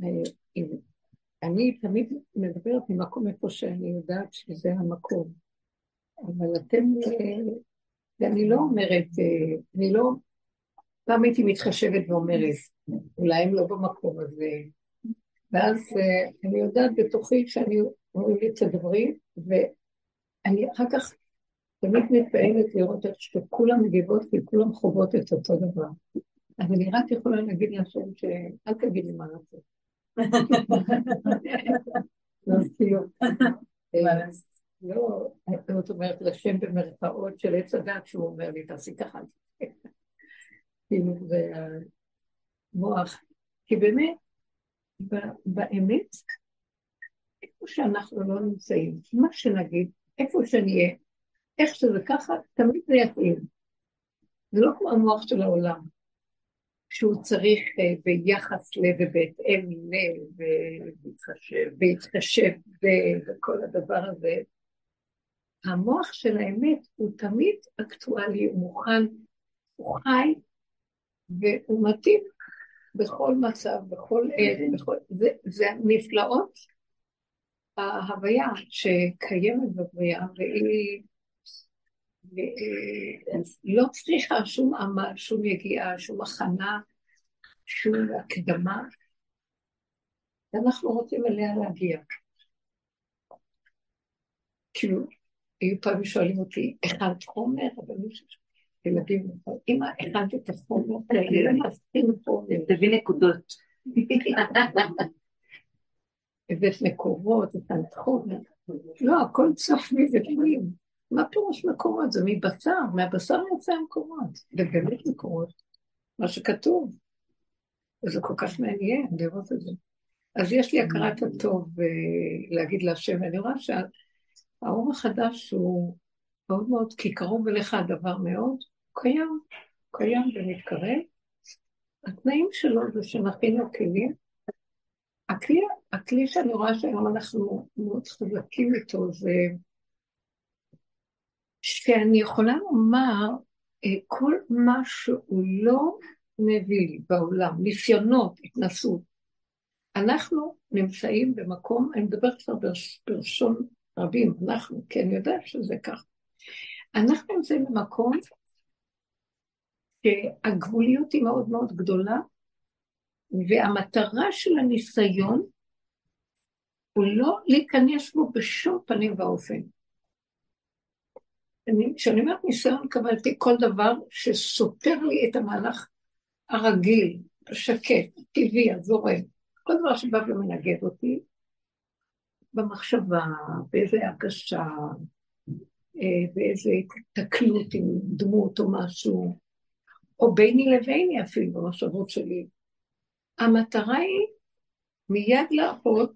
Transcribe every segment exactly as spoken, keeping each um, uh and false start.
אני תמיד מדברת ממקום איפה שאני יודעת שזה המקום, אבל אתם, ואני לא אומרת, אני לא, פעם הייתי מתחשבת ואומרת, אולי הם לא במקום הזה, ואז אני יודעת בתוכי שאני אומרים לי תדברי, ואני אחר כך תמיד מתפעלת לראות איך שכולם מגיבות וכולם חוות את אותו דבר. אבל אני רק יכולה להגיד לשם שאל תגיד לי מה לעשות. לא סיום. לא, זאת אומרת, לשם במרכאות של עץ הדת שהוא אומר לי, תעשי ככה. כאילו, זה המוח. כי באמת, באמת, איפה שאנחנו לא נמצאים, מה שנגיד, איפה שנהיה, איך שזה ככה, תמיד זה יתאים. זה לא כמו המוח של העולם, שהוא צריך ביחס לב ובהתאם לב, ובהתחשב וכל הדבר הזה. המוח של האמת הוא תמיד אקטואלי, הוא מוכן, הוא חי, והוא מתאים בכל מצב, בכל עת, בכל... זה, זה נפלאות ההוויה שקיימת בבריאה, והיא לא צריכה שום עמל, שום יגיעה, שום הכנה, שום הקדמה, ואנחנו רוצים אליה להגיע. כאילו, היו פעמים שואלים אותי, הכנת חומר? אבל מישהו ילדים, אמא, הכנת את החומר, תראה להסכים חומר. תביא נקודות. הבאת מקורות, הכנת חומר. לא, הכל צף מזה פנים. מה פירוש מקורות? זה מבשר, מהבשר יוצא המקורות. ובאמת מקורות, מה שכתוב. וזה כל כך מעניין לראות את זה. אז יש לי הכרת הטוב להגיד להשם, ואני רואה שהאור החדש הוא מאוד מאוד, כי קרוב אליך הדבר מאוד, הוא קיים, הוא קיים ומתקרב. התנאים שלו זה שנכין לו כלים. הכלי, הכלי שאני רואה שהיום אנחנו מאוד חזקים איתו, זה שאני יכולה לומר, כל מה שהוא לא מביא לי בעולם, ניסיונות, התנסות, אנחנו נמצאים במקום, אני מדברת כבר ברשון רבים, אנחנו, כי אני יודעת שזה כך. אנחנו נמצאים במקום שהגבוליות היא מאוד מאוד גדולה, והמטרה של הניסיון הוא לא להיכנס בו בשום פנים ואופן. כשאני אומרת ניסיון, קבלתי כל דבר שסותר לי את המהלך הרגיל, השקט, הטבעי, הזורם, כל דבר שבא ומנגד אותי, במחשבה, באיזה הרגשה, באיזה תקלות עם דמות או משהו, או ביני לביני אפילו, במחשבות שלי. המטרה היא מיד לעבוד,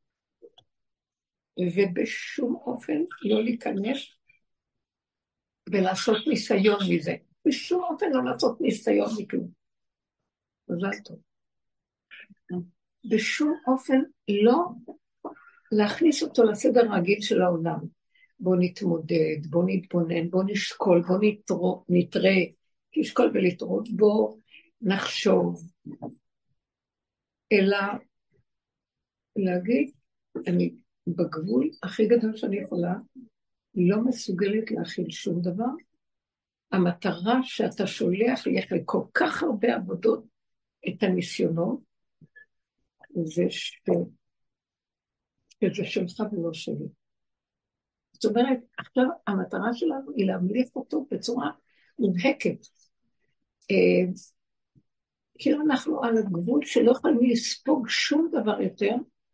ובשום אופן לא להיכנס ולעשות ניסיון מזה. בשום אופן לא לעשות ניסיון מכלום. מזל טוב. בשום אופן לא להכניס אותו לסדר הרגיל של העולם. בוא נתמודד, בוא נתבונן, בוא נשקול, בוא נתראה, נשקול ולתראה, בוא נחשוב. אלא להגיד, אני בגבול הכי גדול שאני יכולה, לא מסוגלת להכיל שום דבר. המטרה שאתה שולח לך לכל כך הרבה עבודות את הניסיונות, זה ש... שזה שלך ולא שלי. זאת אומרת, עכשיו המטרה שלנו היא להמליך אותו בצורה מובהקת. אה, כאילו אנחנו על הגבול שלא יכולים לספוג שום דבר יותר,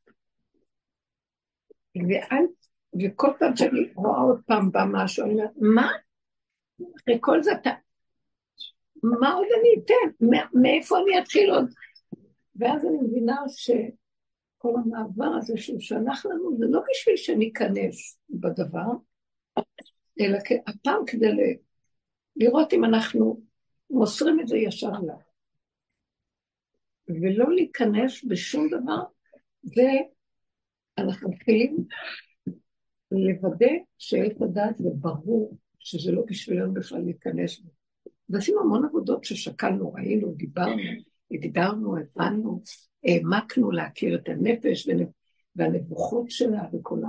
ועל, וכל פעם שאני רואה עוד פעם בא משהו, אני אומרת, מה? אחרי כל זה אתה, מה עוד אני אתן? מאיפה אני אתחיל עוד? ואז אני מבינה שכל המעבר הזה שהוא שלח לנו, זה לא בשביל שניכנס בדבר, אלא הפעם כדי לראות אם אנחנו מוסרים את זה ישר לה. ולא להיכנס בשום דבר, ואנחנו מתחילים לוודא שאין לדעת וברור שזה לא בשבילנו בכלל להיכנס בו. ועשינו המון עבודות ששקלנו, ראינו, דיברנו, דיברנו, הבנו, העמקנו להכיר את הנפש והנבוכות שלה וכולה.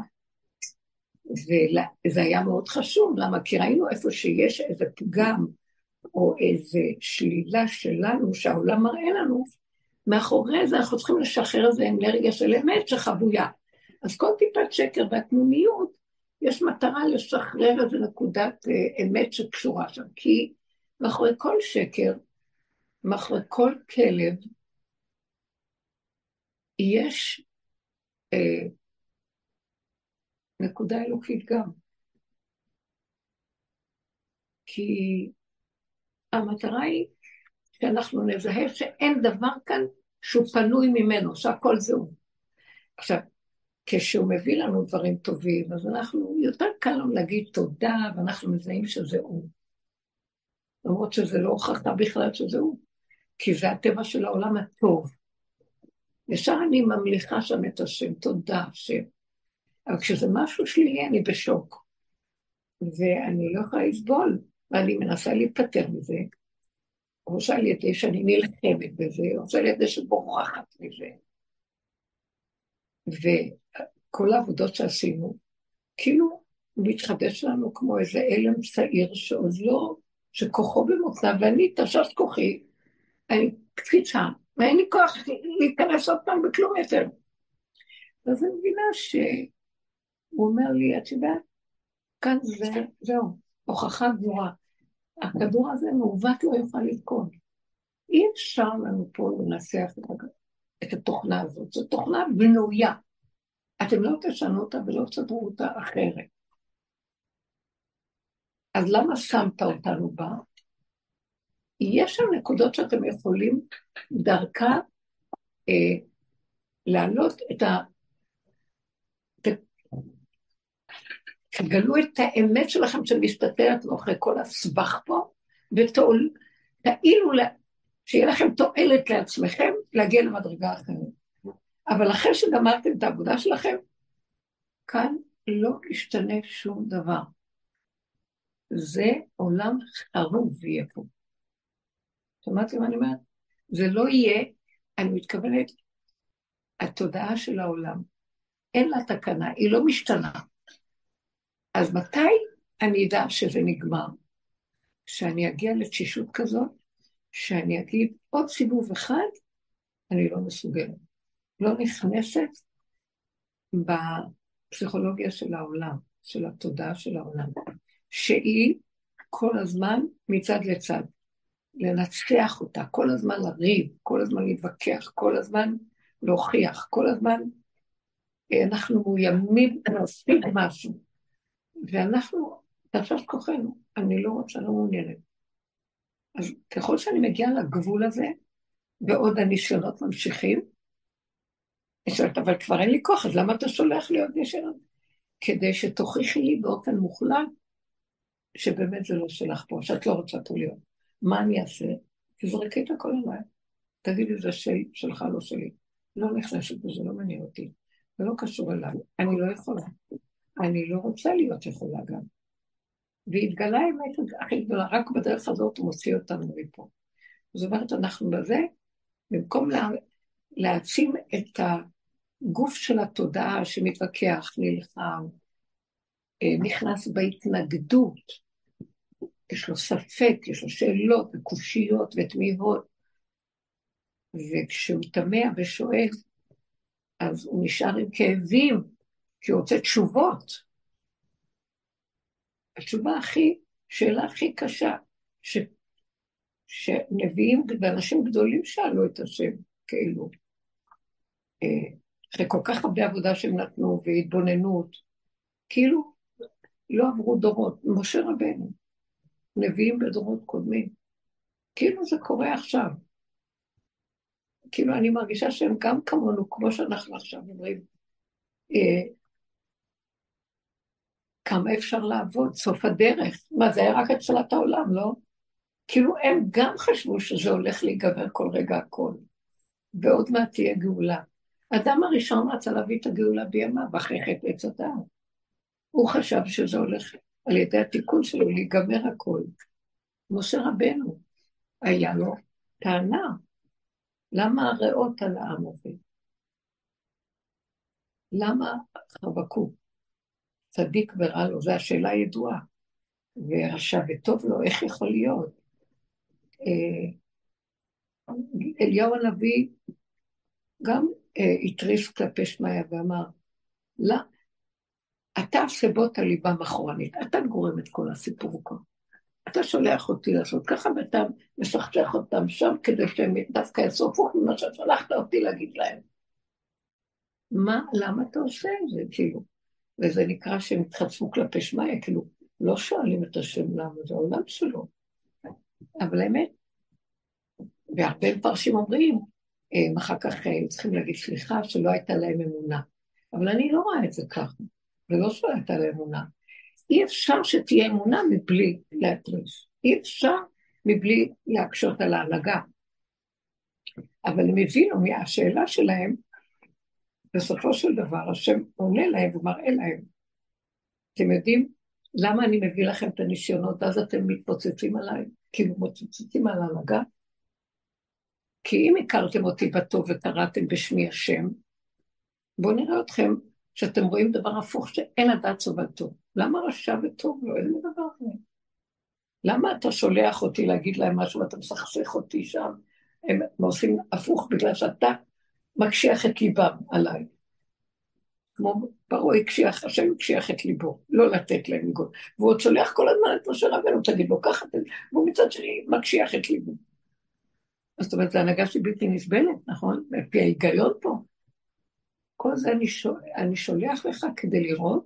וזה היה מאוד חשוב, למה? כי ראינו איפה שיש איזה פגם, או איזה שלילה שלנו, שהעולם מראה לנו, מאחורי זה אנחנו צריכים לשחרר איזה אנרגיה של אמת שחבויה. אז כל טיפת שקר והתמומיות, יש מטרה לשחרר איזה נקודת אמת שקשורה שם, כי מאחורי כל שקר, מאחורי כל כלב, יש אה, נקודה אלוקית גם. כי המטרה היא שאנחנו נזהה שאין דבר כאן שהוא פנוי ממנו, שהכל זהו. עכשיו, כשהוא מביא לנו דברים טובים, אז אנחנו, יותר קל לנו להגיד תודה, ואנחנו מזהים שזה הוא. למרות שזה לא הוכחה בכלל שזה הוא, כי זה הטבע של העולם הטוב. ישר אני ממליכה שם את השם, תודה השם. אבל כשזה משהו שלילי, אני בשוק. ואני לא יכולה לסבול, ואני מנסה להיפטר מזה, או שעל ידי שאני נלחמת בזה, או שעל ידי שבורחת מזה. וכל העבודות שעשינו, כאילו הוא מתחדש לנו כמו איזה אלם צעיר שעוד לא, שכוחו במוצא, ואני תשש כוחי, אני קפיצה, ואין לי כוח להיכנס עוד פעם בכלום יותר. אז אני מבינה שהוא אומר לי, את יודעת, כאן זה, זהו, הוכחה גמורה. הכדור הזה מעוות לא יוכל לתקון. אי אפשר לנו פה לנסח את התוכנה הזאת. זו תוכנה בנויה. אתם לא תשנו אותה ולא תסדרו אותה אחרת. אז למה שמת אותנו בה? יש שם נקודות שאתם יכולים דרכה אה, להעלות את ה... תגלו את האמת שלכם שמסתתרת אחרי כל הסבך פה, ותעילו לה... שיהיה לכם תועלת לעצמכם להגיע למדרגה אחרת. אבל אחרי שגמרתם את העבודה שלכם, כאן לא ישתנה שום דבר. זה עולם חרוב יהיה פה. שמעתם מה אני אומרת? זה לא יהיה, אני מתכוונת, התודעה של העולם, אין לה תקנה, היא לא משתנה. אז מתי אני אדע שזה נגמר? שאני אגיע לתשישות כזאת, שאני אגיד עוד סיבוב אחד, אני לא מסוגלת. לא נכנסת בפסיכולוגיה של העולם, של התודעה של העולם, שהיא כל הזמן מצד לצד, לנצח אותה, כל הזמן לריב, כל הזמן להתווכח, כל הזמן להוכיח, כל הזמן אנחנו מאוימים להשיג משהו, ואנחנו, תפס כוחנו, אני לא רוצה, לא מעוניינת. אז ככל שאני מגיעה לגבול הזה, ועוד הניסיונות ממשיכים, אני שואלת, אבל כבר אין לי כוח, אז למה אתה שולח לי עוד ניסיונות? כדי שתוכיחי לי באופן מוחלט, שבאמת זה לא שלך פה, שאת לא רוצה פה להיות. מה אני אעשה? תזרקי את הכל עליי. תגידי, זה של, שלך, לא שלי. לא נכנסת בזה, לא מעניין אותי. זה לא קשור אליי. אני לא יכולה. אני לא רוצה להיות יכולה גם. והתגלה האמת הכי גדולה, רק בדרך הזאת הוא מוציא אותנו מפה. זאת אומרת, אנחנו בזה, במקום לה, להעצים את הגוף של התודעה שמתווכח, נלחם, נכנס בהתנגדות, יש לו ספק, יש לו שאלות וקושיות ותמיהות, וכשהוא תמה ושואל, אז הוא נשאר עם כאבים, כי הוא רוצה תשובות. התשובה הכי, שאלה הכי קשה, ש, שנביאים ואנשים גדולים שאלו את השם, כאילו, אחרי כל כך הרבה עבודה שהם נתנו והתבוננות, כאילו, לא עברו דורות, משה רבנו, נביאים בדורות קודמים, כאילו זה קורה עכשיו. כאילו אני מרגישה שהם גם כמונו, כמו שאנחנו עכשיו אומרים, אה, כמה אפשר לעבוד, סוף הדרך. מה, זה היה רק הצלת העולם, לא? כאילו הם גם חשבו שזה הולך להיגבר כל רגע הכל, ועוד מעט תהיה גאולה. האדם הראשון רצה להביא את הגאולה בימיו, אחרי חטא עץ הדעת. הוא חשב שזה הולך על ידי התיקון שלו להיגמר הכל. משה רבנו, היה לו טענה, למה הריאות על העם הזה? למה חבקוק? צדיק ורע לו, זו השאלה הידועה. ורשע וטוב לו, איך יכול להיות? אה, אליהו הנביא גם אה, התריס כלפי שמעיה ואמר, לא, אתה סבות הליבה אחורנית, אתה גורם את כל הסיפור כאן. אתה שולח אותי לעשות ככה, ואתה משכשך אותם שם, כדי שהם דווקא יסופו ממה ששלחת אותי להגיד להם. מה, למה אתה עושה את זה, כאילו? וזה נקרא שהם התחצפו כלפי שמעיה, כאילו, לא שואלים את השם למה, זה העולם שלו. אבל האמת, והרבה מפרשים אומרים, הם אחר כך צריכים להגיד סליחה שלא הייתה להם אמונה. אבל אני לא רואה את זה ככה, ולא שלא הייתה להם אמונה. אי אפשר שתהיה אמונה מבלי להטריש. אי אפשר מבלי להקשות על ההנהגה. אבל הם הבינו מהשאלה שלהם, בסופו של דבר, השם עונה להם ומראה להם. אתם יודעים למה אני מביא לכם את הניסיונות, אז אתם מתפוצצים עליי, כאילו מתפוצצים על ההנהגה? כי אם הכרתם אותי בטוב וקראתם בשמי השם, בואו נראה אתכם שאתם רואים דבר הפוך שאין הדעת סובלתו. למה רשע וטוב לו? אין דבר כזה. למה אתה שולח אותי להגיד להם משהו ואתה מסכסך אותי שם? הם עושים הפוך בגלל שאתה מקשיח את ליבם עליי. כמו פרעה הקשיח, השם הקשיח את ליבו, לא לתת להם לגול. והוא עוד שולח כל הזמן את משה רבנו, תגיד לו ככה, והוא מצד שני מקשיח את ליבו. אז זאת אומרת, זו הנהגה שהיא בלתי נסבלת, נכון? לפי ההיגיון פה. כל זה אני, שול, אני שולח לך כדי לראות,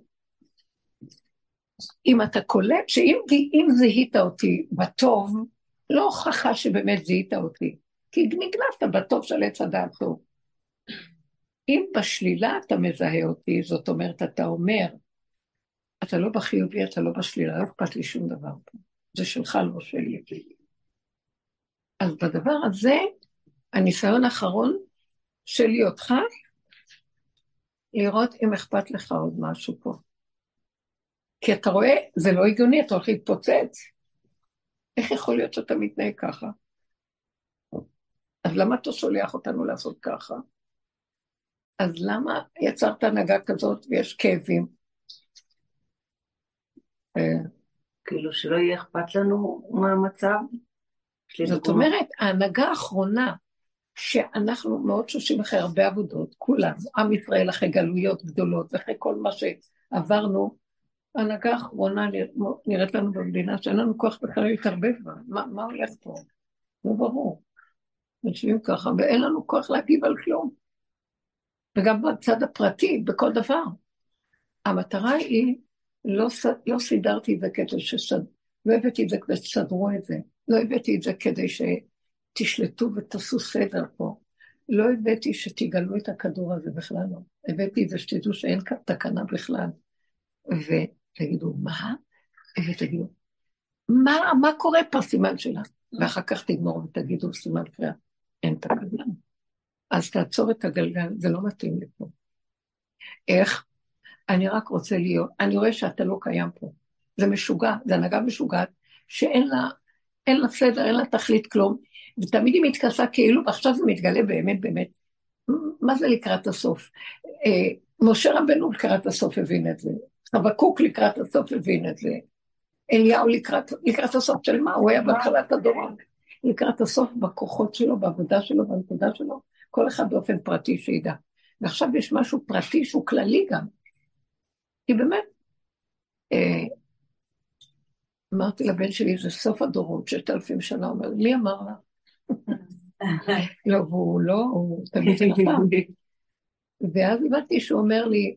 אם אתה קולט, שאם אם זיהית אותי בטוב, לא הוכחה שבאמת זיהית אותי, כי נגנבת בטוב של עץ הדעת טוב. אם בשלילה אתה מזהה אותי, זאת אומרת, אתה אומר, אתה לא בחיובי, אתה לא בשלילה, לא אכפת לי שום דבר פה. זה שלך, לא שלי. אז בדבר הזה, הניסיון האחרון שלי אותך, לראות אם אכפת לך עוד משהו פה. כי אתה רואה, זה לא הגיוני, אתה הולך להתפוצץ. איך יכול להיות שאתה מתנהג ככה? אז למה אתה שולח אותנו לעשות ככה? אז למה יצרת הנהגה כזאת ויש כאבים? כאילו שלא יהיה אכפת לנו מה המצב. זאת אומרת, ההנהגה האחרונה, שאנחנו מאוד שושים אחרי הרבה עבודות, כולם, עם ישראל אחרי גלויות גדולות, ואחרי כל מה שעברנו, ההנהגה האחרונה נראית לנו במדינה, שאין לנו כוח בכלל להתערבב בה. מה, מה הולך פה? לא ברור. יושבים ככה, ואין לנו כוח להגיב על כלום. וגם בצד הפרטי, בכל דבר. המטרה היא, לא, לא סידרתי את זה כדי שסד... לא הבאתי את זה כדי שסדרו את זה. לא הבאתי את זה כדי שתשלטו ותעשו סדר פה. לא הבאתי שתגלו את הכדור הזה בכלל לא. הבאתי את זה שתדעו שאין כאן תקנה בכלל. ותגידו, מה? ותגידו, מה, מה קורה פה סימן שלה? ואחר כך תגמור ותגידו סימן קריאה. אין את הגלגל. אז תעצור את הגלגל, זה לא מתאים לפה. איך? אני רק רוצה להיות, אני רואה שאתה לא קיים פה. זה משוגע, זה הנהגה משוגעת, שאין לה, אין לה סדר, אין לה תכלית כלום, ותמיד היא מתכסה כאילו, ועכשיו זה מתגלה באמת, באמת. מה זה לקראת הסוף? אה, משה רבנו לקראת הסוף הבין את זה, חבקוק לקראת הסוף הבין את זה, אליהו לקראת, לקראת הסוף של מה? הוא היה בהתחלת הדורון. לקראת הסוף בכוחות שלו, בעבודה שלו, בנקודה שלו, כל אחד באופן פרטי שידע. ועכשיו יש משהו פרטי שהוא כללי גם. כי באמת, אה, אמרתי לבן שלי, זה סוף הדורות, ששת אלפים שנה, אומר, מי אמר לה? לא, והוא לא, הוא תמיד חכם. ואז הבנתי שהוא אומר לי,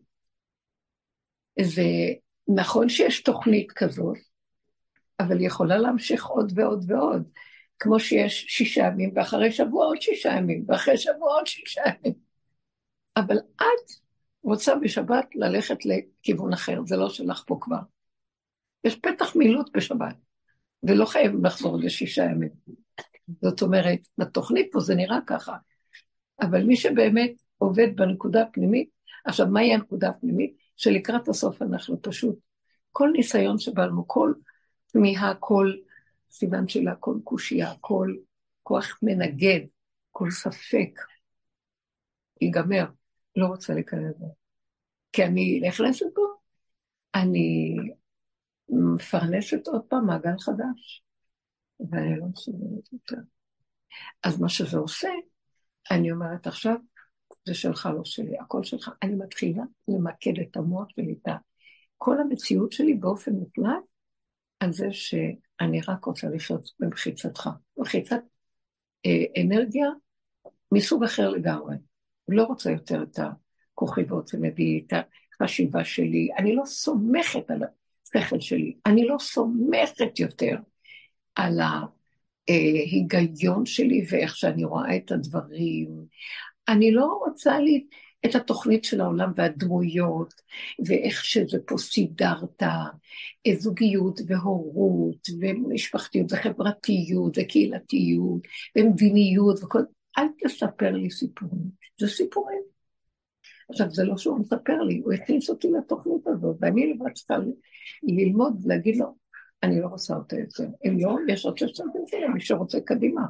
זה נכון שיש תוכנית כזאת, אבל היא יכולה להמשיך עוד ועוד ועוד, כמו שיש שישה ימים, ואחרי שבוע עוד שישה ימים, ואחרי שבוע עוד שישה ימים. אבל את רוצה בשבת ללכת לכיוון אחר, זה לא שלך פה כבר. יש פתח מילות בשבת, ולא חייבים לחזור לשישה ימים. זאת אומרת, בתוכנית פה זה נראה ככה, אבל מי שבאמת עובד בנקודה הפנימית, עכשיו מהי הנקודה הפנימית? שלקראת הסוף אנחנו פשוט, כל ניסיון שבאנו, כל תמיהה, כל סימן שלה, כל קושייה, כל כוח מנגד, כל ספק ייגמר, לא רוצה להיכנס בו. כי אני נכנסת בו, אני מפרנסת עוד פעם מעגל חדש, ואני לא מסוגלת יותר. אז מה שזה עושה, אני אומרת עכשיו, זה שלך, לא שלי, הכל שלך. אני מתחילה למקד את המוח שלי, את כל המציאות שלי באופן מוחלט, על זה שאני רק רוצה לחיות במחיצתך. מחיצת אה, אנרגיה מסוג אחר לגמרי. לא רוצה יותר את הכוכבות שמביא את החשיבה שלי. אני לא סומכת על השכל שלי. אני לא סומכת יותר על ההיגיון שלי ואיך שאני רואה את הדברים. אני לא רוצה לי את התוכנית של העולם והדמויות, ואיך שזה פה סידרת, זוגיות והורות, ומשפחתיות וחברתיות וקהילתיות, ומדיניות וכל... אל תספר לי סיפורים, זה סיפורים. עכשיו, זה לא שהוא מספר לי, הוא הכניס אותי לתוכנית הזאת, ואני לבד צריכה ללמוד, להגיד לו, אני לא רוצה אותה יותר. אם לא, יש עוד ששת אלפים, מי שרוצה קדימה.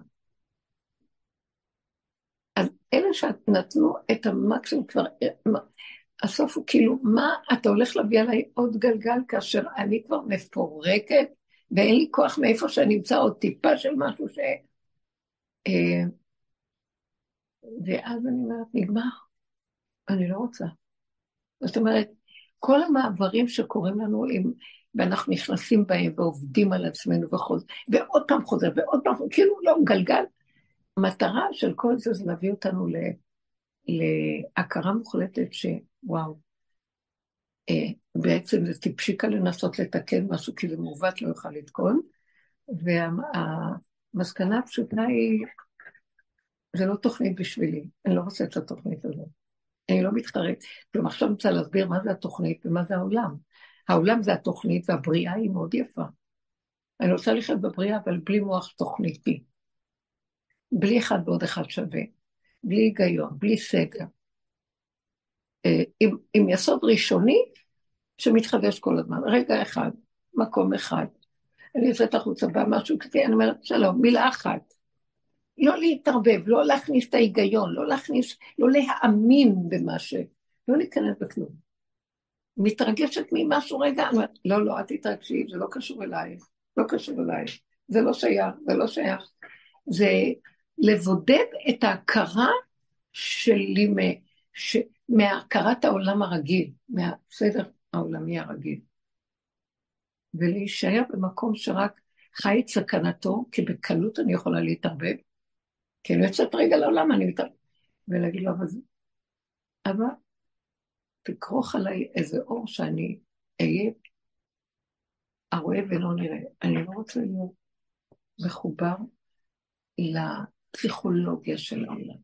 אז אלה שנתנו את המקסימום כבר, הסוף הוא כאילו, מה אתה הולך להביא עליי עוד גלגל, כאשר אני כבר מפורקת, ואין לי כוח מאיפה שאני אמצא עוד טיפה של משהו ש... ואז אני אומרת, נגמר, אני לא רוצה. זאת אומרת, כל המעברים שקורים לנו, עם, ואנחנו נכנסים בהם ועובדים על עצמנו וחוזר, ועוד פעם חוזר, ועוד פעם, כאילו לא גלגל, המטרה של כל זה זה להביא אותנו ל... להכרה מוחלטת שוואו, אה, בעצם זה טיפשיקה לנסות לתקן משהו כי זה מעוות לא יוכל לתקון, והמסקנה הפשוטה היא, זה לא תוכנית בשבילי, אני לא רוצה את התוכנית הזאת, אני לא מתחרט, כלומר עכשיו אני רוצה להסביר מה זה התוכנית ומה זה העולם, העולם זה התוכנית והבריאה היא מאוד יפה, אני רוצה לחיות בבריאה אבל בלי מוח תוכניתי, בלי אחד ועוד אחד שווה, בלי היגיון, בלי סדר, עם, עם יסוד ראשוני שמתחדש כל הזמן. רגע אחד, מקום אחד. אני יוצאת החוצה, בא משהו כזה, אני אומרת, שלום, מילה אחת. לא להתערבב, לא להכניס את ההיגיון, לא להכניס, לא להאמין במה ש... לא להיכנס בכלום. מתרגשת ממשהו רגע, אני אומרת, לא, לא, את תתרגשי, זה לא קשור אלייך, לא קשור אלייך, זה לא שייך, זה לא שייך. זה לבודד את ההכרה שלי ש... מהכרת העולם הרגיל, מהסדר העולמי הרגיל. ולהישאר במקום שרק חי את סכנתו, כי בקלות אני יכולה להתערבב, כי אני יוצאת רגע לעולם, אני מתערבב, ולהגיד לו, אבל תקרוך עליי איזה אור שאני אהיה הרואה ולא נראה. אני לא רוצה להיות מחובר לפסיכולוגיה של העולם.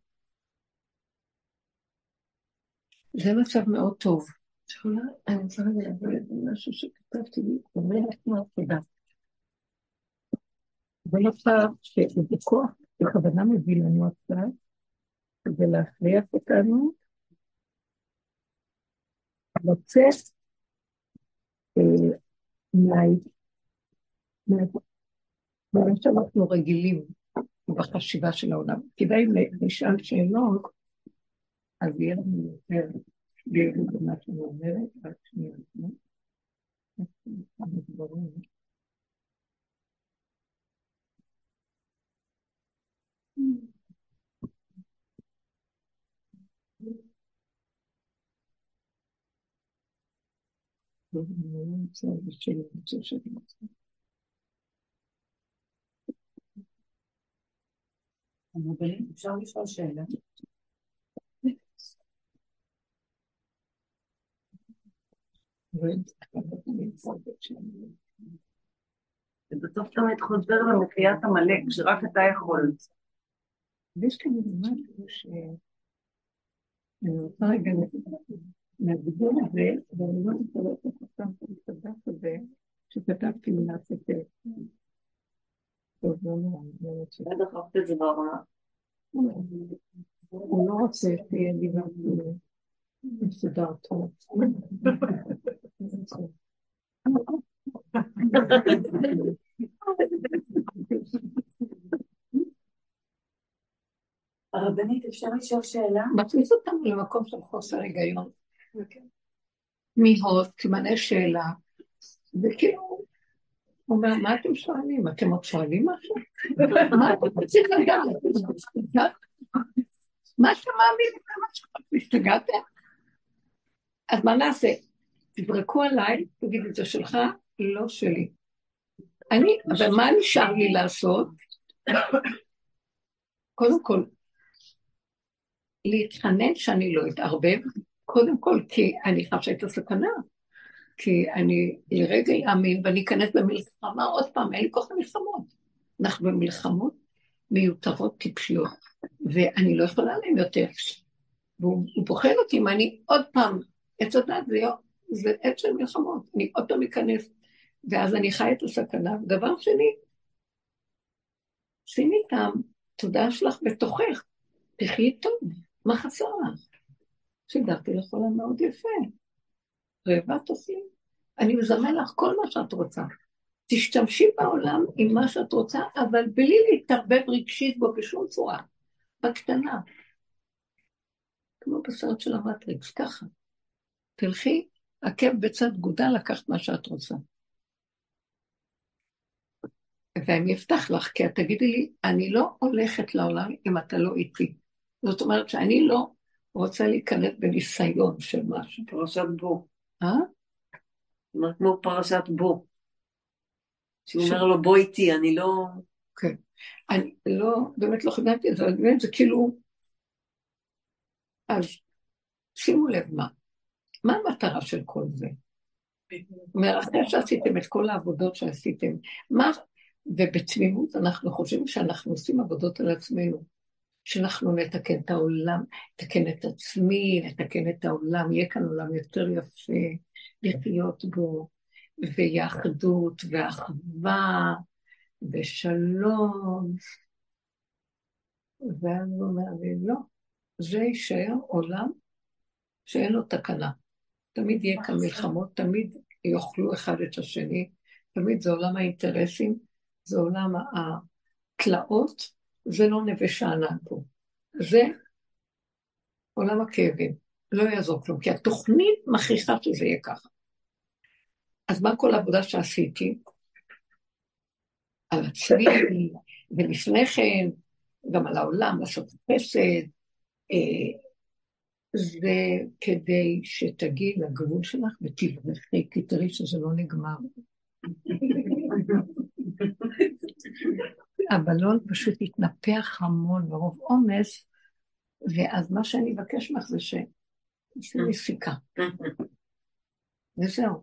זה מצב מאוד טוב. שאלה, אני רוצה להגיד משהו שכתבתי לי, אומר לעצמה תודה. ולא פעם שזה כוח, בכוונה מביא לנו עכשיו, כדי להכריח אותנו, לצאת מה שאנחנו רגילים בחשיבה של העולם. כדאי נשאל שאלות, אז יהיה לנו יותר בירות במה שאני אומרת, רק שנייה. אפשר לשאול שאלה? ובסוף תמיד חוזר למחיית המלאק, שרק אתה יכול. ויש כאן משהו ש... אני רוצה רגע להגדיר את זה, ואני לא מתעלת את הסתם את הדף הזה, שכתבתי מנצת. טוב, לא נראה, אני לא רוצה. לא דחפת את זה בעונה. הוא לא רוצה שתהיה לי מסודר טוב. הרבנית, אפשר לשאול שאלה? מכניס אותנו למקום של חוסר היגיון. מיהות, סימני שאלה, וכאילו, הוא אומר, מה אתם שואלים? אתם עוד שואלים משהו? מה אתם רוצים לדעת? מה שאתם מאמינים למה שאתם השתגעתם? אז מה נעשה? תברקו עליי, תגידי, זה שלך, לא שלי. אני, אבל מה נשאר לי לעשות? קודם כל, להתחנן שאני לא אתערבב, קודם כל כי אני חושב שהייתה סכנה, כי אני לרגע אאמין ואני אכנס במלחמה עוד פעם, אין לי כוח למלחמות. אנחנו במלחמות מיותרות טיפשיות, ואני לא יכולה להם יותר. והוא בוחן אותי אם אני עוד פעם, את יודעת, זה, זה עת של מלחמות, אני עוד פעם אכנס, ואז אני חי את הסכנה. דבר שני, שימי איתם, תודה שלך בתוכך, תחיי טוב, מה חסר לך? שידרתי לך עולם מאוד יפה, רעבה תעשי, אני מזמן לך כל מה שאת רוצה. תשתמשי בעולם עם מה שאת רוצה, אבל בלי להתערבב רגשית בו בשום צורה, בקטנה. כמו בסרט של המטריקס, ככה. תלכי, עקב בצד גודה לקחת מה שאת רוצה. ואני אפתח לך, כי את תגידי לי, אני לא הולכת לעולם אם אתה לא איתי. זאת אומרת שאני לא רוצה להיכנס בניסיון של משהו. פרשת בו. אה? כמו פרשת בו. שהוא אומר לו, בוא איתי, אני לא... כן. אני לא, באמת לא חידנתי את זה, אבל באמת זה כאילו... אז שימו לב מה. מה המטרה של כל זה? אחרי שעשיתם את כל העבודות שעשיתם, מה... ובתמימות אנחנו חושבים שאנחנו עושים עבודות על עצמנו, שאנחנו נתקן את העולם, נתקן את עצמי, נתקן את העולם, יהיה כאן עולם יותר יפה, לחיות בו, ויחדות, ואחווה, ושלום. ואז הוא אומר לי, לא, זה יישאר עולם שאין לו תקנה. תמיד יהיה כאן מלחמות, תמיד יאכלו אחד את השני, תמיד זה עולם האינטרסים, זה עולם התלאות, זה לא נווה שאנן פה. זה עולם הכאבים, לא יעזור כלום, כי התוכנית מכריחה שזה יהיה ככה. אז מה כל העבודה שעשיתי? על עצמי, ולפני כן, גם על העולם, לעשות חסד, זה כדי שתגיעי לגבול שלך ותברכי, כי תראי שזה לא נגמר. הבלון פשוט התנפח המון ברוב עומס, ואז מה שאני אבקש לך זה שעשי לי סיכה. וזהו.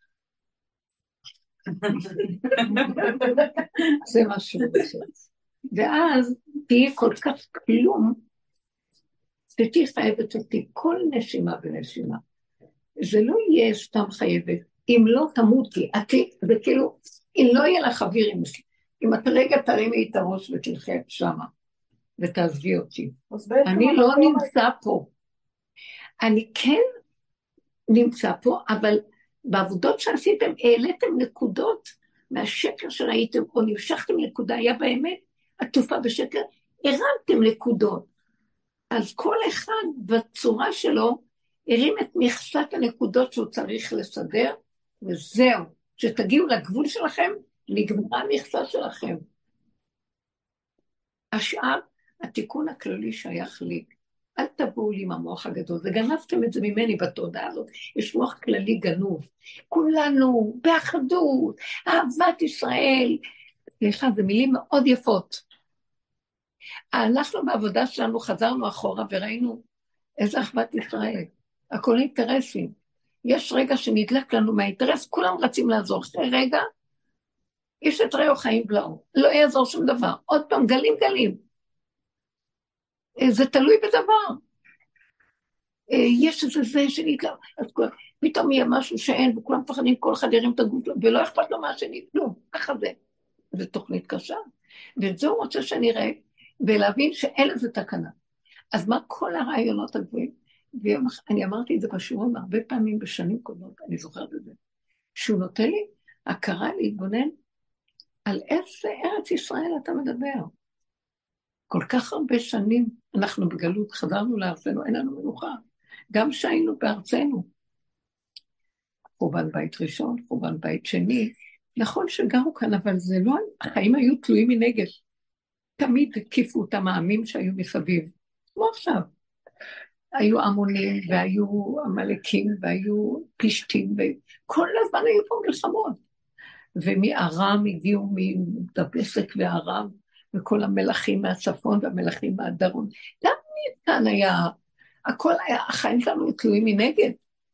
זה משהו בסדר. ואז תהיה כל כך כלום, שתהיה חייבת אותי כל נשימה ונשימה. זה לא יהיה סתם חייבת. אם לא תמותי, זה כאילו, אם לא יהיה לך אוויר, אם את רגע תרימי את הראש ותלכי שמה, ותעזבי אותי. אני לא נמצא פה. אני כן נמצא פה, אבל בעבודות שעשיתם, העליתם נקודות מהשקר שראיתם, או נמשכתם נקודה, היה באמת עטופה בשקר, הרמתם נקודות. אז כל אחד בצורה שלו, הרים את מכסת הנקודות שהוא צריך לסדר, וזהו, שתגיעו לגבול שלכם, נגמרה המכסה שלכם. השאר, התיקון הכללי שייך לי. אל תבואו לי עם המוח הגדול, וגנבתם את זה ממני בתודעה הזאת, יש מוח כללי גנוב. כולנו באחדות, אהבת ישראל, סליחה, זה מילים מאוד יפות. אנחנו בעבודה שלנו חזרנו אחורה וראינו איזה אחוות ישראל. הכל אינטרסים. יש רגע שנדלק לנו מהאינטרס, כולם רצים לעזור. אחרי רגע, יש את ראו חיים בלעו. לא יעזור שום דבר. עוד פעם, גלים גלים. זה תלוי בדבר. יש איזה זה שנדלק. אז פתאום יהיה משהו שאין, וכולם מפחדים, כל אחד ירים את הגוף, ולא אכפת לו מה שני, כלום. ככה זה. זו תוכנית קשה. ואת זה הוא רוצה שנראה, ולהבין שאין לזה תקנה. אז מה כל הרעיונות הגבוהים? ואני אמרתי את זה בשיעורים הרבה פעמים בשנים קודמות, אני זוכרת את זה, שהוא נותן לי הכרה להתבונן על איזה ארץ ישראל אתה מדבר. כל כך הרבה שנים אנחנו בגלות, חזרנו לארצנו, אין לנו מנוחה. גם שהיינו בארצנו, חורבן בית ראשון, חורבן בית שני, נכון שגרו כאן, אבל זה לא, החיים היו תלויים מנגד. תמיד הקיפו אותם העמים שהיו מסביב, כמו עכשיו. היו עמונים, והיו עמלקים, והיו פשטים, וכל הזמן היו פה מלחמות. ומארם הגיעו מדבסק וארם, וכל המלכים מהצפון והמלכים מהדרום. גם כאן היה, הכל היה, החיים שלנו תלויים מנגד.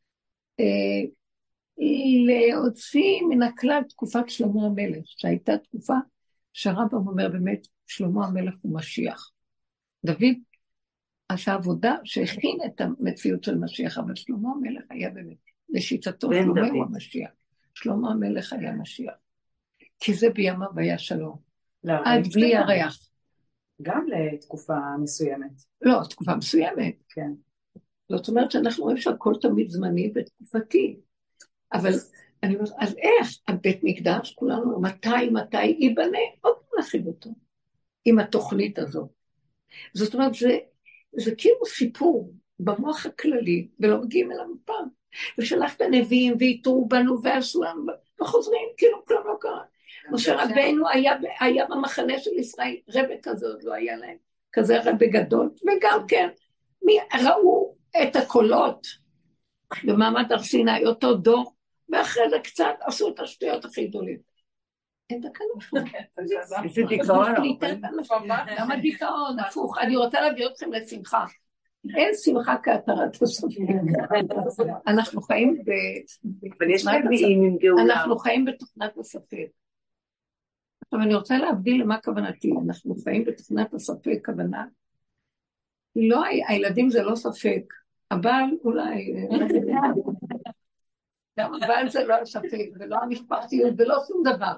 להוציא מן הכלל תקופת שלמה המלך, שהייתה תקופה שהרמב"ם אומר באמת, שלמה המלך הוא משיח. דוד עשה עבודה שהכין את המציאות של משיח, אבל שלמה המלך היה באמת, לשיטתו שלמה הוא המשיח. שלמה המלך היה משיח. כי זה בימיו היה שלום. לא, עד בלי ירח. גם לתקופה מסוימת. לא, תקופה מסוימת. כן. זאת אומרת שאנחנו רואים שהכל תמיד זמני ותקופתי. אבל אני אומרת, אז איך הבית מקדש, כולנו, מתי, מתי ייבנה? עוד פעם להכין אותו. עם התוכנית הזאת. זאת אומרת, זה, זה כאילו סיפור במוח הכללי, ולא מגיעים אליו פעם. ושלח את הנביאים, ויתרו בנו ועשו לנו, וחוזרים, כאילו כלום לא קרה. משה רבנו היה, היה במחנה של ישראל, רבא כזה עוד לא היה להם, כזה רבא גדול, וגם כן, מי, ראו את הקולות במעמד הר סיני, אותו דור, ואחרי זה קצת עשו את השטויות הכי גדולים. אין תקנות. איזה דיכאון. למה דיכאון? הפוך, אני רוצה להביא אתכם לשמחה. אין שמחה כהתרת הספק. אנחנו חיים ב... אנחנו חיים בתוכנת הספק. עכשיו אני רוצה להבדיל למה כוונתי. אנחנו חיים בתוכנת הספק, כוונה. לא, הילדים זה לא ספק. הבעל אולי... גם הבעל זה לא הספק, ולא המשפחתיות, ולא שום דבר.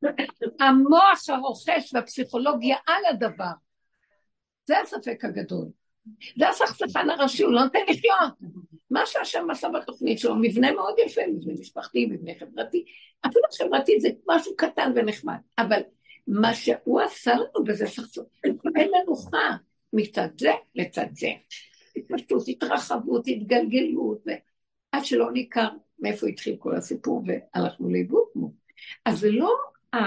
המוח הרוכש והפסיכולוגיה על הדבר. זה הספק הגדול. זה הסכסכן הראשי, הוא לא נותן לחיות. מה שהשם עשה בתוכנית שלו, מבנה מאוד יפה, מבנה משפחתי, מבנה חברתי, אפילו חברתי זה משהו קטן ונחמד, אבל מה שהוא עשה לנו בזה סכסוך, אין מנוחה מצד זה לצד זה. התמשטות, התרחבות, התגלגלות, עד שלא ניכר מאיפה התחיל כל הסיפור והלכנו לאיבוד כמו. אז זה לא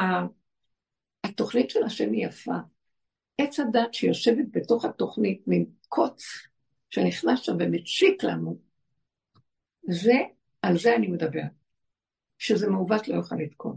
התוכנית של השם היא יפה. עץ הדת שיושבת בתוך התוכנית מקוץ שנכנס שם ומציק לנו, זה, על זה אני מדבר, שזה מעוות לא יוכל לתקון.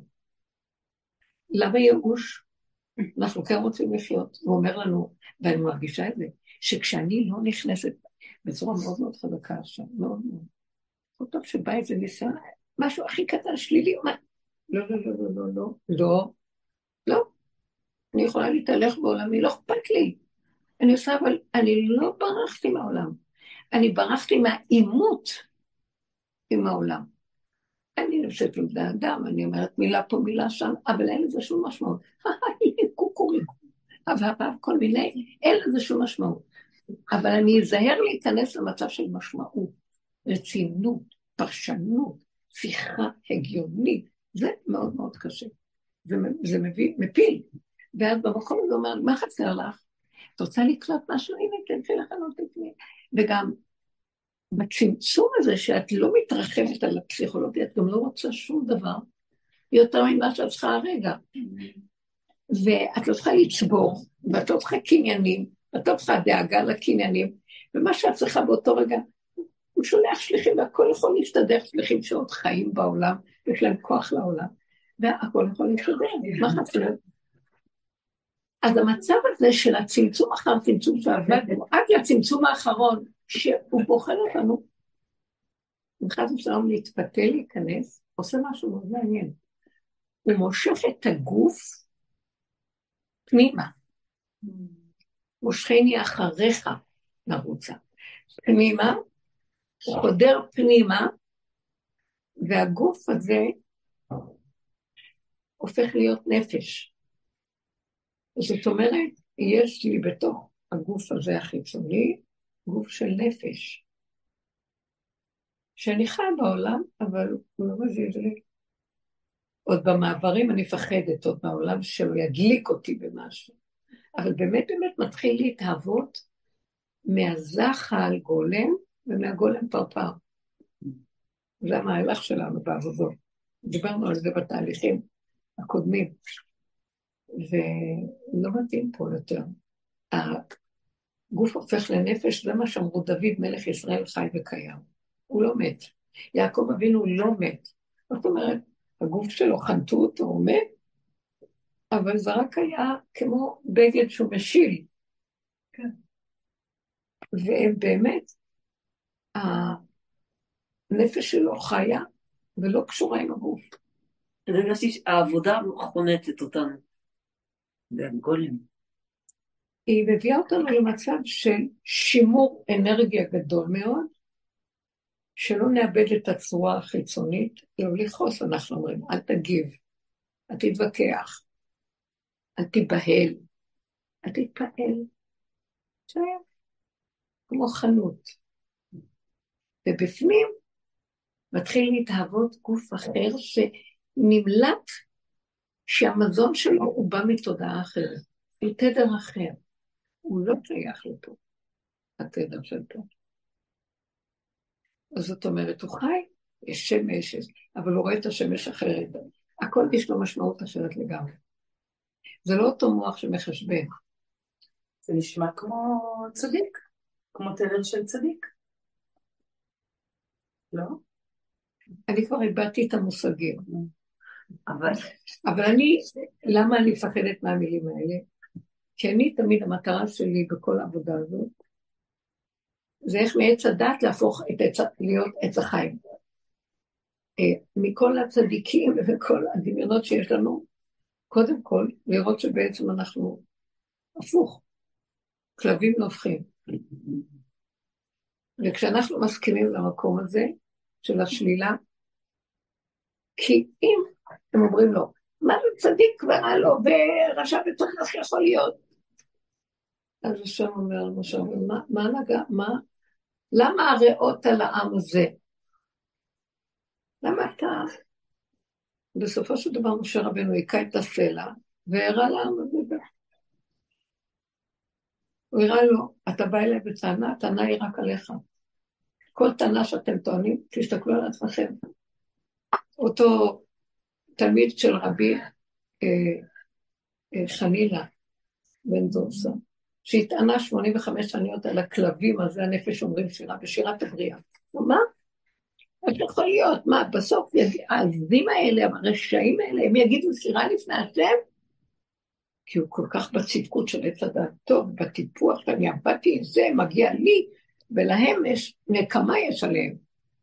למה ייאוש? אנחנו כן רוצים לחיות, הוא אומר לנו, ואני מרגישה את זה, שכשאני לא נכנסת בצורה מאוד מאוד חזקה עכשיו, מאוד מאוד, הוא טוב שבא איזה ניסיון, משהו הכי קטן שלילי, מה? לא, לא, לא, לא, לא, לא, לא, לא. אני יכולה להתהלך בעולמי, לא אכפת לי. אני עושה, אבל אני לא ברחתי מהעולם. אני ברחתי מהאימות עם העולם. אני נושאת לבני אדם, אני אומרת מילה פה, מילה שם, אבל אין לזה שום משמעות. קוקוריקו, אבל כל מיני, אין לזה שום משמעות. אבל אני אזהר להיכנס למצב של משמעות, רצינות, פרשנות, שיחה הגיונית. זה מאוד מאוד קשה. זה, זה מביא, מפיל. ואז במקום הזה אומר, מה חסר לך? את רוצה לקלוט משהו? הנה, תלכי לחנות את מי. וגם בצמצום הזה שאת לא מתרחבת על הפסיכולוגיה, את גם לא רוצה שום דבר, יותר ממה שאת צריכה הרגע. ואת לא צריכה לצבור, ואת לא צריכה קניינים, ואת לא צריכה דאגה לקניינים, ומה שאת צריכה באותו רגע, הוא שולח שליחים, והכל יכול להסתדר, שליחים שעוד חיים בעולם, ויש להם כוח לעולם, והכל יכול להסתדר, מה חסר? אז המצב הזה של הצמצום אחר צמצום שעבדנו, עד לצמצום האחרון, שהוא בוחן אותנו, אחד משלם להתפתה להיכנס, עושה משהו מאוד מעניין. הוא מושך את הגוף פנימה. מושכני אחריך נרוצה. פנימה, הוא חודר פנימה, והגוף הזה הופך להיות נפש. זאת אומרת, יש לי בתוך הגוף הזה החיצוני, גוף של נפש, שאני חי בעולם, אבל הוא לא מזיז לי. עוד במעברים אני פחדת, עוד מהעולם שלו ידליק אותי במשהו. אבל באמת באמת מתחיל להתהוות מהזחל גולם ומהגולם פרפר. זה המהלך שלנו בעבודות. דיברנו על זה בתהליכים הקודמים, ולא מתאים פה יותר. הגוף הופך לנפש, זה מה שאמרו דוד מלך ישראל חי וקיים. הוא לא מת. יעקב אבינו לא מת. זאת אומרת, הגוף שלו חנתו אותו, הוא מת, אבל זה רק היה כמו בגד שהוא משיל. כן. והם באמת, הנפש שלו חיה ולא קשורה עם הגוף. אז הרגשתי שהעבודה חונטת אותנו. זה גולם. היא מביאה אותנו למצב של שימור אנרגיה גדול מאוד, שלא נאבד את הצורה החיצונית, לא לכעוס, אנחנו אומרים, אל תגיב, אל תתווכח, אל תיבהל, אל תתפעל, שהיה כמו חנות. ובפנים מתחיל להתהוות גוף אחר שנמלט שהמזון שלו הוא בא מתודעה אחרת, הוא תדר אחר, הוא לא שייך לפה, התדר של פה. אז זאת אומרת, הוא חי, יש שמש, אבל הוא רואה את השמש אחרת. הכל יש לו משמעות אחרת לגמרי. זה לא אותו מוח שמחשבן. זה נשמע כמו צדיק, כמו תדר של צדיק. לא? אני כבר איבדתי את המושגים. אבל, אבל אני, למה אני מפחדת מהמילים האלה? כי אני תמיד המטרה שלי בכל העבודה הזאת, זה איך מעץ הדת להפוך את עץ, להיות עץ החיים. מכל הצדיקים וכל הדמיונות שיש לנו, קודם כל, לראות שבעצם אנחנו הפוך, כלבים נופחים. וכשאנחנו מסכימים למקום הזה, של השלילה, כי אם הם אומרים לו, מה זה צדיק כבר לו, ורשע וצריך יכול להיות? אז השם אומר, משה, מה, מה נגע, מה? למה הריאות על העם הזה? למה אתה? בסופו של דבר משה רבנו היקע את הסלע, והראה לעם הזה. הוא הראה לו, אתה בא אליי בטענה, הטענה היא רק עליך. כל טענה שאתם טוענים, תסתכלו על עצמכם. אותו תלמיד של רבי אה, אה, חנילה בן דורסה, שהטענה שמונים וחמש שניות על הכלבים, אז זה הנפש אומרים שירה, בשירת הבריאה. מה? איך יכול להיות? מה, בסוף העזים האלה, הרשעים האלה, הם יגידו שירה לפני השם? כי הוא כל כך בצדקות של עץ הדעת טוב, בטיפוח שאני עבדתי את זה, מגיע לי, ולהם יש, נקמה יש עליהם.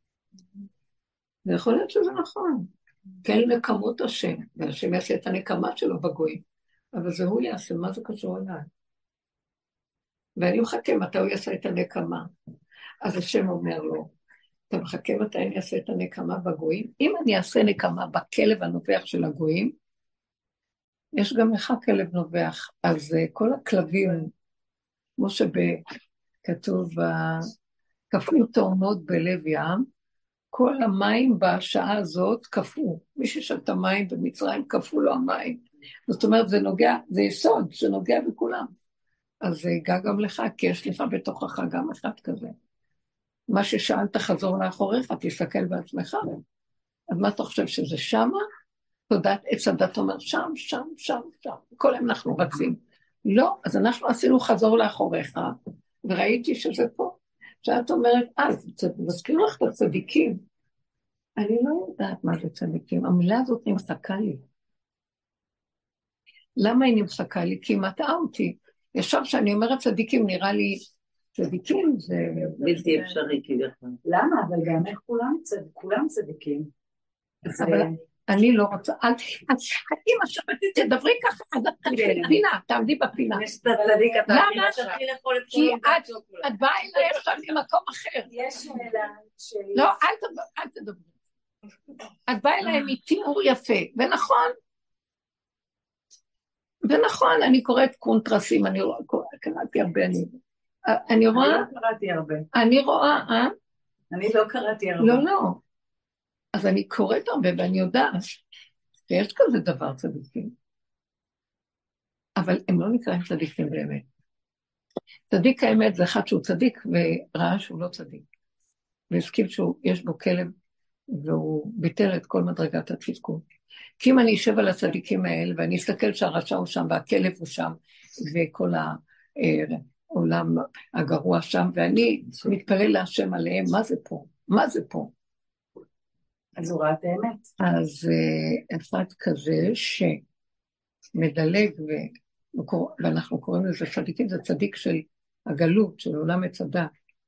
ויכול להיות שזה נכון. כן נקמות השם, והשם יעשה את הנקמה שלו בגויים. אבל זה הוא יעשה, מה זה קשור אליי? ואני מחכה מתי הוא יעשה את הנקמה. אז השם אומר לו, אתה מחכה מתי אני אעשה את הנקמה בגויים? אם אני אעשה נקמה בכלב הנובח של הגויים, יש גם לך כלב נובח. אז כל הכלבים, כמו שכתוב, כפו תאומות בלב ים, כל המים בשעה הזאת כפו. מי ששתה מים במצרים כפו לו המים. זאת אומרת, זה נוגע, זה יסוד שנוגע בכולם. אז זה ייגע גם לך, כי יש לך בתוכך גם אחד כזה. מה ששאלת חזור לאחוריך, תסתכל בעצמך. אז מה אתה חושב שזה שמה? תודעת עץ הדת אומר שם, שם, שם, שם. כל הם אנחנו רצים. לא, אז אנחנו עשינו חזור לאחוריך, וראיתי שזה פה. שאת אומרת, אז, מזכיר לך את הצדיקים. אני לא יודעת מה זה צדיקים. המילה הזאת נמחקה לי. למה היא נמחקה לי? כי היא מטעה אותי. ישר שאני אומרת צדיקים, נראה לי, צדיקים זה בלתי אפשרי כביכול. למה? אבל באמת כולם צדיקים. אבל אני לא רוצה, אל אמא שבתי תדברי ככה, אז את תעמדי בפינה, תעמדי בפינה. יש את הצדיק, אתה למה? כי את באה אליי עכשיו ממקום אחר. יש שאלה שלי. לא, אל תדברי. את באה אליי מתיאור יפה, ונכון, ונכון, אני קוראת קונטרסים, אני קראתי הרבה, אני רואה, אני לא קראתי הרבה. אני רואה, אה? אני לא קראתי הרבה. לא, לא. אז אני קוראת הרבה, ואני יודעת שיש כזה דבר צדיקים. אבל הם לא נקראים צדיקים באמת. צדיק האמת זה אחד שהוא צדיק וראה שהוא לא צדיק. והסכים שיש בו כלב והוא ביטל את כל מדרגת התפקוד. כי אם אני אשב על הצדיקים האלה ואני אסתכל שהרשע הוא שם והכלב הוא שם וכל העולם הגרוע שם ואני מתפלל להשם עליהם, מה זה פה? מה זה פה? אז הוא ראה את האמת. אז אחד כזה שמדלג ו... ואנחנו קוראים לזה צדיקים, זה צדיק של הגלות, של עולם מצדה.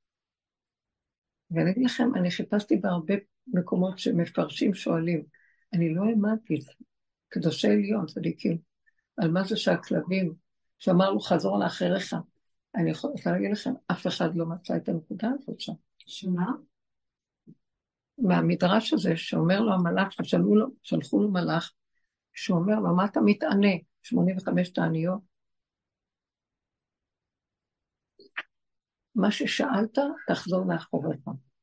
ואני אגיד לכם, אני חיפשתי בהרבה מקומות שמפרשים שואלים, אני לא האמנתי, קדושי עליון, צדיקים, על מה זה שהכלבים, שאמר לו חזור לאחריך, אני יכולה להגיד לכם, אף אחד לא מצא את הנקודה הזאת שם. שמה? מהמדרש הזה שאומר לו המלאך, ששלחו לו, שלחו לו מלאך, שאומר לו, מה אתה מתענה? שמונים וחמש תעניות. מה ששאלת, תחזור לאחוריך.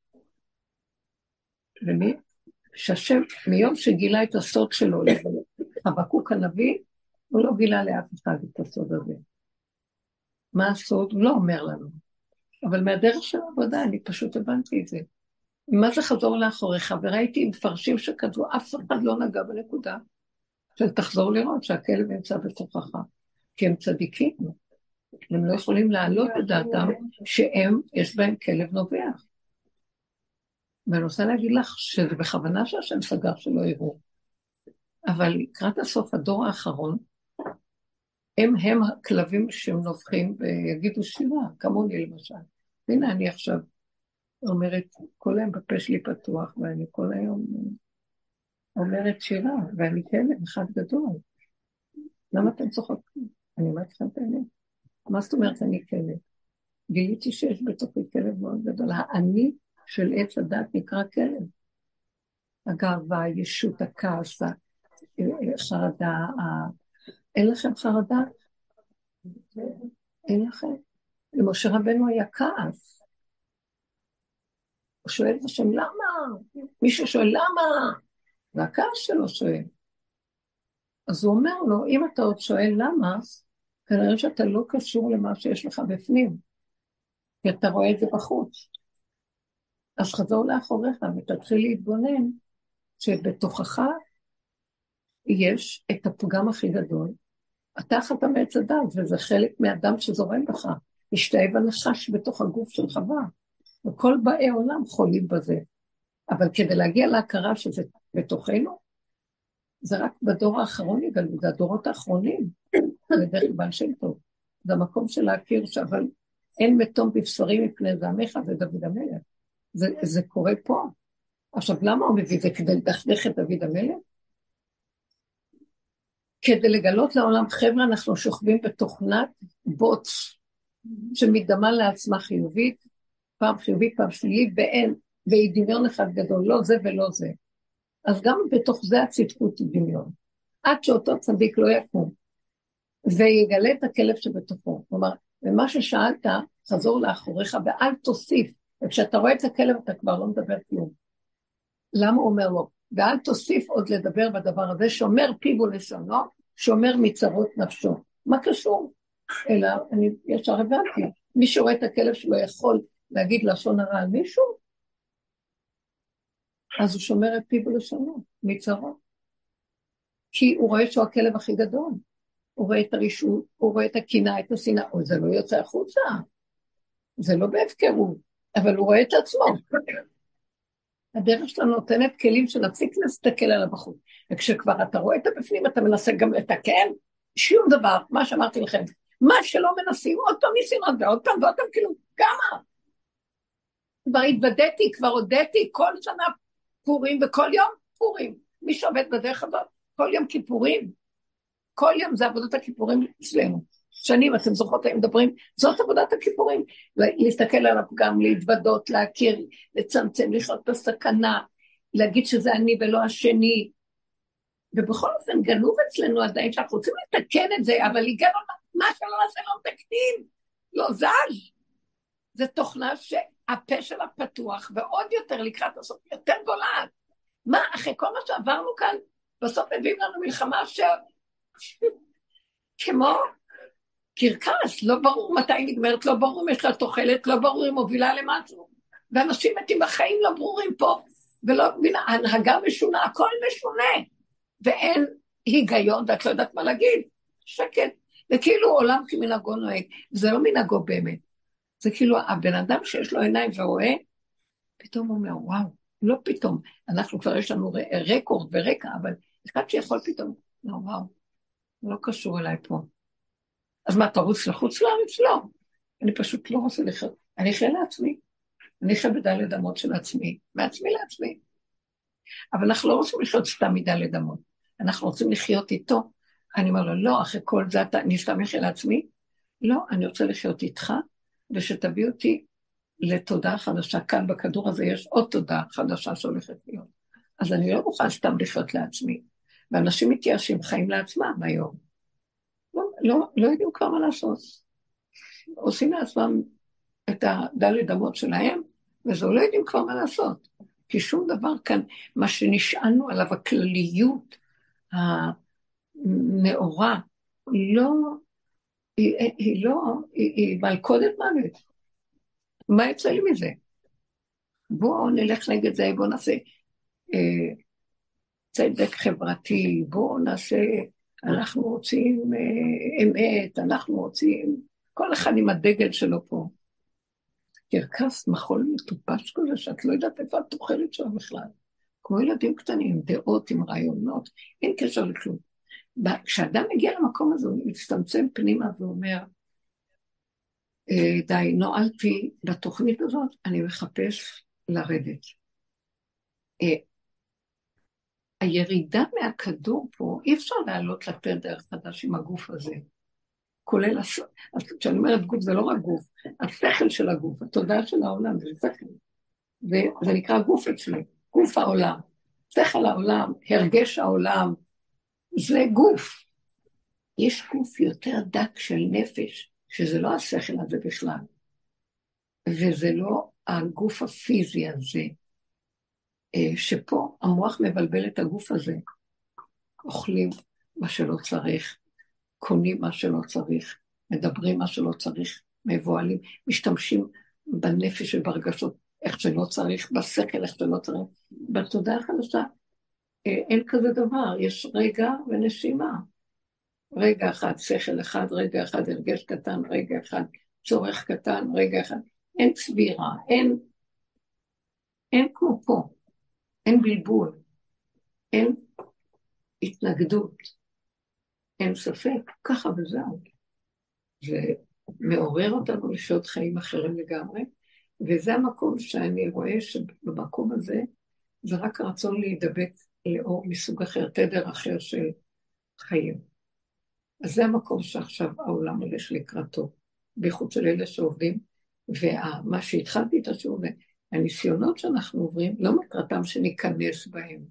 ומי? שהשם, מיום שגילה את הסוד שלו, חבקוק הנביא, הוא לא גילה לאף אחד את הסוד הזה. מה הסוד? הוא לא אומר לנו. אבל מהדרך של העבודה, אני פשוט הבנתי את זה. מה זה חזור לאחוריך? וראיתי מפרשים שכתבו, אף אחד לא נגע בנקודה, שתחזור לראות שהכלב נמצא בתוכך. כי הם צדיקים. הם לא יכולים להעלות את דעתם שהם, יש בהם כלב נובח. ואני רוצה להגיד לך שזה בכוונה שהשם סגר שלא יראו. אבל לקראת הסוף, הדור האחרון, הם הם הכלבים שהם נובחים ויגידו שירה, כמוני למשל. הנה אני עכשיו אומרת, כל היום בפה שלי פתוח, ואני כל היום אומרת שירה, ואני כלב אחד גדול. למה אתם צוחקים? אני אומרת לכם את האמת. מה זאת אומרת אני כלב? גיליתי שיש בתוכי כלב מאוד גדול. האני של עץ הדת נקרא כלב. הגאווה, הישות, הכעס, חרדה. אין לכם חרדה? אין לכם. למשה רבנו היה כעס. הוא שואל את השם, למה? מישהו שואל, למה? והכעס שלו שואל. אז הוא אומר לו, אם אתה עוד שואל למה, כנראה שאתה לא קשור למה שיש לך בפנים, כי אתה רואה את זה בחוץ. אז חזור לאחוריך ותתחיל להתבונן שבתוכך יש את הפגם הכי גדול, אתה חתם מעץ הדת, וזה חלק מהדם שזורם בך, השתאב הנחש בתוך הגוף של חווה, וכל באי עולם חולים בזה. אבל כדי להגיע להכרה שזה בתוכנו, זה רק בדור האחרון יגלו, זה הדורות האחרונים, על ידי בעל שם טוב. זה המקום של להכיר אבל אין מתום בבשרים מפני זעמך, זה דוד המלך. זה, זה קורה פה. עכשיו, למה הוא מביא זה? כדי לדחדך את דוד המלך? כדי לגלות לעולם, חבר'ה, אנחנו שוכבים בתוכנת בוץ, שמתדמה לעצמה חיובית, פעם חיובית, פעם שלילית, ואין, והיא דמיון אחד גדול, לא זה ולא זה. אז גם בתוך זה הצדקות היא דמיון. עד שאותו צדיק לא יקום, ויגלה את הכלב שבתוכו. כלומר, ומה ששאלת, חזור לאחוריך, ואל תוסיף. וכשאתה רואה את הכלב, אתה כבר לא מדבר כלום. למה הוא אומר לו? ואל תוסיף עוד לדבר בדבר הזה, שומר פיו ולשונו, שומר מצרות נפשו. מה קשור? אלא, אני ישר הבנתי, מי שרואה את הכלב שלו יכול להגיד לשון הרע על מישהו, אז הוא שומר את פיו ולשונו, מצרות. כי הוא רואה שהוא הכלב הכי גדול. הוא רואה את הרישות, הוא רואה את הקינה, את השנאה, או זה לא יוצא החוצה. זה לא בהפקרות, אבל הוא רואה את עצמו. הדרך שלנו נותנת כלים שנפסיק להסתכל עליו בחוץ. וכשכבר אתה רואה את הבפנים, אתה מנסה גם לתקן, שום דבר, מה שאמרתי לכם, מה שלא מנסים, עוד פעם ניסיונות, ועוד פעם, ועוד פעם, כאילו, כמה? כבר התוודעתי, כבר הודיתי, כל שנה פורים, וכל יום פורים. מי שעובד בדרך הזאת, כל יום כיפורים, כל יום זה עבודת הכיפורים אצלנו. שנים, אתם זוכרות, הם מדברים, זאת עבודת הכיפורים, להסתכל על הפגם, להתוודות, להכיר, לצמצם, לחיות בסכנה, להגיד שזה אני ולא השני, ובכל אופן גנוב אצלנו עדיין, שאנחנו רוצים לתקן את זה, אבל הגענו, מה שלא נעשה לא מתקנים, לא זז, זה תוכנה שהפה שלה פתוח, ועוד יותר לקראת הסוף, יותר גולעת, מה, אחרי כל מה שעברנו כאן, בסוף מביאים לנו מלחמה ש... כמו קרקס, לא ברור מתי נגמרת, לא ברור אם יש לה תוחלת, לא ברור אם מובילה למשהו. ואנשים מתים בחיים לא ברורים פה, ולא מבינה, ההנהגה משונה, הכל משונה, ואין היגיון, ואת לא יודעת מה להגיד, שקט, וכאילו עולם כמנהגו נוהג, זה לא מנהגו באמת, זה כאילו הבן אדם שיש לו עיניים ורואה, פתאום הוא אומר, וואו, לא פתאום, אנחנו כבר יש לנו רקורד ורקע, אבל אחד שיכול פתאום, לא, וואו, לא קשור אליי פה. אז מה, תרוץ לחוץ לארץ? לא. אני פשוט לא רוצה לחיות. אני אחיה לעצמי. אני אחיה בדלת אמות של עצמי, מעצמי לעצמי. אבל אנחנו לא רוצים לחיות סתם מדלת אמות. אנחנו רוצים לחיות איתו. אני אומר לו, לא, אחרי כל זה אני סתם אחיה לעצמי? לא, אני רוצה לחיות איתך, ושתביא אותי לתודעה חדשה. כאן בכדור הזה יש עוד תודעה חדשה שהולכת להיות. אז אני לא מוכן סתם לחיות לעצמי. ואנשים מתייאשים חיים לעצמם היום. לא, לא, לא יודעים כבר מה לעשות. עושים לעצמם את הדלת אמות שלהם, וזו לא יודעים כבר מה לעשות. כי שום דבר כאן, מה שנשענו עליו, הכלליות הנאורה, לא, היא, היא לא, היא, היא מלכודת מוות. מה יצא לי מזה? בואו נלך נגד זה, בואו נעשה אה, צדק חברתי, בואו נעשה, אנחנו רוצים אה, אמת, אנחנו רוצים, כל אחד עם הדגל שלו פה. קרקס מחול מטופש כזה, שאת לא יודעת איפה את אוכלת שם בכלל. כמו ילדים קטנים, עם דעות, עם רעיונות, אין קשר לכלום. כשאדם מגיע למקום הזה, הוא מצטמצם פנימה ואומר, די, נועלתי בתוכנית הזאת, אני מחפש לרדת. הירידה מהכדור פה, אי אפשר לעלות לתדר חדש עם הגוף הזה. כולל, כשאני אומרת גוף, זה לא רק גוף, השכל של הגוף, התודעה של העולם, זה שכל. וזה נקרא גוף אצלי, גוף העולם, שכל העולם, הרגש העולם, זה גוף. יש גוף יותר דק של נפש, שזה לא השכל הזה בכלל, וזה לא הגוף הפיזי הזה, שפה המוח מבלבל את הגוף הזה, אוכלים מה שלא צריך, קונים מה שלא צריך, מדברים מה שלא צריך, מבועלים, משתמשים בנפש וברגשות, איך שלא צריך, בשכל, איך שלא צריך, בתודעה החדשה, אין כזה דבר, יש רגע ונשימה, רגע אחד, שכל אחד, רגע אחד, הרגש קטן, רגע אחד, צורך קטן, רגע אחד, אין צבירה, אין, אין כמו פה, אין בלבול, אין התנגדות, אין ספק, ככה וזהו. זה מעורר אותנו לשעות חיים אחרים לגמרי, וזה המקום שאני רואה שבמקום הזה, זה רק רצון להידבק לאור מסוג אחר, תדר אחר של חיים. אז זה המקום שעכשיו העולם הולך לקראתו, בייחוד של אלה שעובדים, ומה שהתחלתי את השיעור, הניסיונות שאנחנו עוברים, לא מטרתם שניכנס בהם,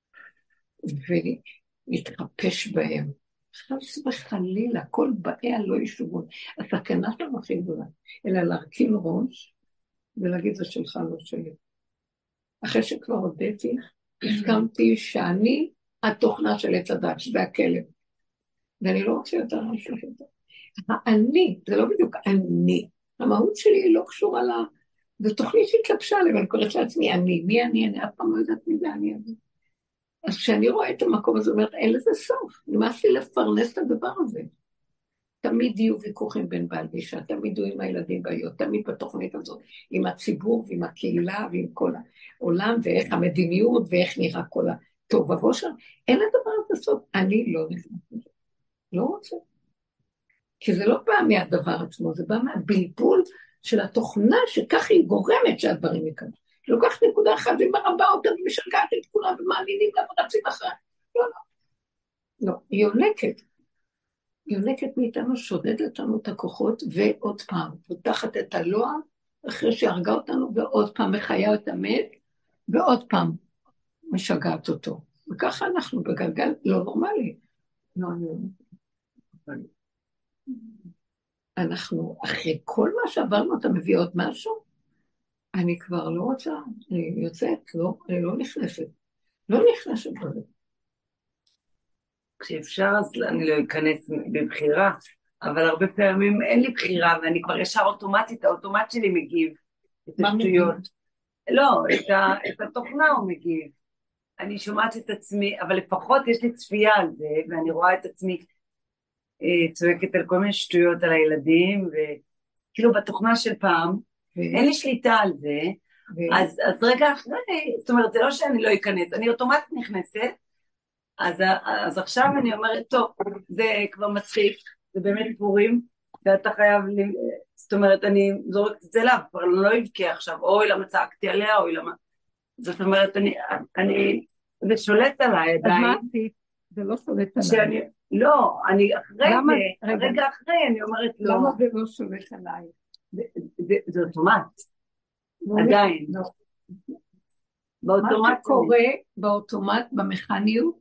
ונתחפש בהם, חס וחלילה, כל באיה לא ישובון, הסכנה שלנו הכי גדולה, אלא להרכין ראש, ולהגיד זה שלך לא שלי. אחרי שכבר הודיתי, הסכמתי שאני התוכנה של עץ הדת, שזה הכלב. ואני לא רוצה יותר משהו יותר. האני, זה לא בדיוק אני, המהות שלי היא לא קשורה לה, זו תוכנית שהתלבשה עליה, ואני קוראת לעצמי אני, מי אני, אני אף פעם לא יודעת מי זה אני אני. אז כשאני רואה את המקום הזה, אומרת, אין לזה סוף, נמאס לי לפרנס את הדבר הזה. תמיד יהיו ויכוחים בין בעל ואישה, תמיד יהיו עם הילדים בעיות, תמיד בתוכנית הזאת, עם הציבור ועם הקהילה ועם כל העולם, ואיך המדיניות ואיך נראה כל הטוב ובוא שם, אין לדבר הזה סוף, אני לא נכנס. לא רוצה. כי זה לא בא מהדבר עצמו, זה בא מהבלבול של התוכנה, שכך היא גורמת שהדברים יקרו. היא לוקחת נקודה אחת, והיא מרבה אותה, ומשגעת את כולם, ומאמינים לה ורצים אחריה. לא, לא. לא, היא יונקת. היא יונקת מאיתנו, שודדת לנו את הכוחות, ועוד פעם, פותחת את הלוע, אחרי שהרגה אותנו, ועוד פעם מחיה את המת, ועוד פעם משגעת אותו. וככה אנחנו בגלגל לא נורמלי. לא, אני לא. אנחנו, אחרי כל מה שעברנו, אתה מביא עוד משהו? אני כבר לא רוצה, אני יוצאת, לא, אני לא נכנסת. לא נכנסת בזה. כשאפשר אז אני לא אכנס בבחירה, אבל הרבה פעמים אין לי בחירה, ואני כבר ישר אוטומטית, האוטומט שלי מגיב את השטויות. לא, את, ה, את התוכנה הוא מגיב. אני שומעת את עצמי, אבל לפחות יש לי צפייה על זה, ואני רואה את עצמי אה, צועקת על כל מיני שטויות על הילדים, וכאילו בתוכנה של פעם, אין לי שליטה על זה, אז, אז רגע אחרי, זאת אומרת, זה לא שאני לא אכנס, אני אוטומטית נכנסת, אז, אז עכשיו אני אומרת, טוב, זה כבר מצחיק, זה באמת פורים, ואתה חייב, זאת אומרת, אני זורקת את זה לה, כבר לא אבכה עכשיו, אוי למה צעקתי עליה, אוי למה, זאת אומרת, אני, אני, זה שולט עליי עדיין. אז מה עשית? זה לא שולט עליי. שאני, לא, אני אחרי זה, רגע אחרי, אני אומרת, לא. למה זה לא שולט עליי? זה אוטומט, עדיין. באוטומט. מה שקורה באוטומט, במכניות,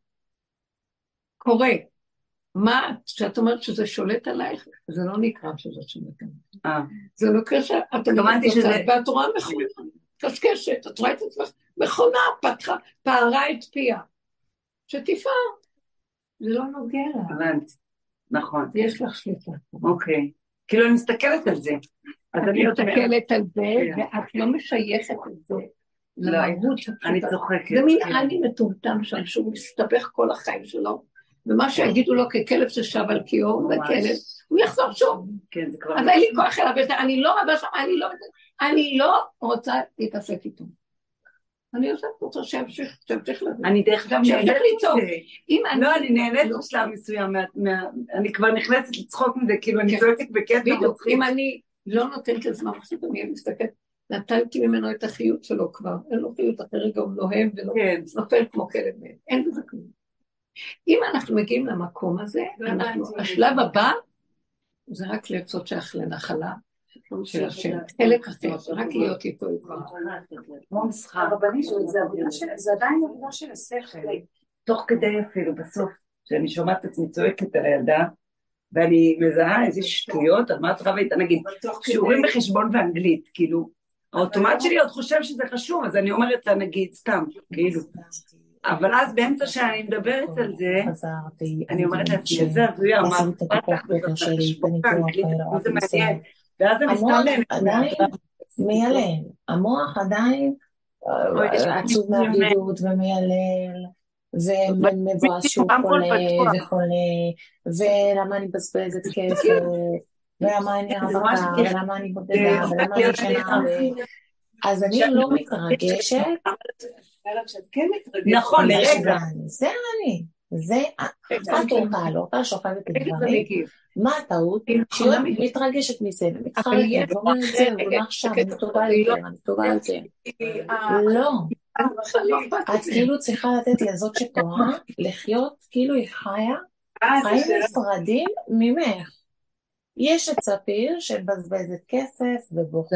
קורה. מה, כשאת אומרת שזה שולט עלייך, זה לא נקרא שזה שולט עלייך. זה לא קשר, את אומרת שזה, ואת רואה מכונה, קשקשת, את רואה את עצמך, מכונה פתחה, פערה את פיה. שתפער. זה לא נוגע לה. הבנתי, נכון. יש לך שליטה. אוקיי. כאילו אני מסתכלת על זה. את מסתכלת על זה, ואת לא משייכת את זה. לא, אני צוחקת. זה מין אני מטומטם שם, שהוא מסתבך כל החיים שלו, ומה שיגידו לו ככלב ששב על קיור, וכלב, הוא יחזור שוב. אז אין לי כוח אליו, אני לא רבה שם, אני לא רוצה להתעסק איתו. אני עושה רוצה שהמשיך, שהמשיך לזה. אני דרך גם נהנית לצחוק. לא, אני נהנית בשלב מסוים, אני כבר נכנסת לצחוק מזה, כאילו אני צועקת בקטע. בדיוק, אם אני לא נותנת לזמן, פשוט אני מסתכלת, נטלתי ממנו את החיות שלו כבר, אין לו חיות, אחרי רגע הוא נוהם ולא נופל כמו כלב מהם, אין בזה כלום. אם אנחנו מגיעים למקום הזה, השלב הבא, זה רק לרצות שייך לנחלה, של השם, חלק אחר, רק להיות איתו כבר. זה עדיין עבודה של השכל. תוך כדי אפילו בסוף, שאני שומעת את עצמי צועקת על הילדה, ואני מזהה איזה שטויות, על מה את רבה איתה, נגיד, שיעורים בחשבון ואנגלית, כאילו, האוטומט שלי עוד חושב שזה חשוב, אז אני אומרת לה, נגיד, סתם, כאילו. אבל אז באמצע שאני מדברת על זה, אני אומרת לעצמי, זה הזויה, מה פתח וזה מעניין. ואז אני סתם עדיין מיילל, המוח עדיין עצוב מהבדידות ומיילל, ומבואס שהוא חולה וחולה, ולמה אני מבזבזת כסף, ולמה אני רווקה, ולמה אני בודדה, ולמה אני ישנה, אז אני לא מתרגשת, נכון, לרגע. זה אני, זה, את אותה, לא אותה שוכבת את דברים, מה הטעות? שהיא מתרגשת מזה, ומתחרקת, ואומרת זה, ומה עכשיו, אני טובה יותר, אני טובה יותר. לא. את כאילו צריכה לתת לזאת שטועה, לחיות כאילו היא חיה, חיים נפרדים ממך. יש את ספיר שבזבזת כסף ובוכה,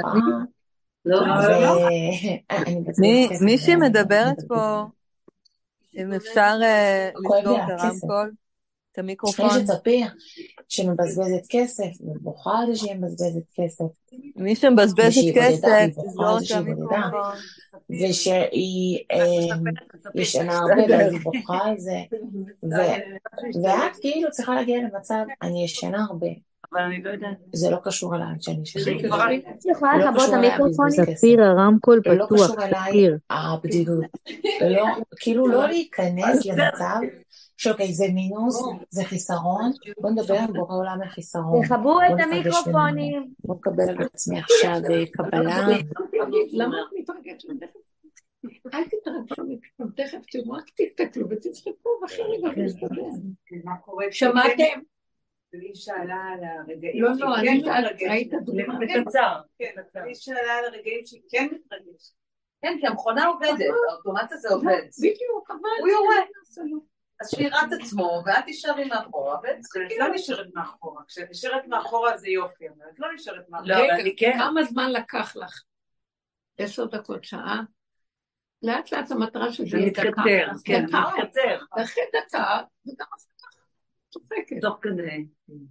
מי שמדברת פה, אם אפשר לסגור את הרמקול, את המיקרופון. יש את ספיר שמבזבזת כסף ובוכה על שהיא מבזבזת כסף. מי שמבזבזת כסף, תסגור את המיקרופון. ושהיא ישנה הרבה ואז היא בוכה על זה. ואת כאילו צריכה להגיע למצב, אני ישנה הרבה. אבל אני לא יודעת. זה לא קשור אליי שאני ישנה. את יכולה לכבות את המיקרופון? ספיר, הרמקול פתוח. לא קשור אליי הבדידות. כאילו לא להיכנס למצב שאוקיי, זה מינוס, זה חיסרון, בוא נדבר עם בורא עולם לחיסרון. תחברו את המיקרופונים. בוא נקבל על עצמי עכשיו קבלה. למה את מתרגשת? אל תתרגשו, תכף תראו, רק תסתכלו ותצחקו, ואחרי רגע תסתכל. שמעתם? והיא שאלה על הרגעים לא, לא, אני ראית הדוגמה. קצר. היא שאלה על הרגעים שהיא כן מתרגשת. כן, כי המכונה עובדת, האוטומט הזה עובד. בדיוק, אבל... הוא יורד. אז שירת עצמו, ואת תשארי מאחורה, ואת לא נשארת מאחורה. כשאת נשארת מאחורה זה יופי, אבל את לא נשארת מאחורה. רגע, כמה זמן לקח לך? עשר דקות, שעה? לאט לאט המטרה שזה יהיה דקה. כן, מתקצר. אחרי דקה, וגם אחר כך צוחקת. תוך כדי.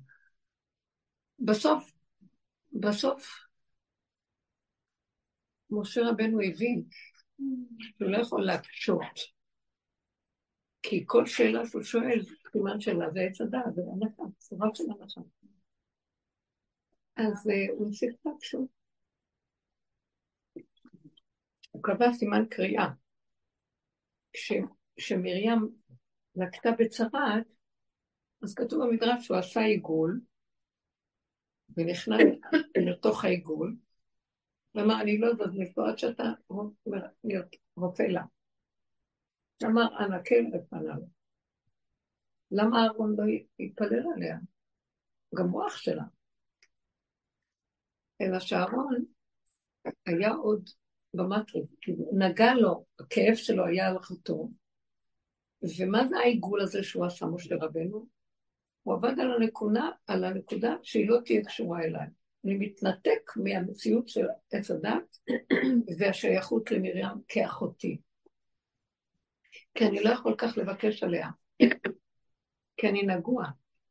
בסוף, בסוף, משה רבנו הבין שהוא לא יכול להקשות. כי כל שאלה שהוא שואל, כיוון שאלה זה עץ הדעת, זה הנחה, זה רק של הנחה. אז הוא נסיך פשוט. הוא קבע סימן קריאה. כשמרים לקטה בצרת, אז כתוב במדרש שהוא עשה עיגול, ונכנס לתוך העיגול, ואמר, אני לא יודעת, מפורט שאתה רופא לה. אמר, אנא כן ופנה לו. למה אהרון לא יתפלל עליה? גם הוא אח שלה. אלא שאהרון היה עוד במטריק, נגע לו, הכאב שלו היה על אחותו. ומה זה העיגול הזה שהוא עשה משה רבנו? הוא עבד על הנקודה, על הנקודה שהיא לא תהיה קשורה אליי. אני מתנתק מהמציאות של עץ הדת והשייכות למרים כאחותי. כי אני לא יכול כך לבקש עליה. כי אני נגוע.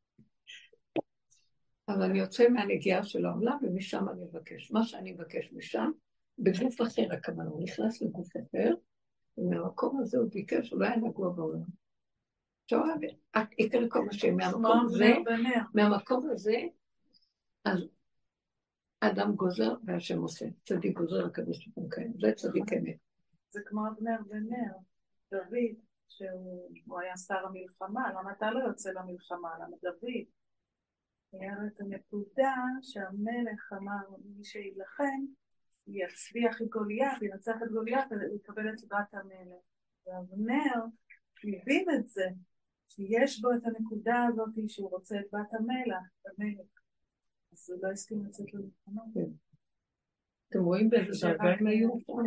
אבל אני יוצא מהנגיעה של העולם ומשם אני מבקש. מה שאני מבקש משם, בגוף אחר הכוונה, הוא נכנס לגוף אחר, ומהמקום הזה הוא ביקש, הוא לא היה נגוע בעולם. עכשיו, יקרה כל מה שמהמקום הזה, מהמקום הזה, אז אדם גוזר והשם עושה. צדיק גוזר הקדוש ברוך הוא קיים. זה צדיק אמת. זה כמו אבנר ונר, דוד, שהוא היה שר המלחמה, למה אתה לא יוצא למלחמה? למה דוד? היה לו את הנקודה שהמלך אמר, מי שילחם, יצליח את גוליית, ינצח את גוליית, הוא יקבל את בת המלך. ואבנר מבין את זה, שיש בו את הנקודה הזאת שהוא רוצה את בת המלך, המלך. אז הוא לא הסכים לצאת למלחמה. אתם רואים באיזה דרגה הם היו?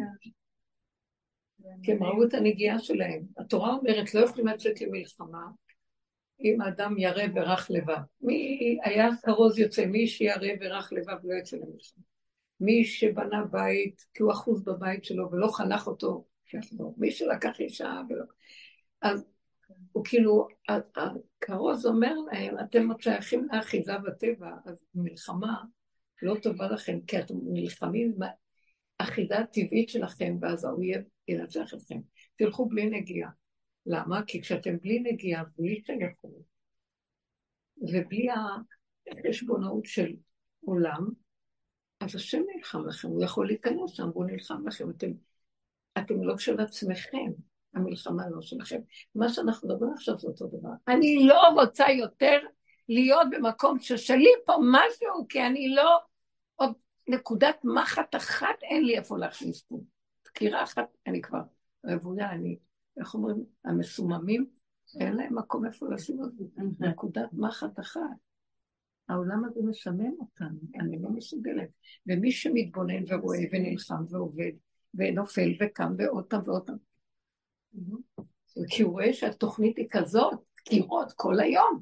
כי הם ראו את הנגיעה שלהם. התורה אומרת, לא יכולים לצאת למלחמה, אם האדם ירא ורך לבב. מי היה כרוז יוצא, מי שירא ורך לבב לא יוצא למלחמה. מי שבנה בית, כי הוא אחוז בבית שלו ולא חנך אותו, שיחזור. מי שלקח אישה ולא... אז הוא כאילו, הכרוז אומר להם, אתם עוד שייכים לאחיזה בטבע, אז מלחמה לא טובה לכם, כי אתם נלחמים באחיזה הטבעית שלכם, ואז האויב ינצח אתכם. תלכו בלי נגיעה. למה? כי כשאתם בלי נגיעה, בלי שייכות, ובלי החשבונאות של עולם, אז השם נלחם לכם, הוא יכול להיכנס שם, והוא נלחם לכם, אתם, אתם לא של עצמכם, המלחמה לא שלכם. מה שאנחנו מדברים עכשיו זה אותו דבר. אני לא רוצה יותר להיות במקום ששלי פה משהו, כי אני לא, עוד נקודת מחט אחת אין לי איפה להכניס פה. תקירה אחת, אני כבר רבויה, אני, איך אומרים, המסוממים, אין להם מקום איפה לשים עוד נקודת מחט אחת. העולם הזה משמם אותנו, אני לא מסוגלת. ומי שמתבונן ורואה ונלחם ועובד, ונופל וקם ועוד פעם ועוד פעם. כי הוא רואה שהתוכנית היא כזאת, קירות כל היום.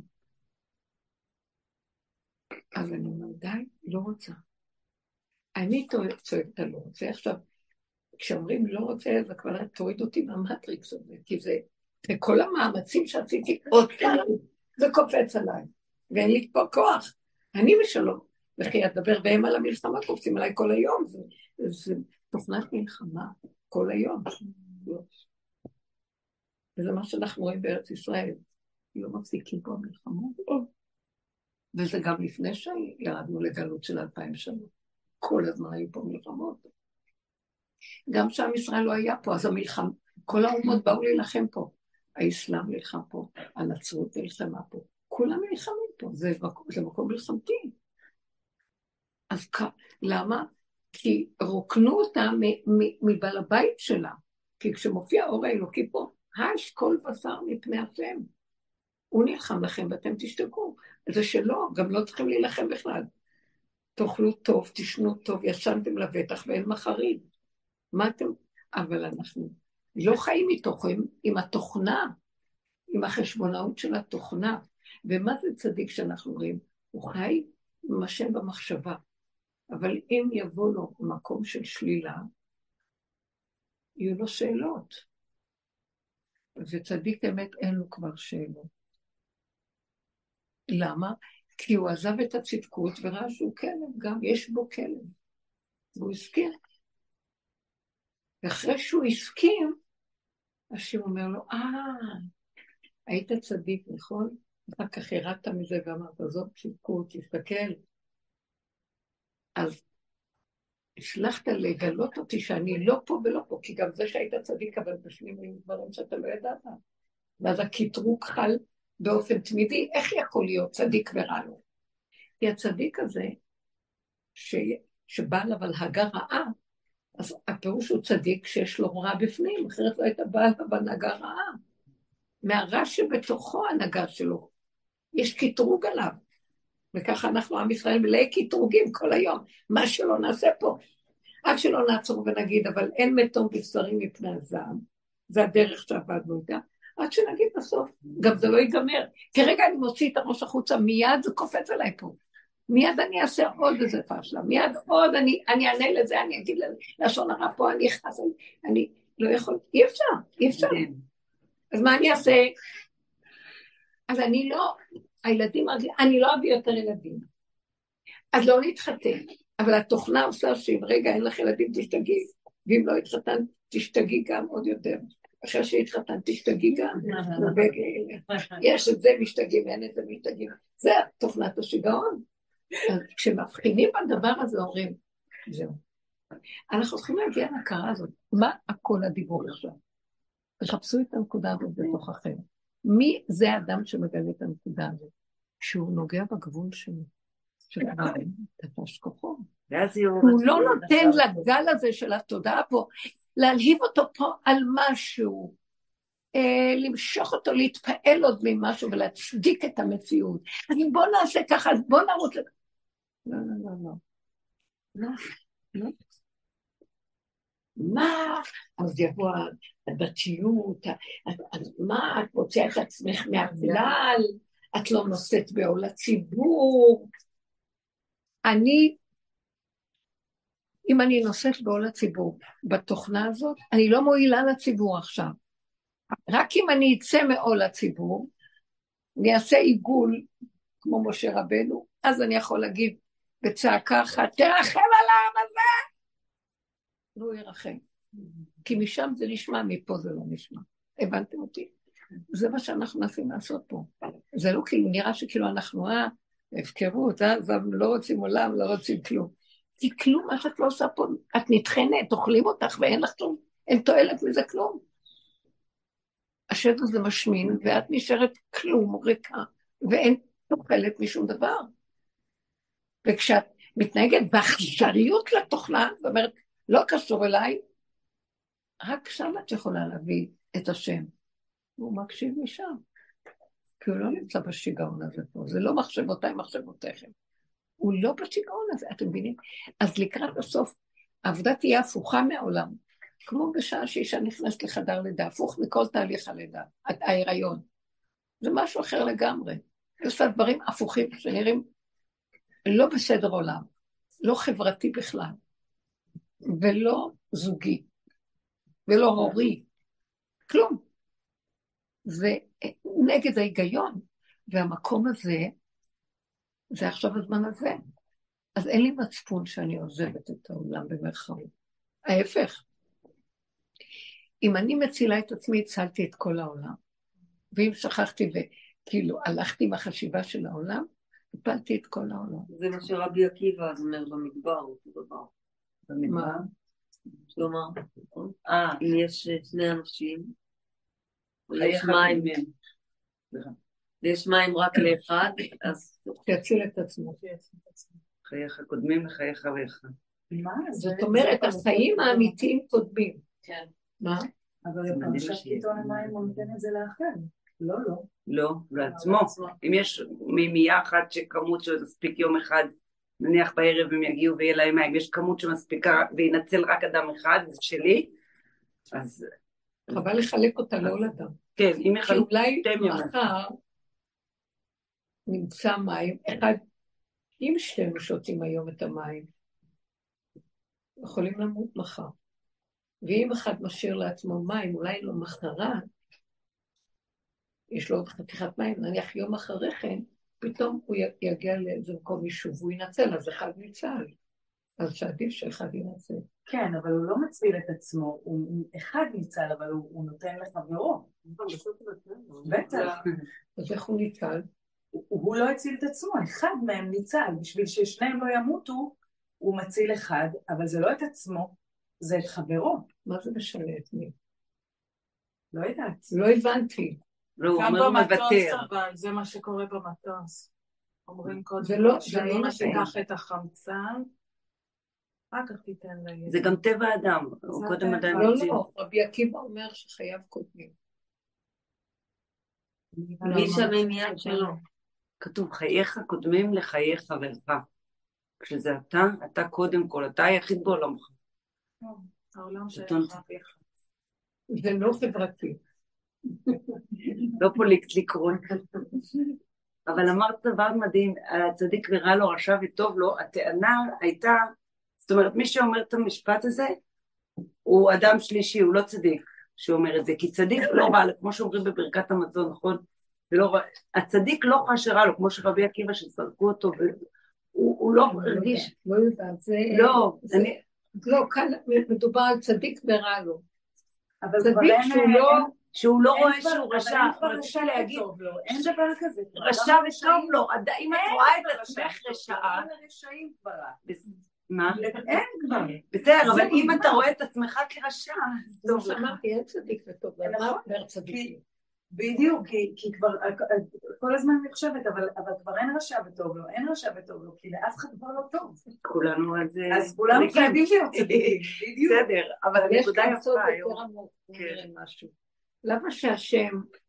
אז אני אומר, די, לא רוצה. אני צועקת על לא רוצה. עכשיו, כשאומרים לא רוצה, זה כבר תוריד אותי מהמטריקס הזה, כי זה, וכל המאמצים שעשיתי, זה קופץ עליי, ואין לי פה כוח. אני ושלום, וכי אדבר בהם על המלחמה, קופצים עליי כל היום, זה, זה תוכנת מלחמה כל היום. וזה מה שאנחנו רואים בארץ ישראל, לא מפסיקים פה המלחמה, וזה גם לפני שירדנו לגלות של אלפיים שנה, כל הזמן היו פה מלחמות. גם שעם ישראל לא היה פה, אז המלחמה, כל האומות באו להילחם פה, האסלאם נלחם פה, הנצרות נלחמה פה, כולם נלחמים פה, זה מקום, זה מקום מלחמתי. אז למה? כי רוקנו אותה מבעל הבית שלה, כי כשמופיע אור האלוקי פה, הש כל בשר מפני השם, הוא נלחם לכם ואתם תשתגעו, זה שלא, גם לא צריכים להילחם בכלל. תאכלו טוב, תשנו טוב, ישנתם לבטח ואין מחריד. מה אתם? אבל אנחנו לא חיים מתוכו, עם, עם התוכנה, עם החשבונאות של התוכנה. ומה זה צדיק שאנחנו רואים? הוא חי משם במחשבה. אבל אם יבוא לו מקום של שלילה, יהיו לו שאלות. וצדיק אמת אין לו כבר שאלות. למה? כי הוא עזב את הצדקות וראה שהוא כלב, גם יש בו כלב. והוא הסכים. ואחרי שהוא הסכים, השם אומר לו, אה, היית צדיק, נכון? אחר כך ירדת מזה ואמרת, זאת צדקות, תסתכל. אז הצלחת לגלות אותי שאני לא פה ולא פה, כי גם זה שהיית צדיק, אבל בפנים היו דברים שאתה לא ידעת. ואז הקטרוג חל באופן תמידי, איך יכול להיות צדיק ורע לו? כי הצדיק הזה, ש... שבא עליו על הגה רעה, אז הפירוש הוא צדיק שיש לו רע בפנים, אחרת לא הייתה באה עליו הנהגה רעה. מהרע שבתוכו הנהגה שלו, יש קטרוג עליו. וככה אנחנו, עם ישראל, מלאי קטרוגים כל היום, מה שלא נעשה פה. עד שלא נעצור ונגיד, אבל אין מתום בבשרים מפני הזעם, זה הדרך שעבדנו איתה, עד שנגיד בסוף, גם זה לא ייגמר. כרגע אני מוציא את הראש החוצה, מיד זה קופץ עליי פה. מיד אני אעשה עוד איזה פשלה, מיד עוד אני, אני אענה לזה, אני אגיד לשון הרע פה, אני אכנס, אני, אני לא יכול, אי אפשר, אי אפשר. אז מה אני אעשה? אז אני לא, הילדים, אני לא אביא יותר ילדים. אז לא נתחתן, אבל התוכנה עושה שאם רגע אין לך ילדים תשתגי, ואם לא התחתן תשתגי גם עוד יותר. אחרי שהתחתן תשתגי גם, יש את זה משתגים, אין את זה משתגים. זה תוכנת השיגעון. כשמבחינים בדבר הזה אומרים, זהו. אנחנו צריכים להגיע להכרה הזאת. מה הכל הדיבור עכשיו? תחפשו את הנקודה הזאת בתוככם. מי זה האדם שמגלה את הנקודה הזאת? שהוא נוגע בגבול שלו. שכבר תפש כוחו. הוא לא נותן לגל הזה של התודעה פה, להלהיב אותו פה על משהו, למשוך אותו, להתפעל עוד ממשהו ולהצדיק את המציאות. אז אם בוא נעשה ככה, אז בוא נרוץ לכך. לא, לא, לא, לא. לא, לא. מה? אז יבוא הדתיות, אז מה? את מוציאה את עצמך מהכלל, את לא נושאת בעול הציבור. אני, אם אני נושאת בעול הציבור בתוכנה הזאת, אני לא מועילה לציבור עכשיו. רק אם אני אצא מעול הציבור, אני אעשה עיגול, כמו משה רבנו, אז אני יכול להגיד בצעקה אחת, תרחם על העם הזה! לא ירחם. כי משם זה נשמע, מפה זה לא נשמע. הבנתם אותי? זה מה שאנחנו נסים לעשות פה. זה לא כאילו, נראה שכאילו אנחנו, אה, הפקרות, אה, לא רוצים עולם, לא רוצים כלום. כי כלום מה שאת לא עושה פה, את נתחנת, אוכלים אותך ואין לך כלום, אין תועלת מזה כלום. השד הזה משמין, ואת נשארת כלום, ריקה, ואין תוחלת משום דבר. וכשאת מתנהגת באכזריות לתוכנה, זאת אומרת, לא קשור אליי, רק שם את יכולה להביא את השם. הוא מקשיב משם. כי הוא לא נמצא בשיגעון הזה פה, זה לא מחשבותיי, מחשבותיכם. הוא לא בשיגעון הזה, אתם מבינים? אז לקראת הסוף, העבודה תהיה הפוכה מהעולם, כמו בשעה שאישה נכנסת לחדר לידה, הפוך מכל תהליך הלידה, ההיריון. זה משהו אחר לגמרי. היא עושה דברים הפוכים שנראים לא בסדר עולם, לא חברתי בכלל, ולא זוגי, ולא הורי, כלום. זה נגד ההיגיון, והמקום הזה, זה עכשיו הזמן הזה. אז אין לי מצפון שאני עוזבת את העולם במרחבים. ההפך. אם אני מצילה את עצמי, הצלתי את כל העולם. ואם שכחתי וכאילו הלכתי עם החשיבה של העולם, הפלתי את כל העולם. זה מה שרבי עקיבא אז אומר במדבר, אותו דבר. מה? כלומר, אה, אם יש שני אנשים, יש מים, יש מים רק לאחד, אז תציל את עצמו. חייך קודמים לחייך ואחד. מה? זאת אומרת, החיים האמיתיים קודמים. כן. מה? אבל בפרשת קיטון המים הוא נותן את זה לאחר. לא, לא. לא, לעצמו. אם יש מימייה אחת שכמות שתספיק יום אחד, נניח בערב הם יגיעו ויהיה להם מים, יש כמות שמספיקה וינצל רק אדם אחד, זה שלי, אז... חבל לחלק אותה לעול אדם. כן, אם יחלוק שאולי מחר נמצא מים, אחד, אם שתינו שותים היום את המים, יכולים למות מחר. ואם אחד משאיר לעצמו מים, אולי לא מחרת, יש לו עוד חתיכת מים, נניח יום אחרי כן, פתאום הוא יגיע לאיזה מקום יישוב, והוא ינצל, אז אחד ניצל. אז שעדיף שאחד ינסה. כן, אבל הוא לא מציל את עצמו, הוא אחד ניצל, אבל הוא, הוא נותן לחברו. בטח. אז איך הוא ניצל? הוא, הוא לא הציל את עצמו, אחד מהם ניצל, בשביל ששניהם לא ימותו, הוא מציל אחד, אבל זה לא את עצמו, זה את חברו. מה זה משנה את מי? לא יודעת. לא הבנתי. לא, הוא גם אומר במטוס, מוותר. אבל זה מה שקורה במטוס. אומרים קודם, זה לא, זה שהאמא לא תיקח את החמצן, אחר כך תיתן לילד. זה גם טבע אדם, הוא קודם עדיין לא, מציל. לא, רבי עקיבא אומר שחייו קודמים. מי שם עניין שלו? כתוב, חייך קודמים לחיי חברך. כשזה אתה, אתה קודם כל, אתה היחיד בעולמך. העולם שייך לך. זה לא חברתי. לא פוליטיקלי קורקט. אבל אמרת דבר מדהים, הצדיק ורע לו, רשע וטוב לו, הטענה הייתה, זאת אומרת, מי שאומר את המשפט הזה, הוא אדם שלישי, הוא לא צדיק שאומר את זה, כי צדיק לא רע לו, כמו שאומרים בברכת המזון, נכון? ולא, הצדיק לא חש רע לו, כמו שרבי עקיבא שסרקו אותו, הוא, הוא לא הרגיש. לא יודעת, זה... לא, זה, אני... לא, כאן מדובר על צדיק ורע לו. אבל צדיק שהוא לא... שהוא לא רואה שהוא רשע, רשע להגיד, אין דבר כזה. רשע וטוב לו, אם את רואה את עצמך רשעה, מה? אין כבר. בסדר, אבל אם אתה רואה את עצמך כרשע, זה מה שאמרתי, אין צדיק וטוב, מה אומר צדיק? בדיוק, כי כבר כל הזמן אני חושבת, אבל כבר אין רשע וטוב לו, אין רשע וטוב לו, כי לאף אחד כבר לא טוב. כולנו על זה... אז כולנו חייבים להיות צדיקים, בדיוק. בסדר, אבל הנקודה יפה היום. למה שהשם,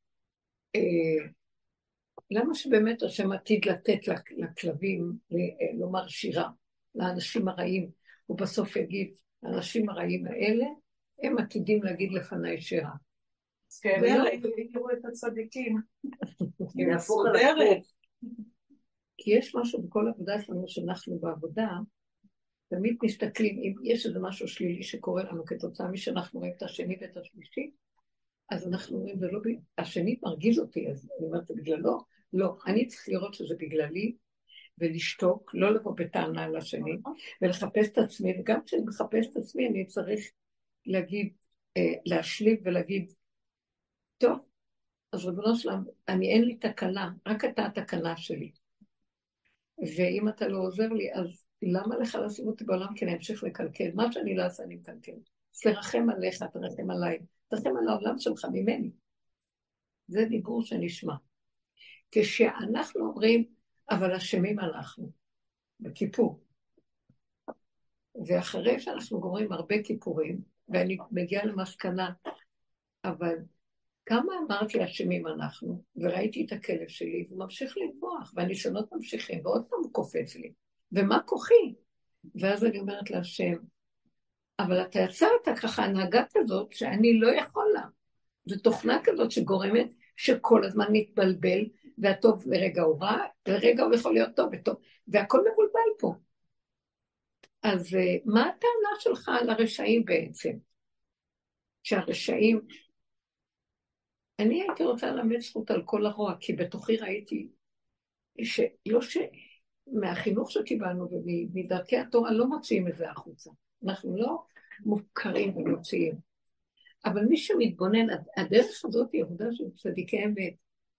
למה שבאמת השם עתיד לתת לכלבים, לומר שירה, לאנשים הרעים, הוא בסוף יגיד, האנשים הרעים האלה, הם עתידים להגיד לפני שירה. כן, תראו את הצדיקים. זה הפוך על הפוך. כי יש משהו בכל עבודה שלנו, שאנחנו בעבודה, תמיד מסתכלים, אם יש איזה משהו שלילי שקורה לנו כתוצאה משאנחנו רואים את השני ואת השלישי, אז אנחנו אומרים, ולא, השני מרגיז אותי, אז אני אומרת, זה בגללו? לא, אני צריך לראות שזה בגללי, ולשתוק, לא לבוא בטענה על השני, ולחפש את עצמי, וגם כשאני מחפש את עצמי, אני צריך להגיד, להשליב ולהגיד, טוב, אז ריבונו שלם, אני אין לי תקנה, רק אתה התקנה שלי. ואם אתה לא עוזר לי, אז למה לך לשים אותי בעולם? כי אני אמשיך לקלקל. מה שאני לא אעשה, אני מקלקל. אז תרחם עליך, תרחם עליי, תרחם על העולם שלך ממני. זה דיבור שנשמע. כשאנחנו אומרים, אבל אשמים אנחנו, בכיפור. ואחרי שאנחנו גומרים הרבה כיפורים, ואני מגיעה למסקנה, אבל כמה אמרתי אשמים אנחנו, וראיתי את הכלב שלי, הוא ממשיך לברוח, והניסיונות ממשיכים, ועוד פעם הוא קופץ לי. ומה כוחי? ואז אני אומרת להשם, אבל אתה יצרת ככה הנהגה כזאת, שאני לא יכולה. זו תוכנה כזאת שגורמת, שכל הזמן מתבלבל, והטוב לרגע הוא רע, לרגע הוא יכול להיות טוב וטוב, והכל מבולבל פה. אז מה הטענה שלך על הרשעים בעצם? שהרשעים, אני הייתי רוצה ללמד זכות על כל הרוע, כי בתוכי ראיתי שלא ש... מהחינוך שקיבלנו ומדרכי התורה לא מוציאים את זה החוצה. אנחנו לא מופקרים ומוציאים. אבל מי שמתבונן, הדרך הזאת היא עבודה של צדיקי אמת,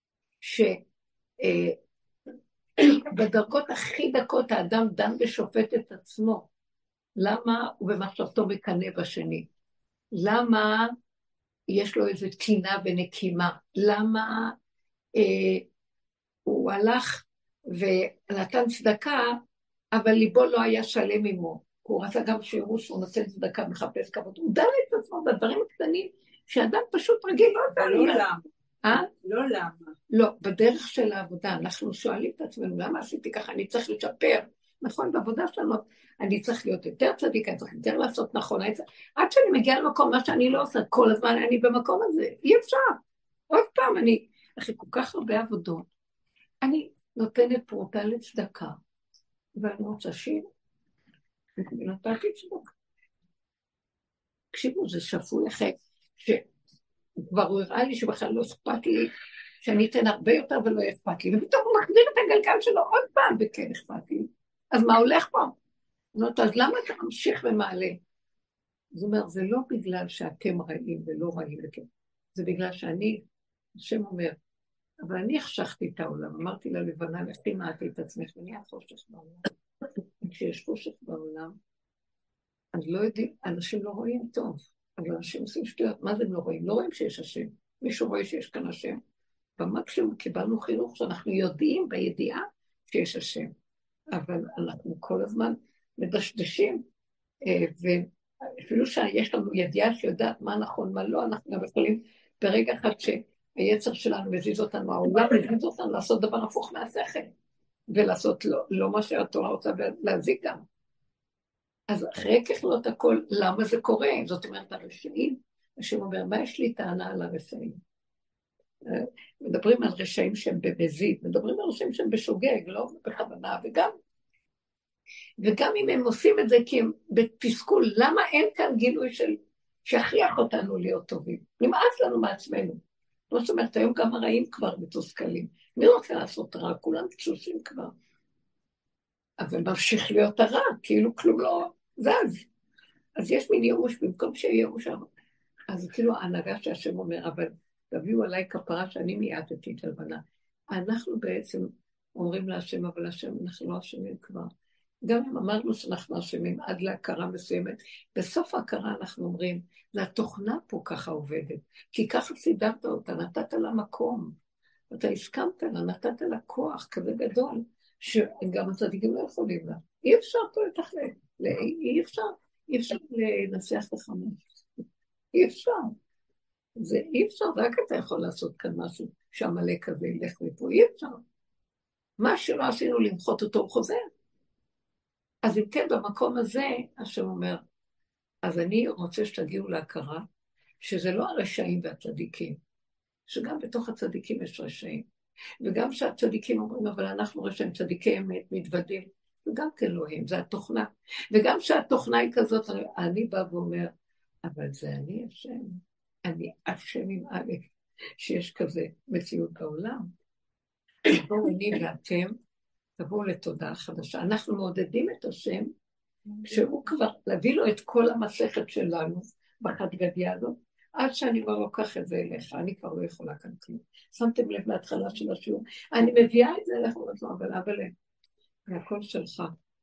שבדרגות הכי דקות האדם דן ושופט את עצמו. למה הוא במחשבתו מקנא בשני? למה יש לו איזו טינה ונקימה? למה אה, הוא הלך ונתן צדקה, אבל ליבו לא היה שלם עמו. הוא רצה גם שיראו שהוא נותן צדקה מחפש כבוד. הוא דן את עצמו בדברים הקטנים, שאדם פשוט רגיל לא דן. לא למה. אה? לא למה. לא, בדרך של העבודה. אנחנו שואלים את עצמנו, למה עשיתי ככה? אני צריך לשפר. נכון, בעבודה שלנו, אני צריך להיות יותר צדיק, אני צריך יותר לעשות נכון. עד שאני מגיעה למקום, מה שאני לא עושה, כל הזמן אני במקום הזה. אי אפשר. עוד פעם, אני, אחרי כל כך הרבה עבודות, אני נותנת פרוטה לצדקה, ואני רוצה שיר, ונתתי צדקה. תקשיבו, זה שפוי אחרי, שכבר הוא הראה לי שבכלל לא אכפת לי, שאני אתן הרבה יותר ולא אכפת לי, ופתאום הוא מחזיר את הגלגל שלו עוד פעם, וכן אכפת לי. אז מה הולך פה? זאת אומרת, אז למה אתה ממשיך ומעלה? זאת אומרת, זה לא בגלל שאתם רעים ולא רעים לכם, זה בגלל שאני, השם אומר, אבל אני החשכתי את העולם, אמרתי ללבנה, לכי מעטי את עצמך, ונהיה חושך בעולם. כשיש חושך בעולם, אז לא יודעים, אנשים לא רואים טוב, אבל אנשים עושים שטויות, מה זה הם לא רואים? לא רואים שיש השם, מישהו רואה שיש כאן השם. במקסימום קיבלנו חינוך שאנחנו יודעים בידיעה שיש השם, אבל אנחנו כל הזמן מדשדשים, ואפילו שיש לנו ידיעה שיודעת מה נכון, מה לא, אנחנו גם יכולים ברגע אחד שהיצר שלנו מזיז אותנו, העולם מזיז אותנו לעשות דבר הפוך מהשכל, ולעשות לא, לא מה שהתורה רוצה להזיק גם. אז אחרי ככלות הכל, למה זה קורה? זאת אומרת, הרשעים, השם אומר, מה יש לי טענה על הרשעים? מדברים על רשעים שהם במזיד, מדברים על רשעים שהם בשוגג, לא בכוונה, וגם, וגם אם הם עושים את זה כי הם בתסכול, למה אין כאן גילוי של, שהכריח אותנו להיות טובים? נמאס לנו מעצמנו. זאת אומרת, היום גם הרעים כבר מתוסכלים. מי רוצה לעשות רע? כולם תשושים כבר. אבל ממשיך להיות הרע, כאילו כלום לא זז. אז יש מין ייאוש, במקום שיהיה ייאוש, אז כאילו ההנהגה שהשם אומר, אבל תביאו עליי כפרה שאני מייעטתי את הלבנה. אנחנו בעצם אומרים להשם, אבל השם, אנחנו לא אשמים כבר. גם אם אמרנו שאנחנו אשמים עד להכרה מסוימת, בסוף ההכרה אנחנו אומרים, זה התוכנה פה ככה עובדת, כי ככה סידרת אותה, נתת לה מקום, אתה הסכמת לה, נתת לה כוח כזה גדול, שגם הצדיקים לא יכולים לה. אי אפשר פה לתכלל, אי אפשר, אי אפשר לנסח לחמש. אי אפשר. זה אי אפשר, רק אתה יכול לעשות כאן משהו שהמלא כזה ילך מפה, אי אפשר. מה שלא עשינו למחות אותו הוא חוזר. אז אם כן, במקום הזה, השם אומר, אז אני רוצה שתגיעו להכרה, שזה לא הרשעים והצדיקים, שגם בתוך הצדיקים יש רשעים, וגם שהצדיקים אומרים, אבל אנחנו רשעים, צדיקי אמת, מתוודים, וגם כן לא הם, זה התוכנה. וגם שהתוכנה היא כזאת, אני בא ואומר, אבל זה אני השם, אני השם עם א', שיש כזה מציאות בעולם. בואו אני ואתם, תבואו לתודעה חדשה. אנחנו מעודדים את השם, שהוא כבר להביא לו את כל המסכת שלנו, בחד גדיה הזאת, עד שאני כבר לוקח את זה אליך, אני כבר לא יכולה כאן כלום. שמתם לב מההתחלה של השיעור, אני מביאה את זה אליך, אבל אבל זה הכל שלך.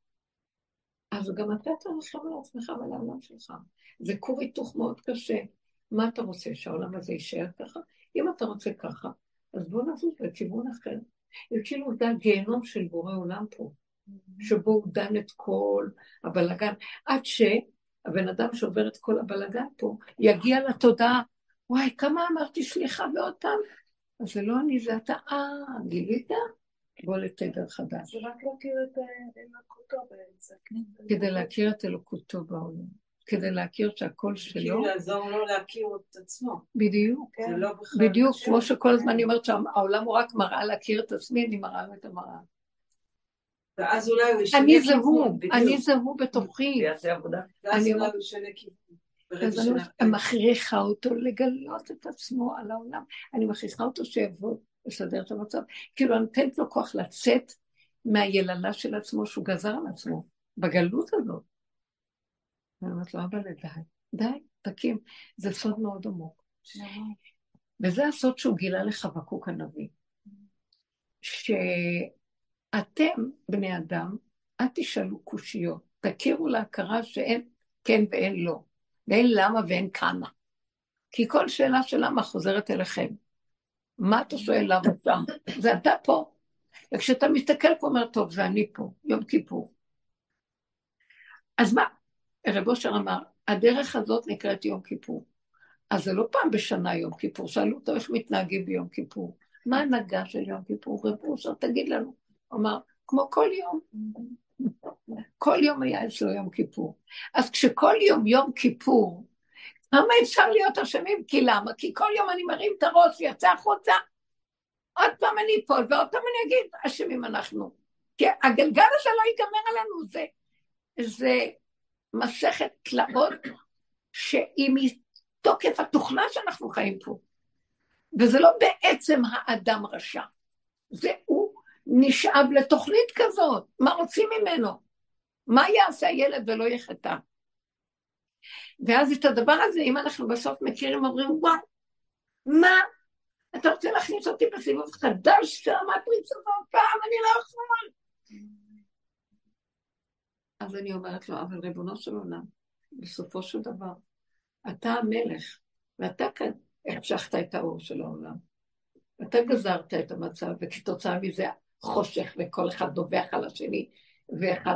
אז גם אתה תרחם על עצמך ועל העולם שלך. זה כור היתוך מאוד קשה. מה אתה רוצה, שהעולם הזה יישאר ככה? אם אתה רוצה ככה, אז בוא נזוז לכיוון אחר. כאילו זה הגיהנום של בורא עולם פה, שבו הוא דן את כל הבלגן, עד שהבן אדם שעובר את כל הבלגן פה, יגיע לתודעה, וואי, כמה אמרתי סליחה באותם? אז זה לא אני, זה אתה, אה, גילית? בוא לתדר חדש. זה רק להכיר את אלוקותו בעצם. כדי להכיר את אלוקותו בעולם. כדי להכיר שהכל שלו. כאילו לעזור לו להכיר את עצמו. בדיוק. זה לא בכלל. בדיוק, כמו שכל הזמן אני אומרת שהעולם הוא רק מראה להכיר את עצמי, אני מראה לו את המראה. ואז אולי הוא ישנה אני זה הוא, אני זה הוא בתוכי. יעשה עבודה. ואז אולי הוא ישנה כיוון. אז אני מכריחה אותו לגלות את עצמו על העולם. אני מכריחה אותו שיבוא לסדר את המצב. כאילו אני נותנת לו כוח לצאת מהיללה של עצמו שהוא גזר על עצמו, בגלות הזאת. ואני אומרת לו, אבל די, די, תקים. זה סוד מאוד עמוק. וזה הסוד שהוא גילה לחבקוק הנביא. שאתם, בני אדם, אל תשאלו קושיות. תכירו להכרה שאין כן ואין לא. ואין למה ואין כמה. כי כל שאלה של למה חוזרת אליכם. מה אתה שואל למה שם? זה אתה פה. וכשאתה מסתכל פה, אומר, טוב, זה אני פה, יום כיפור. אז מה? רב אושר אמר, הדרך הזאת נקראת יום כיפור. אז זה לא פעם בשנה יום כיפור, שאלו אותו איך מתנהגים ביום כיפור. מה הנהגה של יום כיפור? רב אושר, תגיד לנו. הוא אמר, כמו כל יום. כל יום היה אצלו יום כיפור. אז כשכל יום יום כיפור, למה אפשר להיות אשמים? כי למה? כי כל יום אני מרים את הראש, יצא החוצה, עוד פעם אני פה, ועוד פעם אני אגיד, אשמים אנחנו. כי הגלגל הזה לא ייגמר עלינו, זה, זה מסכת תלאות, שהיא מתוקף התוכנה שאנחנו חיים פה. וזה לא בעצם האדם רשע. זה הוא נשאב לתוכנית כזאת. מה רוצים ממנו? מה יעשה הילד ולא יחטא? ואז את הדבר הזה, אם אנחנו בסוף מכירים, אומרים, וואו, מה? אתה רוצה להכניס אותי בסיבוב חדש של המטריצה פעם, אני לא יכול. אז אני אומרת לו, אבל ריבונו של עולם, בסופו של דבר, אתה המלך, ואתה כאן המשכת את האור של העולם. אתה גזרת את המצב, וכתוצאה מזה חושך, וכל אחד דובח על השני, ואחד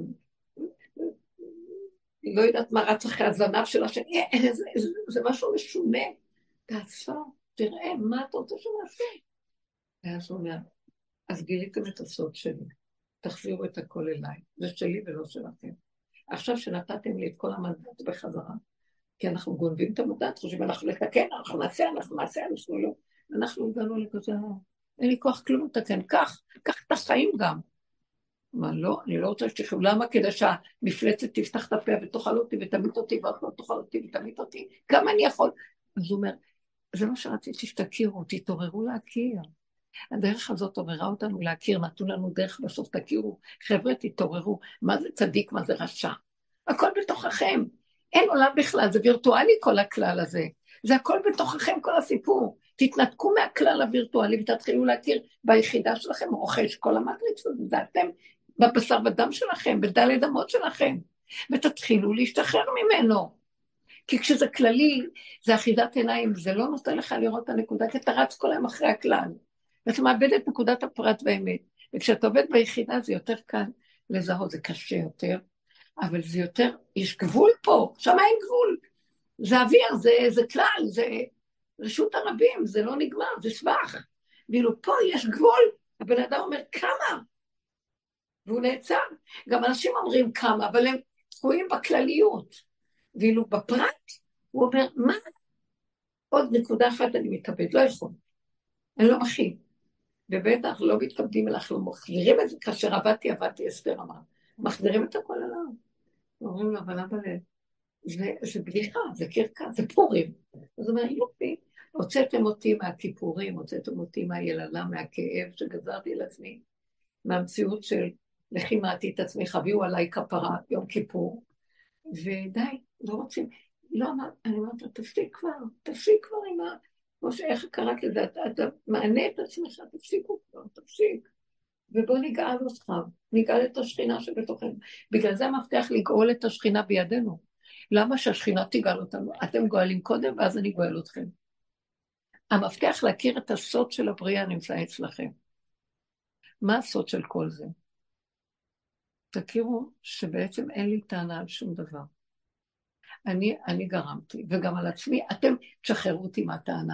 לא יודעת מה רץ אחרי הזנב של השני, זה, זה, זה משהו משונה. תעצור, תראה, מה אתה רוצה שנעשה? ואז הוא אומר, אז גיליתם את הסוד שלי, תחזירו את הכל אליי, זה שלי ולא שלכם. עכשיו שנתתם לי את כל המנדט בחזרה, כי אנחנו גונבים את המנדט, חושבים, אנחנו לתקן, אנחנו נעשה, אנחנו נעשה, אנחנו לא. אנחנו הגענו לכזה, אין לי כוח כלום לתקן, כך, כך את החיים גם. מה לא, אני לא רוצה שתחשוב, למה? כדי שהמפלצת תפתח את הפה ותאכל אותי ותמיט אותי, ואת לא תאכל אותי ותמיט אותי, כמה אני יכול? אז הוא אומר, זה מה שרציתי שתכירו, תתעוררו להכיר. הדרך הזאת עוררה אותנו להכיר, נתנו לנו דרך בסוף, תכירו, חבר'ה תתעוררו, מה זה צדיק, מה זה רשע. הכל בתוככם, אין עולם בכלל, זה וירטואלי כל הכלל הזה, זה הכל בתוככם כל הסיפור, תתנתקו מהכלל הווירטואלי ותתחילו להכיר ביחידה שלכם, רוכש כל המטריצות, זה אתם בבשר ודם שלכם, בדלת אמות שלכם, ותתחילו להשתחרר ממנו, כי כשזה כללי, זה אחידת עיניים, זה לא נותן לך לראות את הנקודה, כי אתה רץ כל היום אחרי הכלל, ואתה מאבד את נקודת הפרט והאמת, וכשאתה עובד ביחידה זה יותר קל לזהות, זה קשה יותר, אבל זה יותר, יש גבול פה, שם אין גבול, זה אוויר, זה, זה כלל, זה רשות הרבים, זה לא נגמר, זה סבך, ואילו פה יש גבול, הבן אדם אומר כמה, והוא נעצר, גם אנשים אומרים כמה, אבל הם תקועים בכלליות, ואילו בפרט, הוא אומר, מה? עוד נקודה אחת אני מתאבד, לא יכול, אני לא מכין, ובטח לא מתכבדים אליך, לא מחזירים את זה, כאשר עבדתי, עבדתי, אסתר אמר, מחזירים את הכל עליו, אומרים לו, אבל אבל זה, זה בדיחה, זה קרקע, זה פורים, אז הוא אומר, יופי, הוצאתם אותי מהכיפורים, הוצאתם אותי מהיללה, מהכאב שגזרתי לעצמי, מהמציאות של לחימתי את עצמי, חביאו עליי כפרה, יום כיפור, ודי, לא רוצים, לא אמר, אני אומרת, תפסיק כבר, תפסיק כבר עם ה... כמו שאיך קראת לזה, אתה, אתה מענה את עצמך, תפסיקו כבר, תפסיק, ובוא נגאל אותך, נגאל את השכינה שבתוכנו, בגלל זה המפתח לגאול את השכינה בידינו, למה שהשכינה תגאל אותנו? אתם גואלים קודם ואז אני גואל אתכם. המפתח להכיר את הסוד של הבריאה נמצא אצלכם. מה הסוד של כל זה? תכירו שבעצם אין לי טענה על שום דבר. אני, אני גרמתי, וגם על עצמי, אתם תשחררו אותי מהטענה.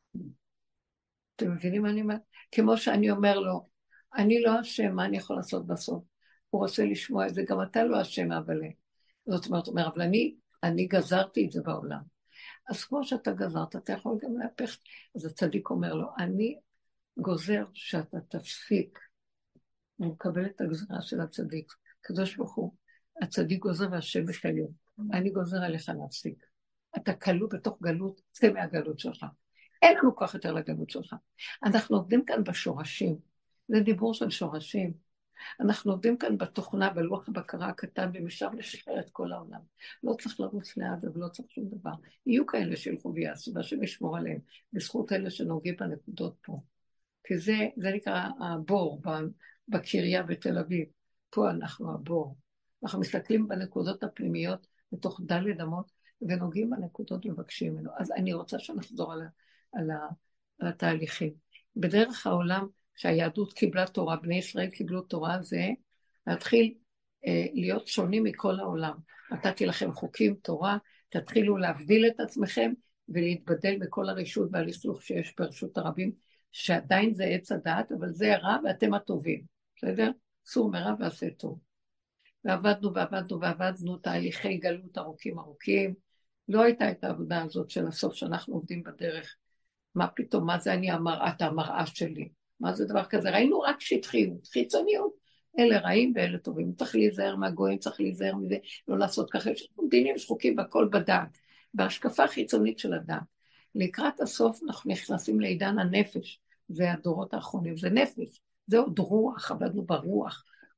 אתם מבינים מה אני אומר? כמו שאני אומר לו, אני לא אשם, מה אני יכול לעשות בסוף? הוא רוצה לשמוע את זה, גם אתה לא אשם, אבל... זאת אומרת, אומר, אבל אני, אני גזרתי את זה בעולם. אז כמו שאתה גזרת, אתה יכול גם להפך. אז הצדיק אומר לו, אני גוזר שאתה תפסיק. הוא מקבל את הגזרה של הצדיק. קדוש ברוך הוא, הצדיק גוזר והשם מחיה. אני גוזר עליך להפסיק. אתה כלוא בתוך גלות, זה מהגלות שלך. אין לנו כוח יותר לגלות שלך. אנחנו עובדים כאן בשורשים. זה דיבור של שורשים. אנחנו עובדים כאן בתוכנה, בלוח הבקרה הקטן, ומשם לשחרר את כל העולם. לא צריך לרוץ לעד, ולא צריך שום דבר. יהיו כאלה שילכו ויעשו, והשם ישמור עליהם, בזכות אלה שנוגעים בנקודות פה. כי זה, זה נקרא הבור, בקריה בתל אביב. פה אנחנו הבור. אנחנו מסתכלים בנקודות הפנימיות, בתוך דלת אמות, ונוגעים בנקודות ומבקשים ממנו. אז אני רוצה שנחזור על, על, על התהליכים. בדרך העולם, שהיהדות קיבלה תורה, בני ישראל קיבלו תורה, זה להתחיל אה, להיות שונים מכל העולם. נתתי לכם חוקים, תורה, תתחילו להבדיל את עצמכם, ולהתבדל מכל הרשות והלכלוך שיש ברשות הרבים, שעדיין זה עץ הדעת, אבל זה הרע ואתם הטובים. בסדר? סור מרע ועשה טוב. ועבדנו ועבדנו ועבדנו תהליכי גלות ארוכים ארוכים, לא הייתה את העבודה הזאת של הסוף שאנחנו עובדים בדרך. מה פתאום, מה זה אני המראה, המראה שלי? מה זה דבר כזה? ראינו רק שטחיות, חיצוניות, אלה רעים ואלה טובים. צריך להיזהר מהגויים, צריך להיזהר מזה, לא לעשות ככה. יש דינים שחוקים והכל בדעת, בהשקפה חיצונית של הדעת. לקראת הסוף אנחנו נכנסים לעידן הנפש, זה הדורות האחרונים, זה נפש, זה עוד רוח, עבדנו ברוח,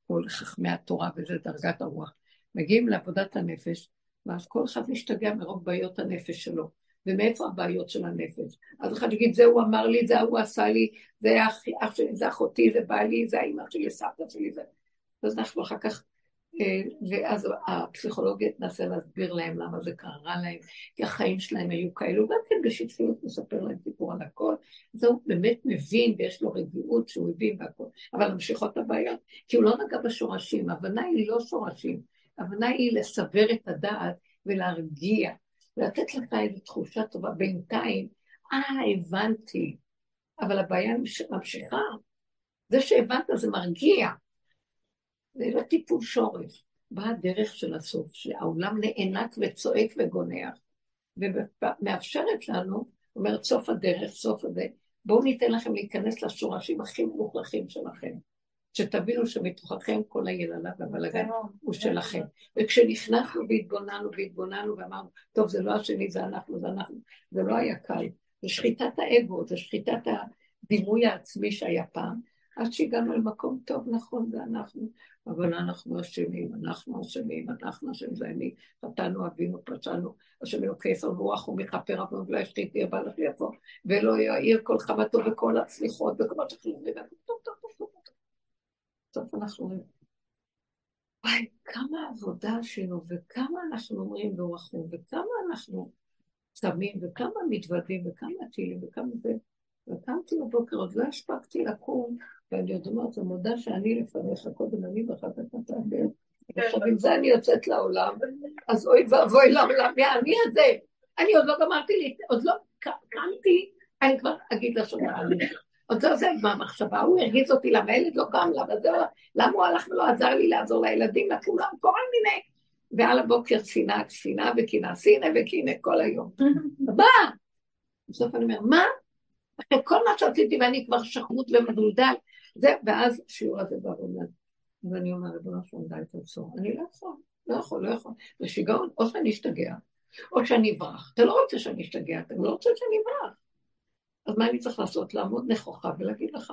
כל חכמי התורה, וזה דרגת הרוח, מגיעים לעבודת הנפש, ואז כל אחד משתגע מרוב בעיות הנפש שלו. ומאיפה הבעיות של הנפש? אז אחד יגיד, זה הוא אמר לי, זה הוא עשה לי, זה אח, אח שלי, זה אחותי, זה בעלי, זה האמא שלי, סבתא שלי, זה... אז אנחנו אחר כך, ואז הפסיכולוגית נסה להסביר להם למה זה קרה להם, כי החיים שלהם היו כאלו, גם כן בשטחיות מספר להם סיפור על הכל, אז הוא באמת מבין, ויש לו רגיעות שהוא מבין בהכל, אבל ממשיכות הבעיות, כי הוא לא נגע בשורשים, הבנה היא לא שורשים, הבנה היא לסבר את הדעת ולהרגיע, ולתת לך איזו תחושה טובה בינתיים, אה, הבנתי, אבל הבעיה ממשיכה, זה שהבנת זה מרגיע, זה לא טיפול שורש, באה הדרך של הסוף, שהעולם נענק וצועק וגונח, ומאפשרת לנו, אומרת סוף הדרך, סוף הזה, בואו ניתן לכם להיכנס לשורשים הכי מוכרחים שלכם, שתבינו שמתוככם כל היללה והבלגן הוא שלכם. וכשנכנסנו והתבוננו והתבוננו ואמרנו, טוב זה לא השני, זה אנחנו, זה אנחנו, זה לא היה קל, זה שחיטת האגו, זה שחיטת הדימוי העצמי שהיה פעם, עד שהגענו למקום טוב, נכון, זה אנחנו, אבל אנחנו אשמים, אנחנו אשמים, אנחנו אשמים, זה אני, חטאנו, אבינו, פשענו, אשמים לו כסר רוח ומכפר עוונו, ולא ישחית יהיה בעל אחי יבוא, ולא יאיר כל חמתו וכל הצליחות, וכל מה שחשוב, טוב, טוב, טוב, טוב. בסוף אנחנו אומרים, וואי, כמה עבודה עשינו, וכמה אנחנו אומרים ברוחנו, וכמה אנחנו צמים, וכמה מתוודים, וכמה תהילים, וכמה זה, וקמתי בבוקר, עוד לא הספקתי לקום, ואני עוד אומרת, זה מודע שאני לפניך, קודם אני ואחר כך אתה אדם, עכשיו עם זה אני יוצאת לעולם, אז אוי ואבוי לעולם, אני הזה, אני עוד לא גמרתי לי, עוד לא קמתי, אני כבר אגיד לשונה עלי, עוד לא זה מה המחשבה, הוא הרגיז אותי למה הילד לא קם לה, למה הוא הלך ולא עזר לי לעזור לילדים, לכולם, כל מיני, ועל הבוקר שנאה, שנאה וקינה, שנאה וקינה כל היום. מה? בסוף אני אומר, מה? אחרי כל מה שעשיתי ואני כבר שחמות ומדולדל, זה, ואז שיעור הזה בעבודה. ואני אומר, בוא נשאול די תעצור, אני לא יכול, לא יכול, לא יכול. זה שיגעון, או שאני אשתגע, או שאני אברח. אתה לא רוצה שאני אשתגע, אתה לא רוצה שאני אברח. אז מה אני צריך לעשות? לעמוד נכוחה ולהגיד לך,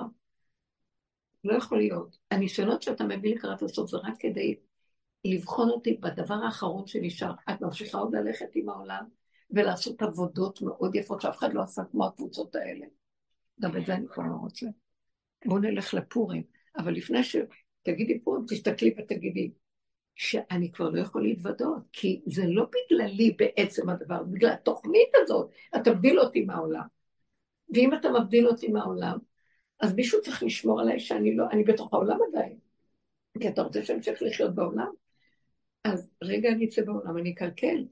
לא יכול להיות. הניסיונות שאתה מביא לקראת הסוף זה רק כדי לבחון אותי בדבר האחרון שנשאר. את ממשיכה עוד ללכת עם העולם ולעשות עבודות מאוד יפות שאף אחד לא עשה כמו הקבוצות האלה. גם את זה אני כבר לא רוצה. בואו נלך לפורים. אבל לפני שתגידי פורים, תסתכלי ותגידי שאני כבר לא יכול להתוודות, כי זה לא בגללי בעצם הדבר, בגלל התוכנית הזאת, אתה מבדיל אותי מהעולם. ואם אתה מבדיל אותי מהעולם, אז מישהו צריך לשמור עליי שאני לא, אני בתוך העולם עדיין. כי אתה רוצה שאני צריך לחיות בעולם? אז רגע אני אצא בעולם, אני אקלקל.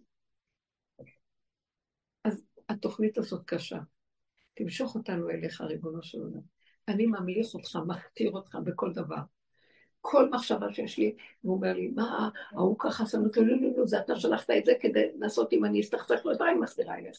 אז התוכנית הזאת קשה. תמשוך אותנו אליך, ריבונו של עולם. אני ממליך אותך, מכתיר אותך בכל דבר. כל מחשבה שיש לי, הוא אומר לי, מה, ההוא ככה שמת, לא, לא, לא, לא, זה אתה שלחת את זה כדי לעשות אם אני אסתכסך לו, אני מסתירה אליך.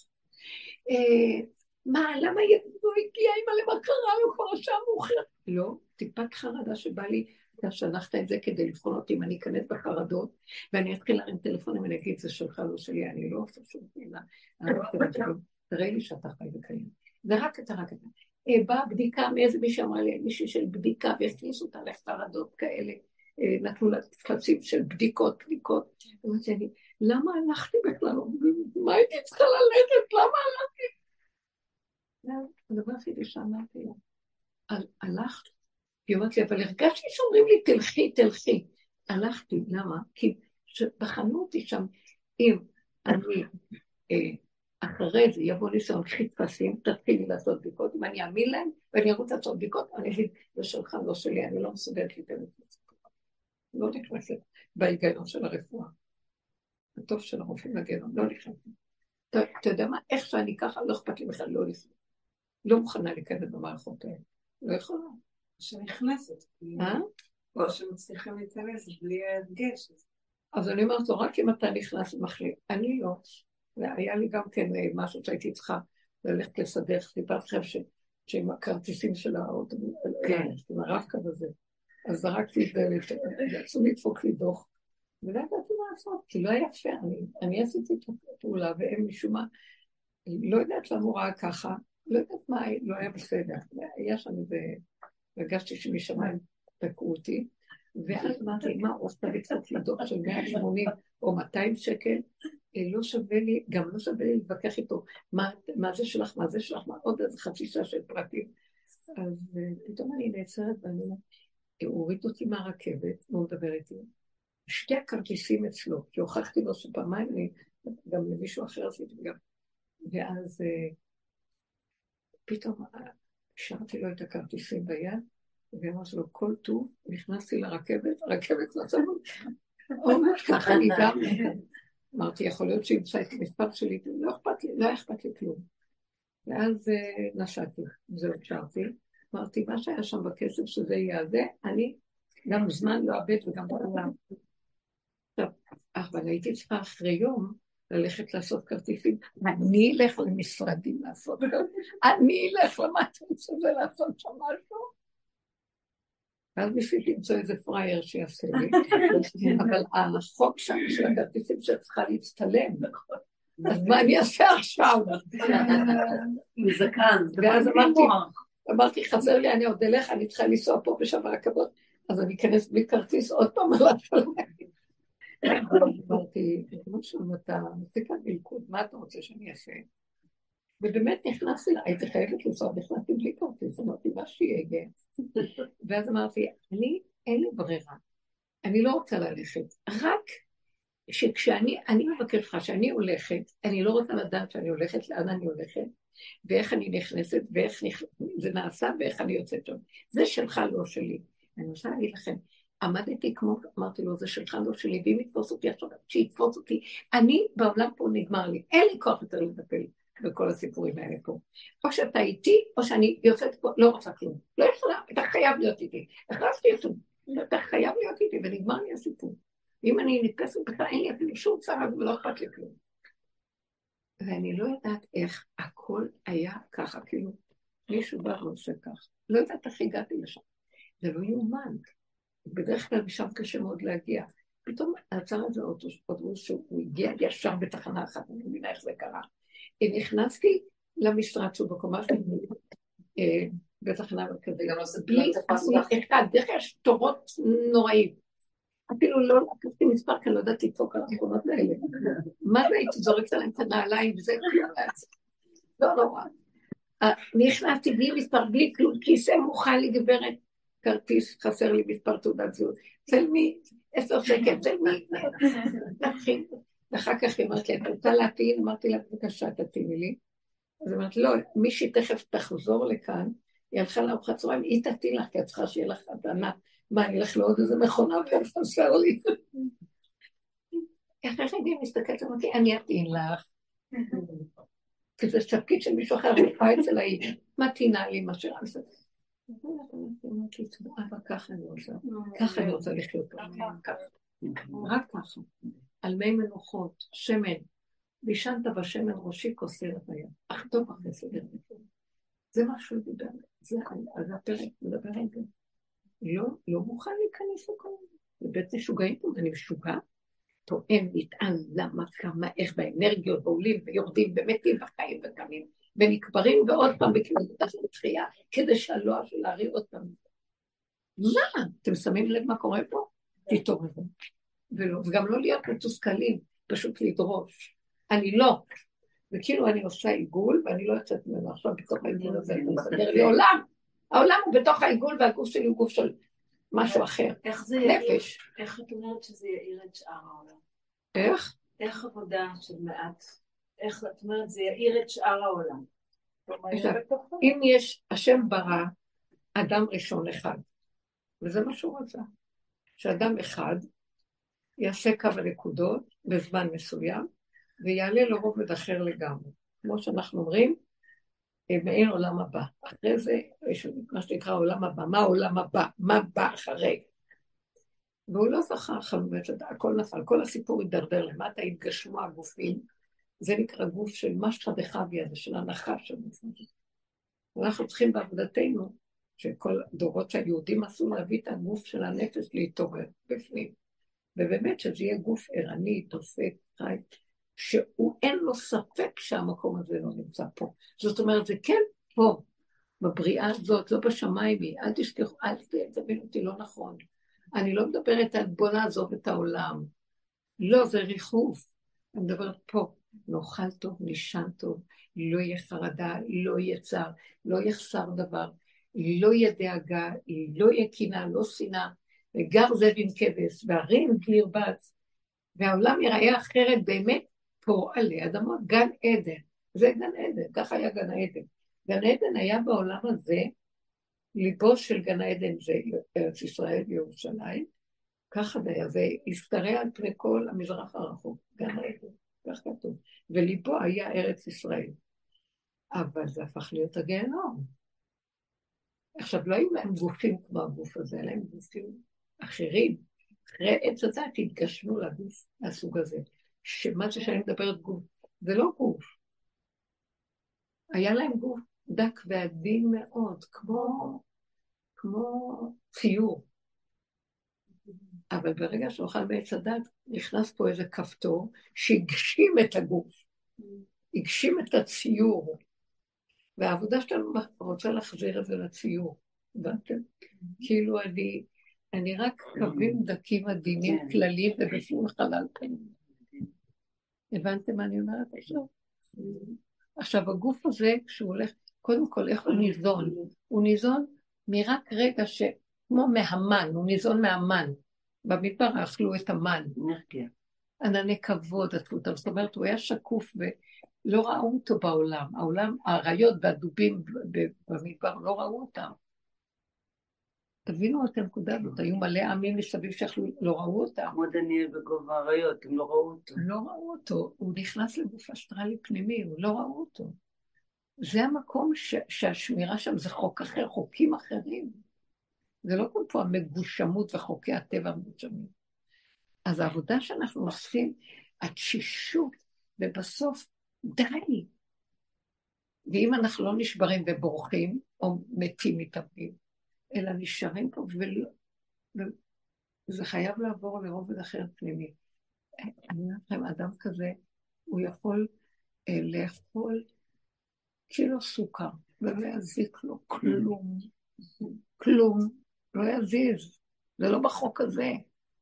מה, למה לא הגיע עם הלמה קרה לו כבר השעה מאוחרת? לא, טיפת חרדה שבא לי, אתה שלחת את זה כדי לבחון אותי אם אני אכנס בחרדות, ואני אתחיל להרים טלפונים ואני אגיד, זה שלך לא שלי, אני לא עושה שום מילה, תראה לי שאתה חי וקיים. זה רק אתה, רק אתה. באה בדיקה מאיזה מישהו אמרה לי, מישהו של בדיקה, והכניסו אותה לחרדות כאלה, נתנו לה תפצים של בדיקות, בדיקות, ואמרתי לי, למה הלכתי בכלל? מה הייתי צריכה ללכת? למה הלכתי? הדבר הכי שאמרתי לה, הלכת, היא אומרת לי, אבל הרגשתי שאומרים לי, תלכי, תלכי. הלכתי, למה? כי בחנו אותי שם, אם אני אחרי זה יבוא ניסיון, קחי תפסים, תתחילי לעשות בדיקות, אם אני אאמין להם, ואני ארוץ לעשות בדיקות, אני אגיד, זה שלך, לא שלי, אני לא מסוגלת להתאמת את זה. לא נכנסת בהיגיון של הרפואה. הטוב של הרופאים לגיון, לא נכנסת. אתה יודע מה, איך שאני ככה, לא אכפת לי בכלל, לא לפני. לא מוכנה להיכנס במערכות האלה. לא יכולה. שנכנסת. אה? או שמצליחים להיכנס בלי הדגש. אז אני אומרת לו, רק אם אתה נכנס ומחליט. אני לא. והיה לי גם כן משהו שהייתי צריכה ללכת לסדר, סיפרת לכם שעם הכרטיסים של האוטובוס, עם הרב-קו הזה, אז זרקתי את זה, יצאו לדפוק לי דוח, ולא ידעתי מה לעשות, כי לא היה פייר, אני עשיתי את הפעולה, והם משום מה, לא יודעת למה הוא ראה ככה, לא יודעת מה, לא היה בסדר, היה שם איזה, הרגשתי שמשמיים תקעו אותי, ואז אמרתי, מה, עושה לי קצת לדוח של מאה ושמונים או מאתיים שקל, לא שווה לי, גם לא שווה לי להתווכח איתו, מה, מה זה שלך, מה זה שלך, מה עוד איזה חצי שעה של פרטים. אז פתאום אני נעצרת ואני אומרת, הוא הוריד אותי מהרכבת, והוא מדבר איתי. שתי הכרטיסים אצלו, כי הוכחתי לו שפעמיים, אני גם למישהו אחר עשיתי גם. ואז פתאום השארתי לו את הכרטיסים ביד, ואמרתי לו, כל טוב, נכנסתי לרכבת, הרכבת נצאנו, הוא אומר ככה, אני גם, אמרתי, יכול להיות שימצא את המספר שלי, לא אכפת לי, לא אכפת לי כלום. ואז נשאתי, זהו, שרתי, אמרתי, מה שהיה שם בכסף שזה יהיה זה, אני גם זמן לא אבד וגם בעולם. אבל הייתי צריכה אחרי יום ללכת לעשות כרטיסים, אני אלך למשרדים לעשות כרטיסים, אני אלך למטריץ הזה לעשות שם משהו. ואז ניסיתי למצוא איזה פרייר שיעשה לי, אבל החוק שם של הכרטיסים שצריכה להצטלם, אז מה אני אעשה עכשיו? מזקן, ואז אמרתי, אמרתי, חזר לי, אני עוד אלך, אני צריכה לנסוע פה ושם הרכבות, אז אני אכנס בלי כרטיס עוד פעם על השלם. אמרתי, משהו, אתה מפסיקה בלכוד, מה אתה רוצה שאני אעשה? ובאמת נכנסתי, הייתי חייבת לנסוע, נכנסתי בלי כרטיס, אמרתי, מה שיהיה. ואז אמרתי, אני, אין לי ברירה, אני לא רוצה ללכת, רק שכשאני, אני מבקר לך שאני הולכת, אני לא רוצה לדעת שאני הולכת, לאן אני הולכת, ואיך אני נכנסת, ואיך זה נעשה, ואיך אני יוצאת שם. זה שלך, לא שלי. אני רוצה להגיד לכם, עמדתי כמו, אמרתי לו, זה שלך, לא שלי, ואם יתפוס אותי עכשיו, שיתפוס אותי, אני בעולם פה נגמר לי, אין לי כוח יותר לטפל בכל הסיפורים האלה פה. או שאתה איתי, או שאני יוצאת פה, לא רוצה כלום. לא יכולה, אתה חייב להיות איתי. הכנסתי אותו, אתה חייב להיות איתי, ונגמר לי הסיפור. ואם אני נתפסת בכלל, אין לי אפילו שום צרה, ולא אכפת לי כלום. ואני לא יודעת איך הכל היה ככה, כאילו, מישהו בא ועושה כך. לא יודעת איך הגעתי לשם. זה לא יאומן. בדרך כלל משם קשה מאוד להגיע. פתאום עצר איזה אוטובוס שהוא הגיע ישר בתחנה אחת, אני מבינה איך זה קרה. נכנסתי למשרד שהוא בקומה שלי, בתחנה כזה, גם לא זה בלי אחד, דרך יש תורות נוראים. אפילו לא לקחתי מספר, כי אני לא יודעת לצעוק על האחרונות האלה. מה זה הייתי זורקת עליהם את הנעליים וזה כלום לעצמי. לא נורא. נכנסתי בלי מספר, בלי כלום, כיסא מוכן לי גברת, כרטיס, חסר לי מספר תעודת זהות. צלמי, עשר שקל, צלמי. ואחר כך היא אמרת לי, את רוצה להטעין? אמרתי לה, בבקשה, תטעיני לי. אז אמרת, לא, מישהי תכף תחזור לכאן, היא הלכה לארוחת צהריים, היא תטעין לך, כי את צריכה שיהיה לך הדנה. מה, אני אלך לעוד איזה מכונה וחסר לי. איך איך הייתי מסתכלת, אמרתי, אני אטעין לך. כי זה תפקיד של מישהו אחר, הוא בא אצל ההיא, מתעינה לי מה שרע מסתכל. אמרתי, אבל ככה אני רוצה, ככה אני רוצה לחיות. רק ככה. על מי מנוחות, שמן, וישנת בשמן ראשי כוסרת היה. אך טוב אחרי סדר. זה משהו לדבר. זה הפרק מדבר על זה. לא, לא מוכן להיכנס לכל זה. בית משוגעים פה, אני משוגע. טועם, נטען, למה, כמה, איך באנרגיות, בעולים ויורדים, ומתים בחיים וקמים, ונקברים ועוד פעם בכנתה של תחייה, כדי שהלוע של להריע עוד פעם. מה? אתם שמים לב מה קורה פה? תתעוררו. וגם לא להיות מתוסכלים, פשוט לדרוש. אני לא. וכאילו אני עושה עיגול, ואני לא יוצאת ממנו עכשיו בתוך העיגול הזה, אני מסדר לי עולם. העולם הוא בתוך העיגול, והגוף שלי הוא גוף של משהו אחר. איך זה נפש. איך את אומרת שזה יאיר את שאר העולם? איך? איך עבודה של מעט? איך את אומרת זה יאיר את שאר העולם? אם יש, השם ברא אדם ראשון אחד, וזה מה שהוא רצה, שאדם אחד יעשה כמה נקודות בזמן מסוים, ויעלה לרובד אחר לגמרי. כמו שאנחנו אומרים, מעין עולם הבא. אחרי זה, יש מה שנקרא עולם הבא. מה העולם הבא? מה בא אחרי? והוא לא זכר חלומות, הכל נפל, כל הסיפור ידרדר למטה, התגשמו הגופים, זה נקרא גוף של משחא דחביא, זה של הנחש של גופים. אנחנו צריכים בעבודתנו, שכל דורות שהיהודים עשו להביא את הגוף של הנפש להתעורר בפנים. ובאמת שזה יהיה גוף ערני, דופק, חי, שהוא אין לו ספק שהמקום הזה לא נמצא פה. זאת אומרת, זה כן פה, בבריאה הזאת, לא בשמיים, אל תשכחו, אל תבין אותי לא נכון. אני לא מדברת על בוא נעזוב את העולם. לא, זה ריחוף. אני מדברת פה, נאכל טוב, נשן טוב, לא יהיה חרדה, לא יהיה צער, לא יחסר דבר, לא יהיה דאגה, לא יהיה קינה, לא שנאה, וגר זאב עם כבש, והרים בלי ירבץ, והעולם ייראה אחרת באמת פה עלי אדמות, גן עדן. זה גן עדן, ככה היה גן העדן. גן עדן היה בעולם הזה, ליבו של גן העדן זה ארץ ישראל וירושלים, ככה זה היה, זה הסתרע על פני כל המזרח הרחוק, גן העדן, כך כתוב, וליבו היה ארץ ישראל. אבל זה הפך להיות הגיהנום. עכשיו, לא היו להם גופים כמו הגוף הזה, אלא הם גופים אחרים. אחרי עץ הדת התגשמו לגוף מהסוג הזה, שמה שאני מדברת גוף, זה לא גוף. היה להם גוף דק ועדין מאוד, כמו, כמו ציור. אבל ברגע שאוכל בעץ הדת, נכנס פה איזה כפתור שהגשים את הגוף, הגשים את הציור. והעבודה שלנו רוצה להחזיר את זה לציור. הבנתם? כאילו אני, אני רק קווים דקים עדינים כלליים ובפנים חלל פנים. הבנתם מה אני אומרת עכשיו? עכשיו הגוף הזה, כשהוא הולך, קודם כל איך הוא ניזון? הוא ניזון מרק רגע שכמו מהמן, הוא ניזון מהמן. במדבר אכלו את המן. ענני כבוד, זאת אומרת, הוא היה שקוף ולא ראו אותו בעולם. העולם, האריות והדובים במדבר לא ראו אותם. תבינו את הנקודה הזאת, היו מלא עמים מסביב שאכלו, לא ראו אותם. כמו דניאל בגובה האריות, הם לא ראו אותו. לא ראו אותו, הוא נכנס לגוף אסטרלי פנימי, הוא לא ראו אותו. זה המקום ש, שהשמירה שם זה חוק אחר, חוקים אחרים. זה לא כל פה המגושמות וחוקי הטבע המגושמים. אז העבודה שאנחנו עושים, התשישות, ובסוף די. ואם אנחנו לא נשברים ובורחים, או מתים מתאבדים, אלא נשארים פה, ולא, וזה חייב לעבור לרובד אחר פנימי. אני אומרת לכם, אדם כזה, הוא יכול אה, לאכול קילו סוכר, ולא יזיק לו כלום, כלום, לא יזיז, זה לא בחוק הזה.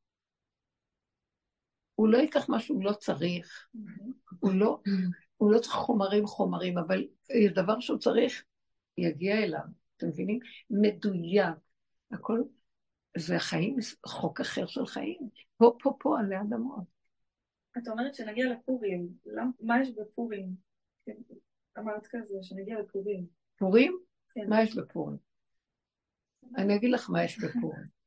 הוא לא ייקח מה שהוא לא צריך, הוא לא, הוא לא צריך חומרים חומרים, אבל דבר שהוא צריך, יגיע אליו, אתם מבינים? מדויק, הכל, זה החיים, חוק אחר של חיים, פה פה פה עלי אדמות. את אומרת שנגיע לפורים, מה יש בפורים? אמרת כזה, שנגיע לפורים. פורים? מה יש בפורים? אני אגיד לך מה יש בפורים.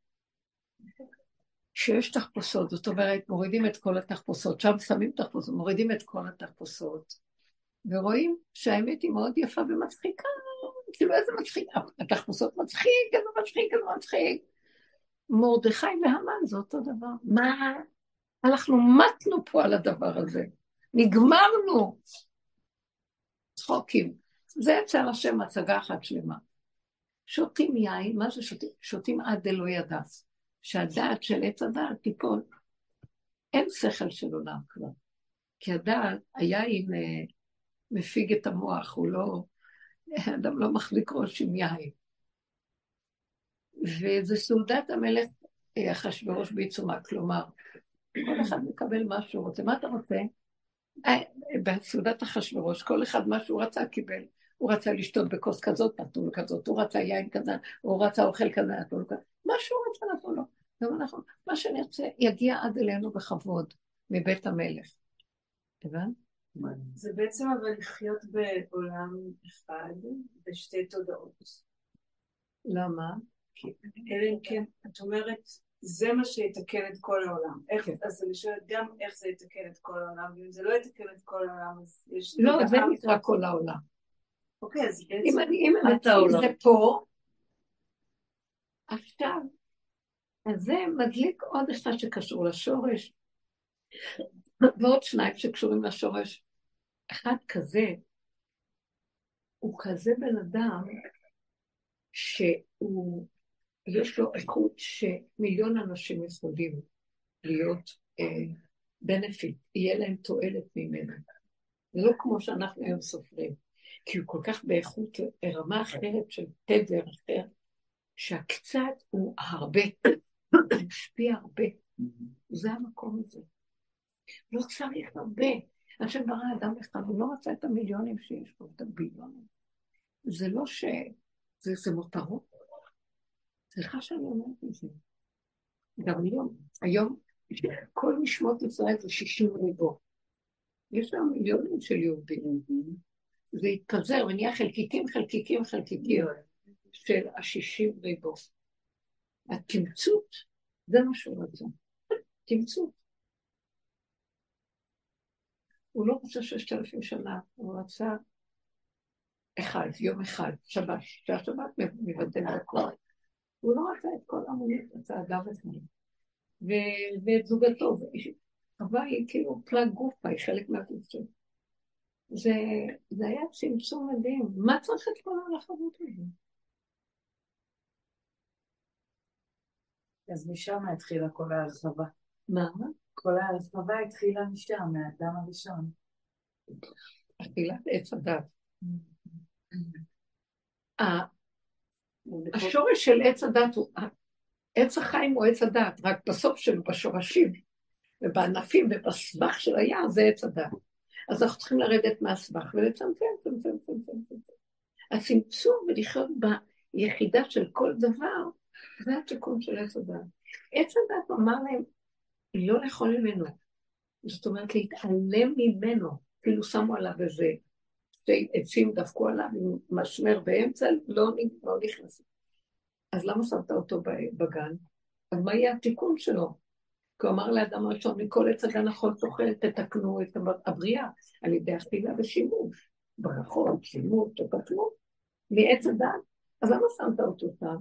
שיש תחפושות, זאת אומרת, מורידים את כל התחפושות, שם שמים תחפושות, מורידים את כל התחפושות, ורואים שהאמת היא מאוד יפה ומצחיקה, כאילו איזה מצחיק, התחפושות מצחיק, איזה מצחיק, איזה מצחיק. מרדכי והמן זה אותו דבר. מה? אנחנו מתנו פה על הדבר הזה. נגמרנו. צחוקים. זה אצל השם הצגה אחת שלמה. שותים יין, מה זה שותים? שותים עד דלא ידע. שהדעת של עץ הדעת תיפול. אין שכל של עולם כבר. כי הדעת, היין מפיג את המוח, הוא לא, האדם לא מחזיק ראש עם יין. וזה סעודת המלך אחשוורוש בעיצומה, כלומר, כל אחד מקבל מה שהוא רוצה. מה אתה רוצה? בסעודת אחשוורוש, כל אחד מה שהוא רצה קיבל. הוא רצה לשתות בכוס כזאת, נתנו לו כזאת, הוא רצה יין כזה, הוא רצה אוכל כזה, נתנו לו כזה. מה שהוא רצה נתנו לו. גם אנחנו, מה שנרצה יגיע עד אלינו בכבוד, מבית המלך. הבן? זה בעצם אבל לחיות בעולם אחד, בשתי תודעות. למה? אלא אם כן, את אומרת, זה מה שיתקן את כל העולם. איך, אז אני שואלת גם איך זה יתקן את כל העולם, ואם זה לא יתקן את כל העולם, אז יש... לא, זה נקרא כל העולם. אוקיי, אז בעצם... אם אני, אם אני, זה פה, עכשיו, אז זה מדליק עוד אחד שקשור לשורש, ועוד שניים שקשורים לשורש. אחד כזה, הוא כזה בן אדם, שהוא, יש לו איכות שמיליון אנשים יכולים להיות אה, בנפיט, יהיה להם תועלת ממנו. זה לא כמו שאנחנו היום סופרים, כי הוא כל כך באיכות רמה אחרת של תדר אחר, שהקצת הוא הרבה. השפיע הרבה. זה המקום הזה. לא צריך הרבה. השם ברא אדם אחד, הוא לא רצה את המיליונים שיש פה, את הביליונים. זה לא ש... זה, זה מותרות. סליחה שאני אומרת את זה. גם היום, היום, כל משמות ישראל זה שישים ריבו. יש להם מיליונים של יהודים. זה התפזר ונהיה חלקיקים, חלקיקים, חלקיקים של השישים ריבו. התמצות, זה מה שהוא רצה. תמצות. הוא לא רצה ששת אלפים שנה, הוא רצה אחד, יום אחד, שבת, שהשבת מבטל הכל. הוא לא רצה את כל המונית, רצה אדם אחד. ואת זוגתו, אבל היא כאילו פלג גופה, היא חלק מהתמצות. זה, זה היה צמצום מדהים. מה צריך את כל הרחבות הזה? אז משם התחילה כל ההרחבה. מה? כל ההרחבה התחילה משם, מהאדם הראשון. אכילת עץ הדת. השורש של עץ הדת הוא, עץ החיים הוא עץ הדת, רק בסוף שלו, בשורשים, ובענפים ובסבך של היער זה עץ הדת. אז אנחנו צריכים לרדת מהסבך ולצמצם, צמצם, צמצם, צמצם. הצמצום ולחיות ביחידה של כל דבר, זה התיקון של עץ הדת. עץ הדת אמר להם, לא לאכול ממנו. זאת אומרת, להתעלם ממנו. כאילו שמו עליו איזה שתי עצים, דפקו עליו עם משמר באמצע, לא, לא נכנס. אז למה שמת אותו בגן? אז מה יהיה התיקון שלו? כי הוא אמר לאדם הראשון, מכל עץ הגן החול תאכל, תתקנו את הבריאה, על ידי אכילה ושימוש. ברכות, שימוש, תתקנו, מעץ הדת. אז למה שמת אותו שם?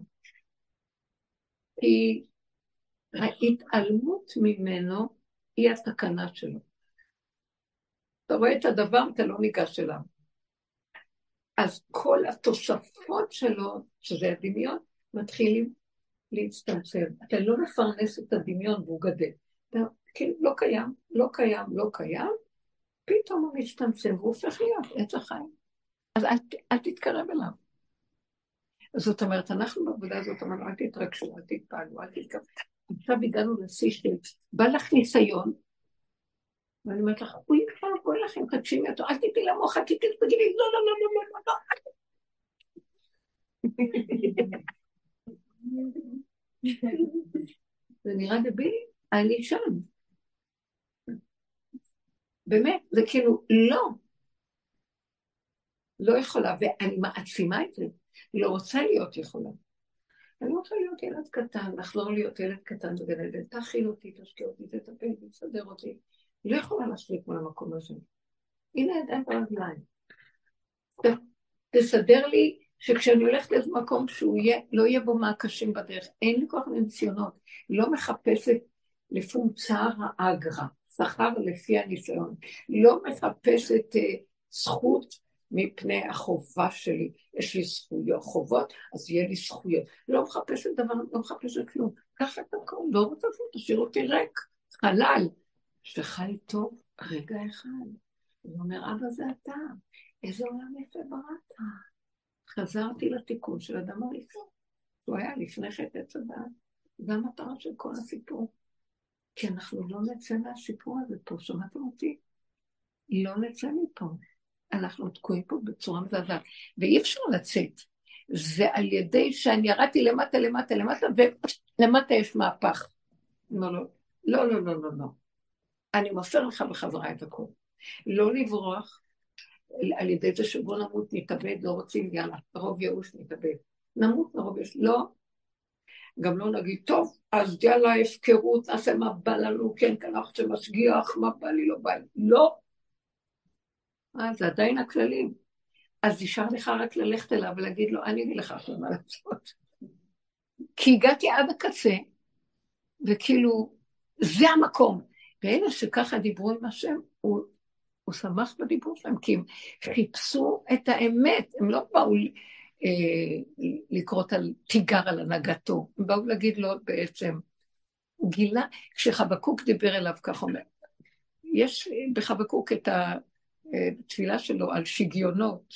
כי ההתעלמות ממנו היא התקנה שלו. אתה רואה את הדבר, אתה לא ניגש אליו. אז כל התוספות שלו, שזה הדמיון, מתחילים להצטמצם. אתה לא מפרנס את הדמיון והוא גדל. אתה כאילו לא קיים, לא קיים, לא קיים, פתאום הוא מצטמצם והוא הופך להיות עץ החיים. אז אל, אל תתקרב אליו. זאת אומרת, אנחנו בעבודה הזאת אמרנו, אל תתרגשו, אל תתפעלו, אל תתקרב. עכשיו הגענו לשיא של, בא לך ניסיון, ואני אומרת לך, הוא יקרה, בואי לכם, תקשימי אותו, אל תתני למוח, אל תתני, תגידי, לא, לא, לא, לא, לא, לא. זה נראה דבילי, אני שם. באמת, זה כאילו, לא. לא יכולה, ואני מעצימה את זה. לא רוצה להיות יכולה. אני רוצה להיות ילד קטן, לחזור להיות ילד קטן בגן עדן, תאכיל אותי, תשקיע אותי, תטפל, תסדר אותי. לא יכולה להשליט מול המקום הזה. הנה ידיים ברגליים. תסדר לי שכשאני הולכת לאיזה מקום שהוא יהיה, לא יהיה בו מעקשים בדרך, אין לי כוח לניסיונות, לא מחפשת לפונצר האגרה, שכר לפי הניסיון, לא מחפשת uh, זכות מפני החובה שלי, יש לי זכויות, חובות, אז יהיה לי זכויות, לא מחפשת דבר, לא מחפשת כלום, ככה את הכל, לא רוצה אפילו, תשאיר אותי ריק, חלל, שחי טוב רגע אחד, הוא אומר, אבא זה אתה, איזה עולם יפה בראת, חזרתי לתיקון של אדם הראשון, הוא היה לפני חטא עץ הדעת, זה המטרה של כל הסיפור, כי אנחנו לא נצא מהסיפור הזה פה, שמעתם אותי? לא נצא מפה, אנחנו תקועים פה בצורה מזעזעת, ואי אפשר לצאת, זה על ידי שאני ירדתי למטה, למטה, למטה, ולמטה יש מהפך. לא, לא, לא, לא, לא, לא, לא. אני מוסר לך בחזרה את הכל. לא לברוח, על ידי זה שבוא נמות, נתאבד, לא רוצים, יאללה, רוב ייאוש נתאבד. נמות, רוב ייאוש, לא. גם לא נגיד, טוב, אז יאללה, הפקרות, נעשה מה בא לנו, כן, כאן אנחנו שמשגיח, מה בא לי, לא בא לי. לא. אה, זה עדיין הכללים. אז נשאר לך רק ללכת אליו ולהגיד לו, אני אגיד לך מה לעשות. כי הגעתי עד הקצה, וכאילו, זה המקום. ואלה שככה דיברו עם השם, הוא, הוא שמח בדיבור שלהם, כי הם חיפשו את האמת, הם לא באו אה, לקרות על תיגר על הנהגתו, הם באו להגיד לו בעצם, הוא גילה, כשחבקוק דיבר אליו כך אומר, יש בחבקוק את התפילה שלו על שגיונות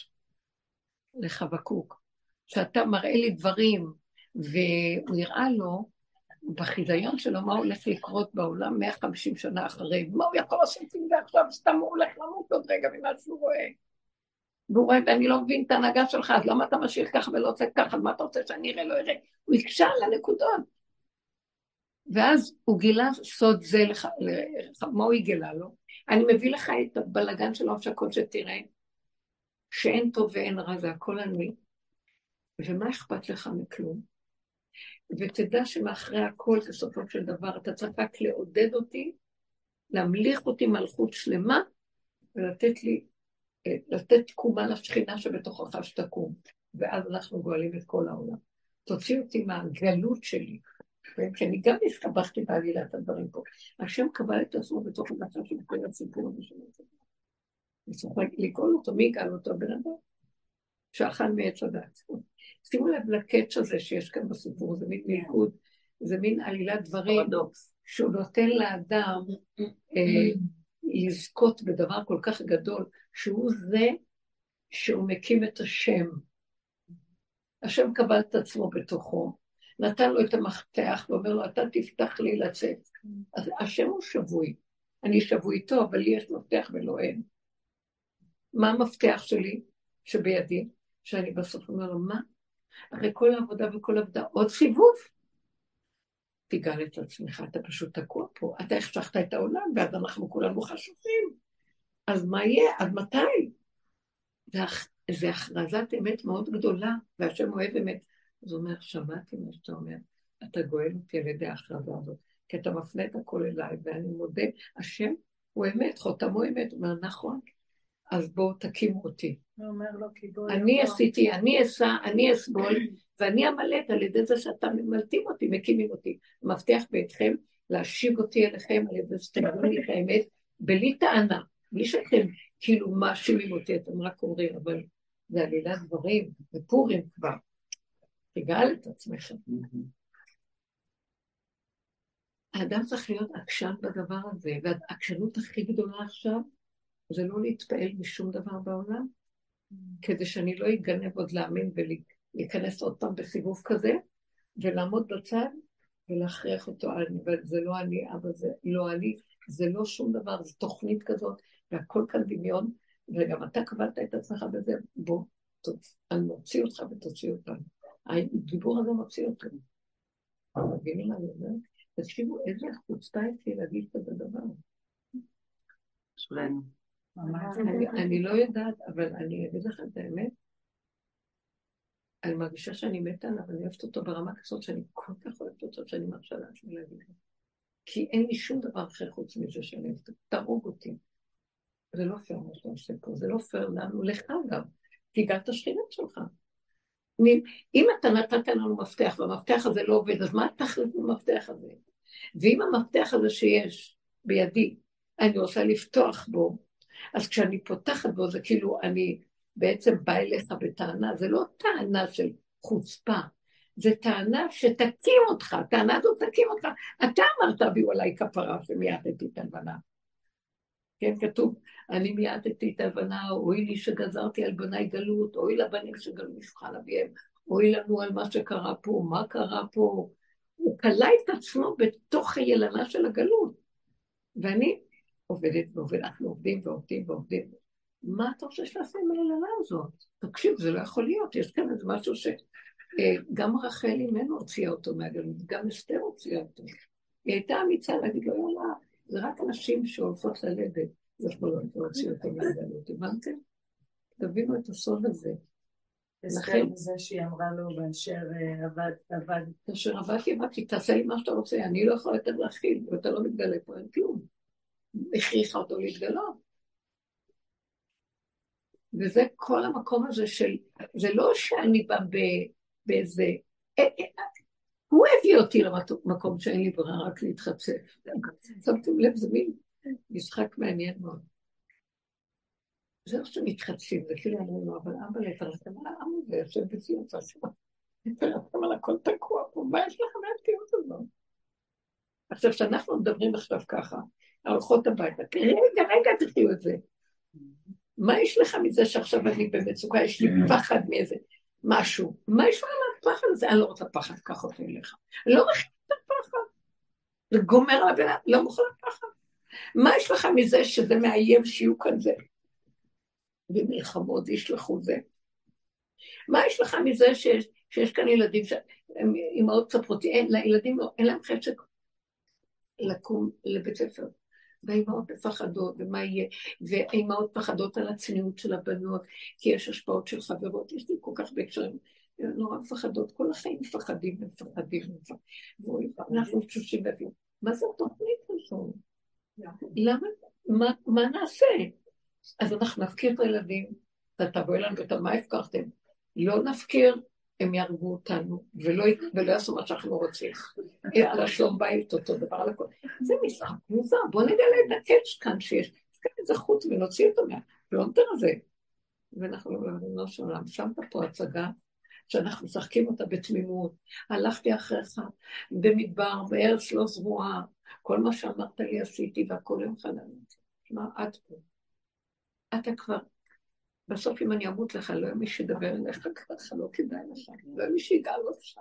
לחבקוק, שאתה מראה לי דברים, והוא הראה לו, בחיזיון שלו, מה הולך לקרות בעולם מאה וחמישים שנה אחרי, מה הוא יכול לעשות עם זה עכשיו, סתם הוא הולך למות עוד רגע ממה שהוא רואה. והוא רואה, ואני לא מבין את ההנהגה שלך, אז למה אתה משאיר ככה ולא עושה ככה, מה אתה רוצה שאני אראה, לא אראה? הוא יקשה על הנקודות. ואז הוא גילה סוד זה לך, מה הוא יגלה לו? אני מביא לך את הבלגן שלו, שהכל שתראה, שאין טוב ואין רע, זה הכל אני. ומה אכפת לך מכלום? ותדע שמאחרי הכל, בסופו של דבר, אתה צריך רק לעודד אותי, להמליך אותי מלכות שלמה, ולתת לי, לתת תקומה לשכינה שבתוכך שתקום. ואז אנחנו גואלים את כל העולם. תוציא אותי מהגלות שלי. כי אני גם הסתבכתי בעלילת הדברים פה. השם קבל את עצמו בתוך המצב של כל הסיפור הזה של זה. וצריך לקרוא אותו, מי יגאל אותו בן אדם? שאכל מעץ הדת. שימו לב לקץ הזה שיש כאן בסיפור, זה מין מלכוד, זה מין עלילת דברים, שהוא נותן לאדם אה, לזכות בדבר כל כך גדול, שהוא זה שהוא מקים את השם. השם קבל את עצמו בתוכו, נתן לו את המפתח ואומר לו, אתה תפתח לי לצאת. אז השם הוא שבוי, אני שבוי איתו, אבל לי יש מפתח ולא אין. מה המפתח שלי שבידי? שאני בסוף אומר לו, מה? אחרי כל העבודה וכל עבודה, עוד סיבוב. תיגל את עצמך, אתה פשוט תקוע פה, אתה החשכת את העולם, ואז אנחנו כולנו חשוכים. אז מה יהיה? עד מתי? זה, זה הכרזת אמת מאוד גדולה, והשם אוהב אמת. אז הוא אומר, שמעתי מה שאתה אומר, אתה גואל אותי על ידי ההכרזה הזאת, כי אתה מפנה את הכל אליי, ואני מודה, השם הוא אמת, חותמו אמת, הוא אומר, נכון, אז בואו תקימו אותי. הוא אומר לו, כי בואו... אני עשיתי, אני אסע, אני אסבול, ואני אמלט על ידי זה שאתה ממלטים אותי, מקימים אותי. מבטיח ביתכם להשיב אותי אליכם על ידי שתגידו לי את האמת, בלי טענה, בלי שאתם כאילו מאשימים אותי, אתם רק אומרים, אבל זה עלילת דברים, ופורים כבר. תגאל את עצמך. האדם צריך להיות עקשן בדבר הזה, והעקשנות הכי גדולה עכשיו, זה לא להתפעל משום דבר בעולם, כדי שאני לא אגנב עוד להאמין ולהיכנס עוד פעם בסיבוב כזה, ולעמוד בצד ולהכריח אותו, זה לא אני, אבא זה לא אני, זה לא שום דבר, זה תוכנית כזאת, והכל כאן דמיון, וגם אתה קבלת את עצמך בזה, בוא, אני מוציא אותך ותוציא אותנו. הדיבור הזה מוציא אותנו. מבינים מה אני אומרת? תקשיבו, איזה חוצפה יש לי להגיד כזה דבר. שלנו. אני לא יודעת, אבל אני אגיד לך את האמת, אני מרגישה שאני מתה עליו, אני אוהבת אותו ברמה כזאת שאני כל כך אוהבת אותו, שאני מרשה לעצמי להגיד לו. כי אין לי שום דבר אחר חוץ מזה שאני אוהבת, תרוג אותי. זה לא פייר מה שאתה עושה פה, זה לא פייר לנו, לך גם, תיגע את השכינות שלך. אם אתה נתת לנו מפתח, והמפתח הזה לא עובד, אז מה תחליט במפתח הזה? ואם המפתח הזה שיש בידי, אני רוצה לפתוח בו, אז כשאני פותחת בו, זה כאילו אני בעצם באה אליך בטענה, זה לא טענה של חוצפה, זה טענה שתקים אותך, טענה הזאת תקים אותך, אתה אמרת ביו עליי כפרה שמייעדתי את הלבנה. כן, כתוב, אני מייעדתי את הלבנה, אוי לי שגזרתי על בני גלות, אוי לבנים שגלו משפחה אביהם, אוי לנו על מה שקרה פה, מה קרה פה, הוא קלה את עצמו בתוך הילנה של הגלות, ואני עובדת ועובדת, אנחנו עובדים ועובדים ועובדים. מה אתה רוצה שנעשה עם הילנה הזאת? תקשיב, זה לא יכול להיות, יש כאן איזה משהו שגם רחל אימנו הוציאה אותו מהגלות, גם אסתר הוציאה אותו. היא הייתה אמיצה להגיד לו, יאללה, זה רק אנשים שהולכות ללדת, יכולות להוציא אותו מהגלות, הבנתם? תבינו את הסוד הזה. אסתר בזה שהיא אמרה לו באשר עבד, עבד. כאשר עבדתי, עבדתי, תעשה לי מה שאתה רוצה, אני לא יכולה יותר להכיל, ואתה לא מתגלה פה, אין כלום. הכריחה אותו להתגלות. וזה כל המקום הזה של, זה לא שאני בא באיזה, הוא הביא אותי למקום שאין לי ברירה רק להתחצף. שמתם לב, זה מין משחק מעניין מאוד. זה לא שמתחצפים, זה כאילו אמרו לו, אבל אבא לפרסם על העם הזה, יושב בציון פרסם, לפרסם על הכל תקוע פה, מה יש לכם מהתקיעות הזאת? עכשיו שאנחנו מדברים עכשיו ככה, הולכות הביתה, רגע, רגע, תחיו את זה. מה יש לך מזה שעכשיו אני במצוקה, יש לי פחד מאיזה משהו? מה יש לך מהפחד הזה? אני לא רוצה פחד, קח אותי אליך. אני לא מכיר את הפחד. זה גומר על הבן, לא מוכן ככה. מה יש לך מזה שזה מאיים שיהיו כאן זה? ומלחמות ישלחו זה. מה יש לך מזה שיש, שיש כאן ילדים שהם אמהות ספרותי, אין, לילדים לא, אין להם חשק לקום לבית ספר. והאמהות מפחדות, ומה יהיה, והאמהות פחדות על הצניעות של הבנות, כי יש השפעות של חברות, יש לי כל כך בהקשרים, נורא מפחדות, כל החיים מפחדים, מפחדים, מפחדים, אנחנו תשושים בבים. מה זה התוכנית הזו? למה? מה, מה נעשה? אז אנחנו נפקיר את הילדים, אתה תבוא אלינו ואתה, מה הפקרתם? לא נפקיר, הם ירגו אותנו, ולא, ולא יעשו מה שאנחנו רוצים. על השלום בית, אותו דבר על הכל. זה משחק מוזר, בוא נגלה את הקאץ' כאן שיש, יש כאן איזה חוץ ונוציא אותו מהפלונטר הזה. ואנחנו לא שלום, שמת פה הצגה, שאנחנו משחקים אותה בתמימות, הלכתי אחריך במדבר, בארץ לא זרועה, כל מה שאמרת לי עשיתי, והכל יום חלמתי. מה, עד פה. אתה כבר, בסוף אם אני אמות לך, לא יהיה מי שידבר אליך ככה, לא כדאי לך, לא יהיה מי שיגאל אותך.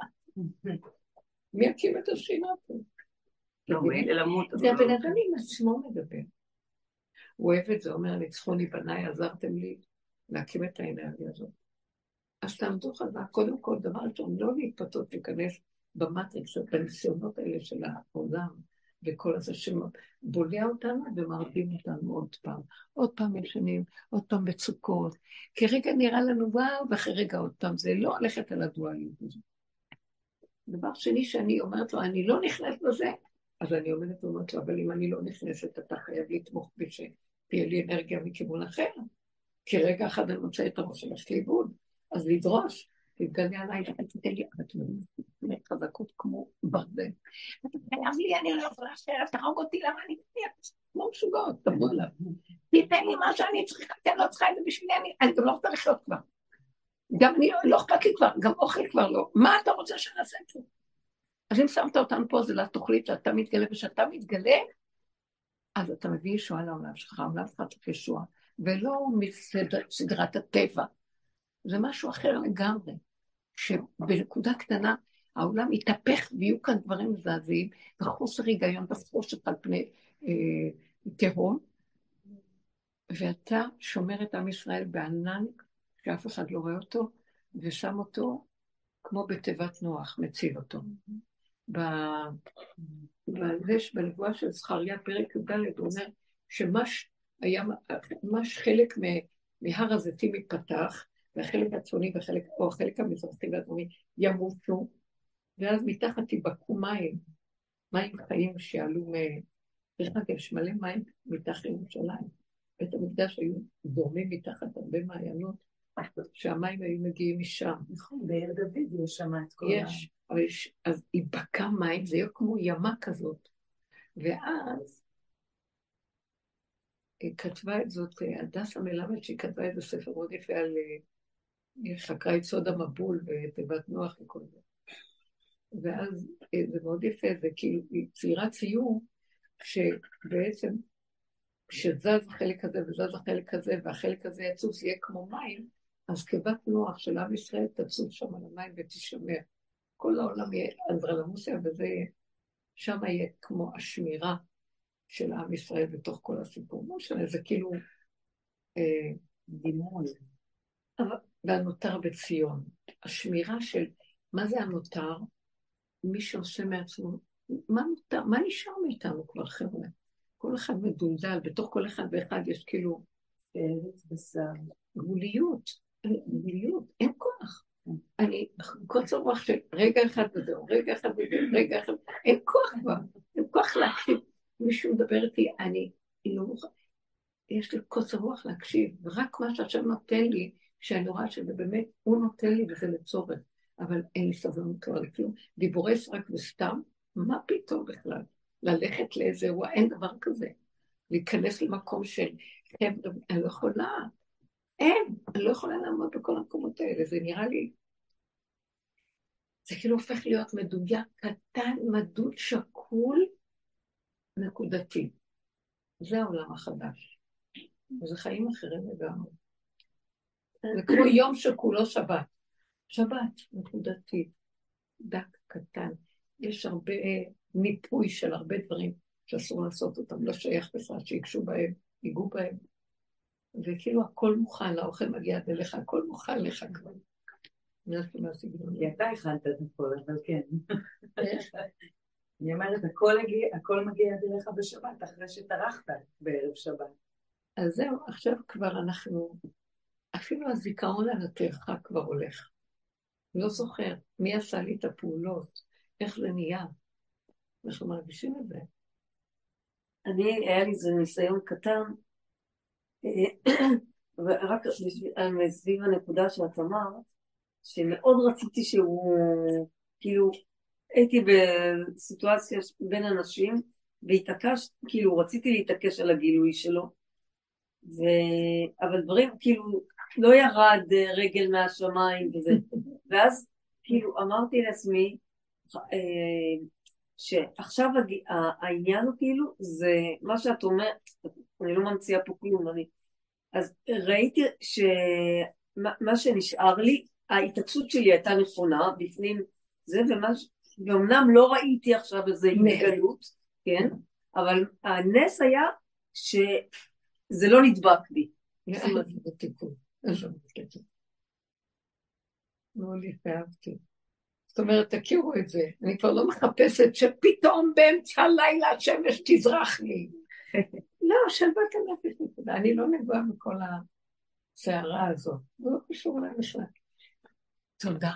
מי יקים את השינה פה? לא, מילא למות. זה הבן אדם עם עצמו מדבר. הוא אוהב את זה, אומר, ניצחו לי בניי, עזרתם לי להקים את האנרגיה הזאת. אז תעמדו חזק, קודם כל, דבר ראשון, לא להתפתות להיכנס במטריקס, בניסיונות האלה של העולם, וכל הזה שבולע אותנו ומרדים אותנו עוד פעם. עוד פעם ישנים, עוד פעם בצוקות, כי רגע נראה לנו וואו, ואחרי רגע עוד פעם, זה לא הולכת על הדואליות הזאת. דבר שני שאני אומרת לו, אני לא נכנס לזה, אז אני אומרת לו, אבל אם אני לא נכנסת, אתה חייב לתמוך בי שתהיה לי אנרגיה מכיוון אחר, כי רגע אחד אני מוצא את הראש שלך לאיבוד, אז לדרוש, תתגלה עליי, תתן לי, את באמת חזקות כמו ברזל. אתה חייב לי, אני לא יכולה אחרת, תהרוג אותי, למה אני לא משוגעות, תבוא אליו. תיתן לי מה שאני צריכה, כי אני לא צריכה את זה בשבילי, אני גם לא רוצה לחיות כבר. גם אני לא אכפת לי כבר, גם אוכל כבר לא. מה אתה רוצה שנעשה פה? אז אם שמת אותנו פה, זה לתוכלית שאתה מתגלה, ושאתה מתגלה, אז אתה מביא ישועה לעולם שלך, העולם שלך צריך ישועה, ולא מסדרת הטבע. זה משהו אחר לגמרי, שבנקודה קטנה העולם יתהפך ויהיו כאן דברים מזעזעים, וחוסר היגיון וחושך על פני אה, תהום, ואתה שומר את עם ישראל בענן, שאף אחד לא רואה אותו, ושם אותו כמו בתיבת נוח, מציל אותו. בלש, בנבואה של זכריה, פרק י"ד, הוא אומר שמש היה, מש חלק מהר הזיתים מתפתח, והחלק הצפוני והחלק, או החלק המזרחי והדרומי ימותו, ואז מתחת ייבקעו מים, מים חיים שעלו מ... דרך אגב, יש מלא מים מתחת ירושלים. בית המקדש היו זורמים מתחת הרבה מעיינות, שהמים היו מגיעים משם. נכון, בעיר דוד יש שם את כל ה... יש, אבל יש, אז ייבקע מים, זה יהיה כמו ימה כזאת. ואז כתבה את זאת, הדסה מלמד, שהיא כתבה איזה ספר מאוד יפה על... היא חקרה את סוד המבול בתיבת נוח וכל זה. ואז זה מאוד יפה, זה כאילו, היא ציירה ציור, שבעצם, כשזז החלק הזה וזז החלק הזה, והחלק הזה יצוץ יהיה כמו מים, אז כבת נוח של עם ישראל תצוץ שם על המים ותשמר. כל העולם יהיה אנדרלמוסיה, וזה שם יהיה כמו השמירה של עם ישראל בתוך כל הסיפור. לא משנה, זה כאילו אה, דימוי. והנותר בציון. השמירה של, מה זה הנותר? מי שעושה מעצמו, מה נותר? מה נשאר מאיתנו כבר, חבר'ה? כל אחד מדולדל, בתוך כל אחד ואחד יש כאילו גבוליות, גבוליות, אין כוח. אני, קוצר רוח של רגע אחד וזהו, רגע אחד וזהו, רגע אחד, אין כוח כבר, אין כוח להקשיב. מישהו מדבר איתי, אני לא מוכן, יש לי קוצר רוח להקשיב, ורק מה שהשם נותן לי, שאני רואה שזה באמת, הוא נותן לי וזה לצורך, אבל אין לי סבלנות כבר לכלום. דיבורי סרק וסתם, מה פתאום בכלל? ללכת לאיזה אירוע, אין דבר כזה. להיכנס למקום של, חבר'ה, אני לא יכולה, אין, אני לא יכולה לעמוד בכל המקומות האלה, זה נראה לי, זה כאילו הופך להיות מדויק, קטן, מדוד, שקול, נקודתי. זה העולם החדש. וזה חיים אחרים לגמרי. זה כמו יום שכולו שבת. שבת, נקודתי, דק, קטן. יש הרבה מיפוי של הרבה דברים שאסור לעשות אותם, לא שייך בכלל, שיקשו בהם, ייגעו בהם. וכאילו הכל מוכן, האוכל מגיע עד אליך, הכל מוכן לך כבר. כי אתה הכנת את הכל, אבל כן. אני אומרת, הכל מגיע עד אליך בשבת, אחרי שטרחת בערב שבת. אז זהו, עכשיו כבר אנחנו, אפילו הזיכרון על הטרחה כבר הולך. לא זוכר מי עשה לי את הפעולות, איך זה נהיה. אנחנו מרגישים את זה. אני, היה לי איזה ניסיון קטן, ורק סביב הנקודה שאת אמרת, שמאוד רציתי שהוא, כאילו, הייתי בסיטואציה בין אנשים, והתעקש, כאילו, רציתי להתעקש על הגילוי שלו, ו... אבל דברים, כאילו, לא ירד רגל מהשמיים וזה. ואז, כאילו, אמרתי לעצמי, שעכשיו העניין הוא כאילו, זה מה שאת אומרת, אני לא ממציאה פה כלום, אני... אז ראיתי שמה שנשאר לי, ההתעקשות שלי הייתה נכונה, בפנים זה, ומה... ואומנם לא ראיתי עכשיו איזה התגלות, כן? אבל הנס היה שזה לא נדבק בי. זאת אומרת, זה תיקון. לא להתאהבתי. זאת אומרת, תכירו את זה. אני כבר לא מחפשת שפתאום באמצע הלילה השמש תזרח לי. לא, שלוות הנפש נקודה. אני לא נגועה מכל הסערה הזאת. זה לא קשור אליי בכלל. תודה.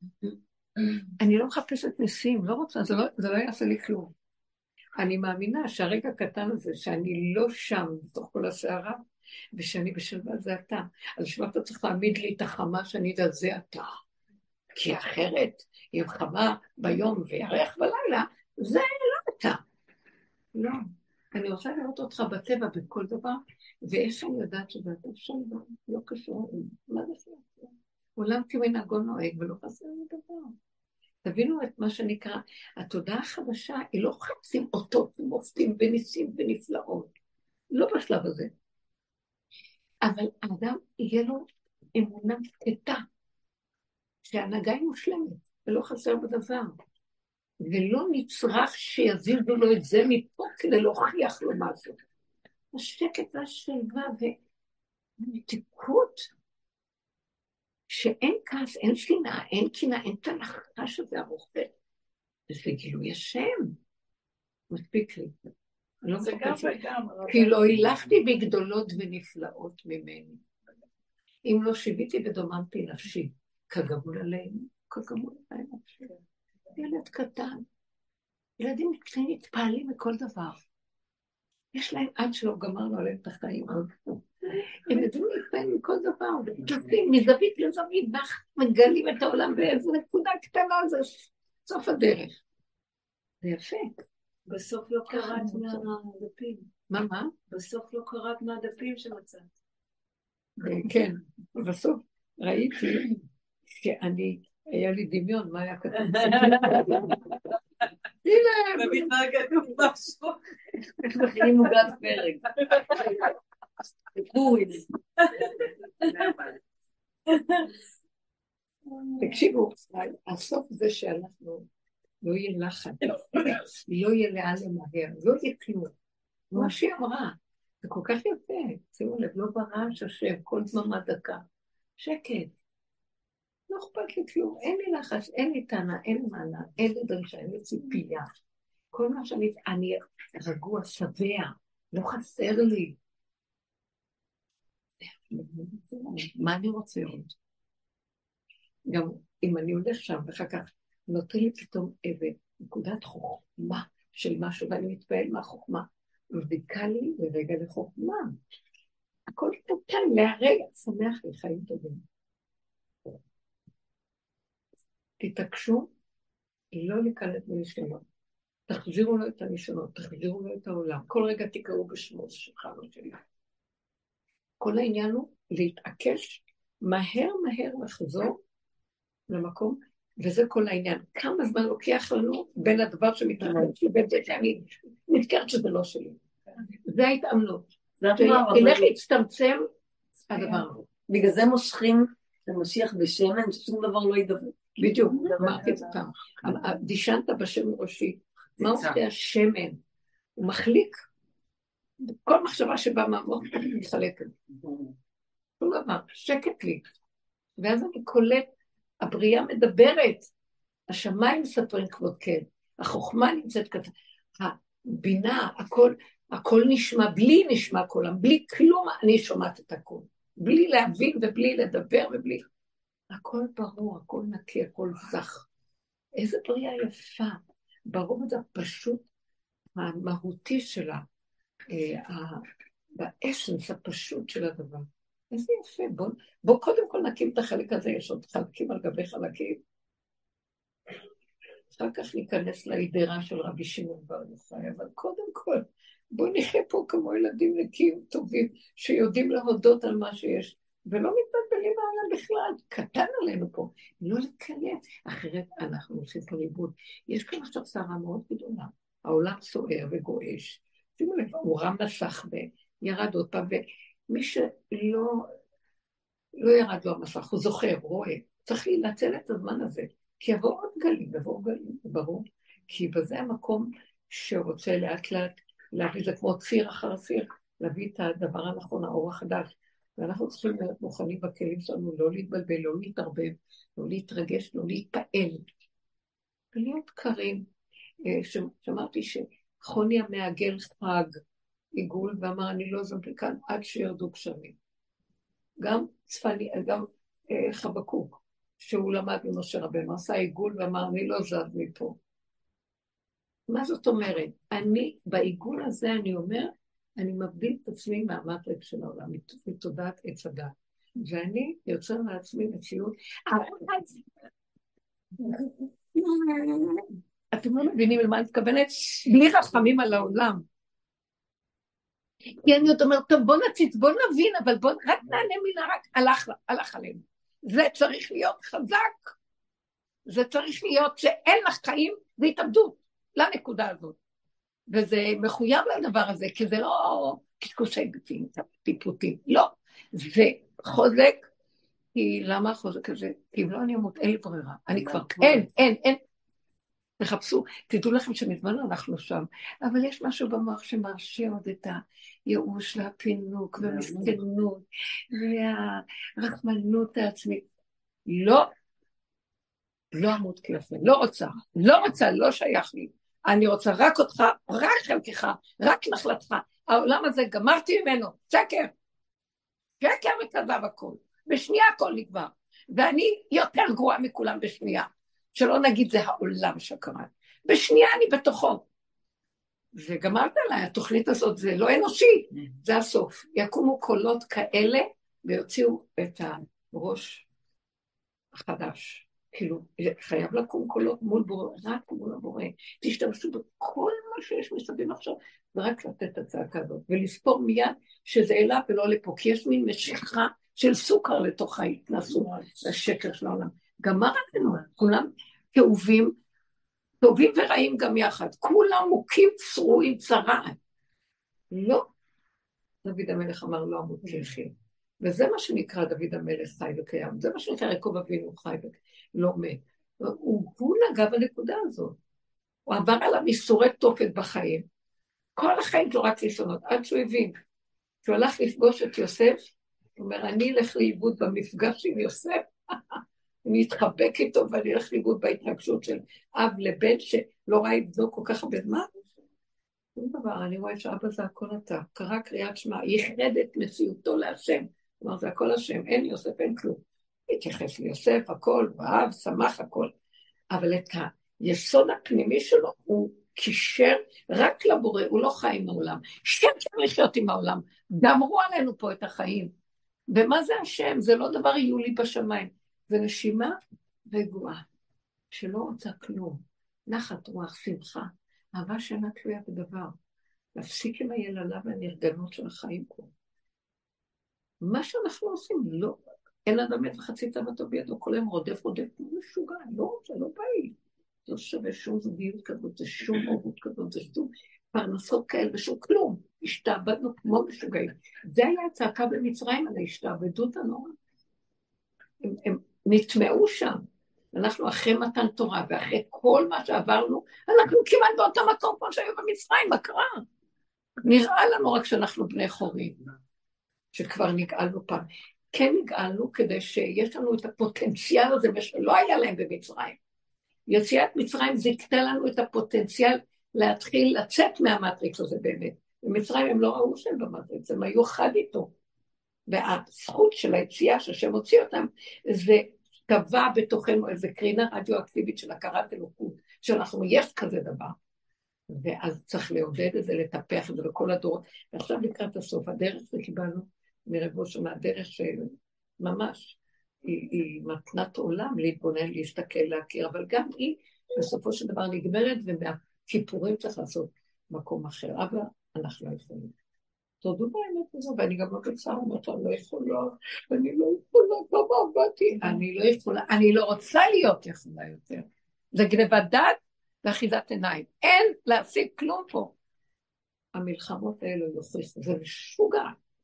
אני לא מחפשת ניסים, לא רוצה, זה לא, זה לא יעשה לי כלום. אני מאמינה שהרגע הקטן הזה, שאני לא שם בתוך כל הסערה, ושאני בשלווה זה אתה. אז שמה אתה צריך להעמיד לי את החמה שאני יודע, זה אתה. כי אחרת, אם חמה ביום וירח בלילה, זה לא אתה. לא. אני רוצה לראות אותך בטבע בכל דבר, ואיך אני יודעת שזה אתה שלווה, לא קשור, מה זה שלווה? עולם כמנהגו נוהג ולא חסר לי דבר. תבינו את מה שנקרא, התודעה החדשה היא לא חפשים אותות ומופתים וניסים ונפלאות. לא בשלב הזה. אבל האדם יהיה לו אמונה קטנה, שההנהגה היא מושלמת ולא חסר בדבר. ולא נצרך שיזיזו לו את זה מפה כדי להוכיח לו משהו. השקט והשלווה ומתיקות, שאין כעס, אין שנאה, אין קנאה, אין את הנחש הזה הרוחב. זה גילוי השם. מספיק לי. לא זה גם וגם. כי לא הילכתי בגדולות ונפלאות ממני. אם לא שיביתי ודוממתי נפשי, כגמול עלינו, כגמול עלינו נפשי. ילד קטן. ילדים מתפעלים מכל דבר. יש להם עד שלא גמרנו עליהם את החיים. הם יודעים להתפעל מכל דבר, ותופים מזווית לזווית, ומגלים את העולם באיזו נקודה קטנה, זה סוף הדרך. זה יפה. בסוף לא קראת מהדפים. מה, מה? בסוף לא קראת מהדפים שמצאת. כן, בסוף ראיתי שאני, היה לי דמיון, מה היה כתוב? הנה, ובכלל כתוב משהו. איך מכינים מוגת פרק. פורים. תקשיבו, הסוף זה שאנחנו לא יהיה לחץ, לא יהיה לאן למהר, לא יהיה כלום. מה שהיא אמרה, זה כל כך יפה, שימו לב, לא ברעש השם, כל זממה דקה. שקט. לא אכפת לי כלום, אין לי לחץ, אין לי טענה, אין לי מעלה, אין לי דרישה, אין לי ציפייה. כל מה שאני, אני רגוע, שבע, לא חסר לי. מה אני רוצה עוד? גם אם אני הולך שם, ואחר כך נותן לי פתאום איזה נקודת חוכמה של משהו, ואני מתפעל מהחוכמה, ובדיקה לי לרגע לחוכמה. הכל קטן, להרגע, שמח לי, חיים טובים. תתעקשו, לא להיכנס בניסיונות. תחזירו לו את הניסיונות, תחזירו לו את העולם. כל רגע תקראו בשמו שלך, לא שלי. כל העניין הוא להתעקש, מהר מהר לחזור למקום, וזה כל העניין. כמה זמן לוקח לנו בין הדבר שמתרחש לבין זה שאני נזכרת שזה לא שלי. זה ההתאמנות. תלך להצטמצם הדבר. בגלל זה מושכים למשיח בשמן, ששום דבר לא ידבר. בדיוק, אמרתי את זה פעם. דישנת בשם ראשי, מה עושה השמן? הוא מחליק. כל מחשבה שבאה מהמוח מתחלקת. כל דבר, שקט לי. ואז אני קולט, הבריאה מדברת, השמיים מספרים כבוד כן, החוכמה נמצאת כתב, הבינה, הכל, הכל נשמע, בלי נשמע כולם, בלי כלום אני שומעת את הכל. בלי להבין ובלי לדבר ובלי... הכל ברור, הכל נקי, הכל זך. איזה בריאה יפה. ברור את הפשוט המהותי שלה. באסנס הפשוט של הדבר. איזה יפה, בוא, בוא קודם כל נקים את החלק הזה, יש עוד חלקים על גבי חלקים. אחר כך ניכנס להידרה של רבי שמעון בר יוחאי, אבל קודם כל, בוא נחיה פה כמו ילדים נקיים טובים, שיודעים להודות על מה שיש, ולא מתבלבלים העולם בכלל, קטן עלינו פה, לא לקיים, אחרת אנחנו עושים פה ליבוד. יש כאן עכשיו סערה מאוד גדולה, העולם סוער וגועש, שימו לב, הוא רם מסך וירד עוד פעם, ומי שלא לא ירד לו המסך, הוא זוכר, הוא רואה, צריך לנצל את הזמן הזה, כי יבוא עוד גלים, יבוא גלים, ברור, כי בזה המקום שרוצה לאט לאט להביא, זה כמו ציר אחר ציר, להביא את הדבר הנכון, האור החדש, ואנחנו צריכים להיות מוכנים בכלים שלנו, לא להתבלבל, לא להתערבב, לא להתרגש, לא להתפעל, ולהיות קרים. שמעתי שחוני המעגל חג עיגול, ואמר, אני לא זמתי כאן עד שירדו גשמים. גם צפני, גם אה, חבקוק, שהוא למד ממשה רבנו, עשה עיגול ואמר, אני לא זז מפה. מה זאת אומרת? אני, בעיגול הזה אני אומר, אני מבדיל את עצמי מהמטרק של העולם, מתודעת עץ הדת. ואני יוצר לעצמי מציאות, אתם לא מבינים למה אני מתכוונת? בלי רחמים על העולם. כי אני אומרת, טוב, בוא נציץ, בוא נבין, אבל בוא רק נענה מן הרק, הלך, הלך עלינו. זה צריך להיות חזק. זה צריך להיות שאין לך חיים, זה התאבדות לנקודה הזאת. וזה מחויב לדבר הזה, כי זה לא קשקושי גפים, טיפוטים, לא. זה חוזק, כי למה החוזק הזה? כי אם לא אני אמות, אין לי ברירה. אני כבר, אין, אין, אין. תחפשו, תדעו לכם שמזמן אנחנו שם, אבל יש משהו במוח שמרשה עוד את הייאוש והפינוק והמסכנות והרחמנות העצמית. לא, לא אמות כיפה, לא רוצה, לא רוצה, לא שייך לי. אני רוצה רק אותך, רק חלקך, רק נחלתך. העולם הזה גמרתי ממנו, שקר. שקר וכזב הכל. בשנייה הכל נגמר. ואני יותר גרועה מכולם בשנייה. שלא נגיד זה העולם שקרה. בשנייה אני בתוכו. וגמרת עליי, התוכנית הזאת זה לא אנושי, זה הסוף. יקומו קולות כאלה ויוציאו את הראש החדש. כאילו, חייב לקום קולות מול בורא, רק מול הבורא. תשתמשו בכל מה שיש מסביב עכשיו, ורק לתת את הצעקה הזאת, ולספור מיד שזה אליו ולא לפה, כי יש מין משיכה של סוכר לתוך ההתנסות, השקר של העולם. גמר עלינו, כולם כאובים, טובים ורעים גם יחד, כולם מוכים צרועים צרעת. לא, דוד המלך אמר לא אמות שיחיה, וזה מה שנקרא דוד המלך חי וקיים, זה מה שנקרא יעקב אבינו חי ולא מת, הוא, הוא נגע בנקודה הזאת, הוא עבר עליו ייסורי תופת בחיים, כל החיים שלו רק ניסיונות, עד שהוא הבין, שהוא הלך לפגוש את יוסף, הוא אומר אני אלך לאיבוד במפגש עם יוסף, אני אתחבק איתו ואני אלך לאיבוד בהתרגשות של אב לבן שלא ראה בנו כל כך הרבה זמן. שום דבר, אני רואה שאבא זה הכל אתה, קרא קריאת שמע, ייחד את מציאותו להשם, כלומר זה הכל השם, אין יוסף, אין כלום. התייחס ליוסף, הכל, ואהב, שמח, הכל. אבל את היסוד הפנימי שלו הוא קישר רק לבורא, הוא לא חי עם העולם. שקר לחיות עם העולם, דמרו עלינו פה את החיים. ומה זה השם? זה לא דבר יולי בשמיים. זה נשימה רגועה, שלא רוצה כלום, נחת רוח, שמחה, אהבה שאינה תלויה בדבר, להפסיק עם היללה והנרגנות של החיים פה. מה שאנחנו עושים, לא, אין אדם מת וחצי תאוותו בידו, כל היום רודף רודף, הוא משוגע, לא, זה לא בעי, זה שווה שום זוגיות כזאת, זה שום הורות כזאת, זה שום פרנסות כאלה ושום כלום, השתעבדנו כמו משוגעים. זה היה הצעקה במצרים על ההשתעבדות הנורא. הם, הם נטמעו שם, אנחנו אחרי מתן תורה, ואחרי כל מה שעברנו, אנחנו כמעט באותו מקום כמו שהיו במצרים, מה קרה? נראה לנו רק שאנחנו בני חורים, שכבר נגאלנו פעם. כן נגאלנו כדי שיש לנו את הפוטנציאל הזה, שלא היה להם במצרים. יציאת מצרים זיקתה לנו את הפוטנציאל להתחיל לצאת מהמטריקס הזה באמת. במצרים הם לא ראו שהם במטריקס, הם היו חד איתו. והזכות של היציאה שהשם הוציא אותם, זה טבע בתוכנו איזו קרינה רדיואקטיבית של הכרת אלוקות, שאנחנו, יש כזה דבר. ואז צריך לעודד את זה, לטפח את זה בכל הדורות. ועכשיו לקראת הסוף, הדרך שקיבלנו מרבו שם, הדרך שממש, היא, היא מתנת עולם, להתבונן, להסתכל, להכיר, אבל גם היא בסופו של דבר נגמרת, ומהכיפורים צריך לעשות מקום אחר. אבל אנחנו לא יכולים. תודו באמת הזו, ואני גם לא בצער, אומרת, אני לא יכולה, אני לא יכולה, כמה עבדתי, אני לא יכולה, אני לא רוצה להיות יכולה יותר. זה גנבת דעת ואחיזת עיניים. אין להשיג כלום פה. המלחמות האלו יוכיחו, זה משוגע.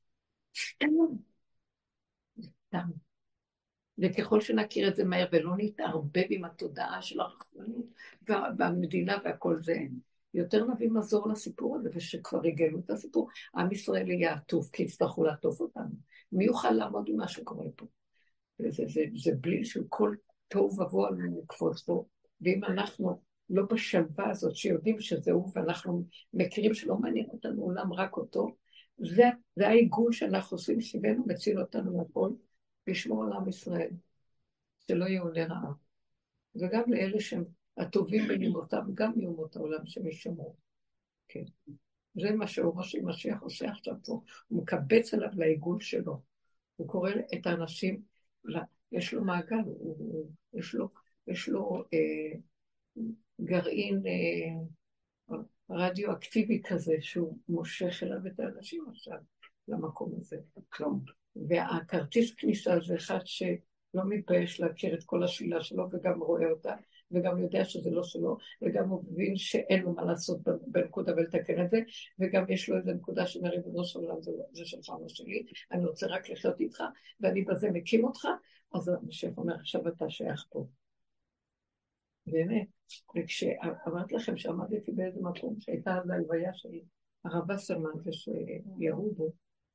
סתם. וככל שנכיר את זה מהר, ולא נתערבב עם התודעה של הרחמנות, והמדינה והכל זה, יותר נביא מזור לסיפור הזה, ושכבר יגלו את הסיפור, עם ישראל יהיה עטוף, כי יצטרכו לעטוף אותנו. מי יוכל לעמוד עם מה שקורה פה? זה, זה, זה בלי של כל טוב ובוא עלינו לקפוץ פה, ואם אנחנו לא בשלווה הזאת, שיודעים שזהו, ואנחנו מכירים שלא מעניין אותנו עולם רק אותו, זה, זה העיגול שאנחנו עושים, שבנו מציל אותנו לכל, לשמור על עם ישראל, שלא יהיו לרעה. וגם לאלה שהם הטובים בנימותיו, גם מיומות העולם שמשמרו. כן. זה מה שהוא ראש משיח עושה עכשיו פה. הוא מקבץ עליו לעיגול שלו. הוא קורא את האנשים, יש לו מעגל, הוא, הוא, יש לו, יש לו אה, גרעין אה, רדיואקטיבי כזה, שהוא מושך אליו את האנשים עכשיו, למקום הזה. והכרטיס כניסה זה אחד שלא מתבייש להכיר את כל השלילה שלו, וגם רואה אותה, וגם יודע שזה לא שלו, וגם הוא מבין שאין לו מה לעשות בנקודה ולתקן את זה, וגם יש לו איזו נקודה שאומר, ריבונו של עולם, זה, זה שלך לא שלי, אני רוצה רק לחיות איתך, ואני בזה מקים אותך, אז המשיח אומר, עכשיו אתה שייך פה. באמת, וכשאמרתי לכם שעמדתי באיזה מקום, שהייתה אז ההלוויה של הרב וסרמן, ושירו בו,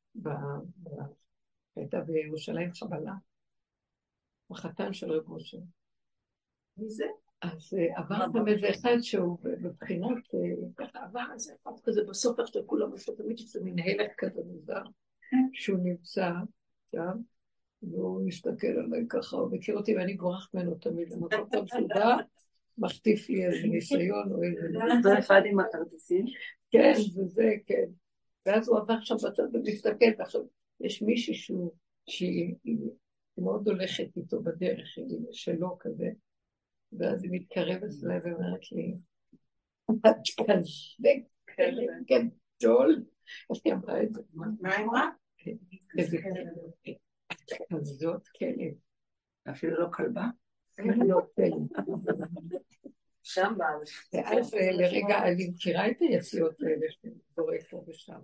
שהייתה בירושלים חבלה, החתן של רב משה. מי זה? אז עבר גם איזה אחד שהוא בבחינת, ככה עבר איזה אחד כזה בסוף, איך שכולם בסוף, תמיד שזה מין הלך כזה מוזר, שהוא נמצא שם, והוא מסתכל עליי ככה, הוא מכיר אותי ואני בורחת ממנו תמיד, למקום טוב שהוא בא, מחטיף לי איזה ניסיון או איזה... זה אחד עם הכרטיסים? כן, וזה, כן. ואז הוא עבר שם בצד ומסתכל, ועכשיו יש מישהי שהוא, שהיא מאוד הולכת איתו בדרך שלו כזה, ואז היא מתקרבת אליי ואומרת לי, את כזה כלב גדול. אז היא אמרה את זה. מה היא אמרה? את כזאת כלב. אפילו לא כלבה? לא כלב. שם בעל. ואז לרגע אני מכירה את היציאות האלה שזורק פה ושם.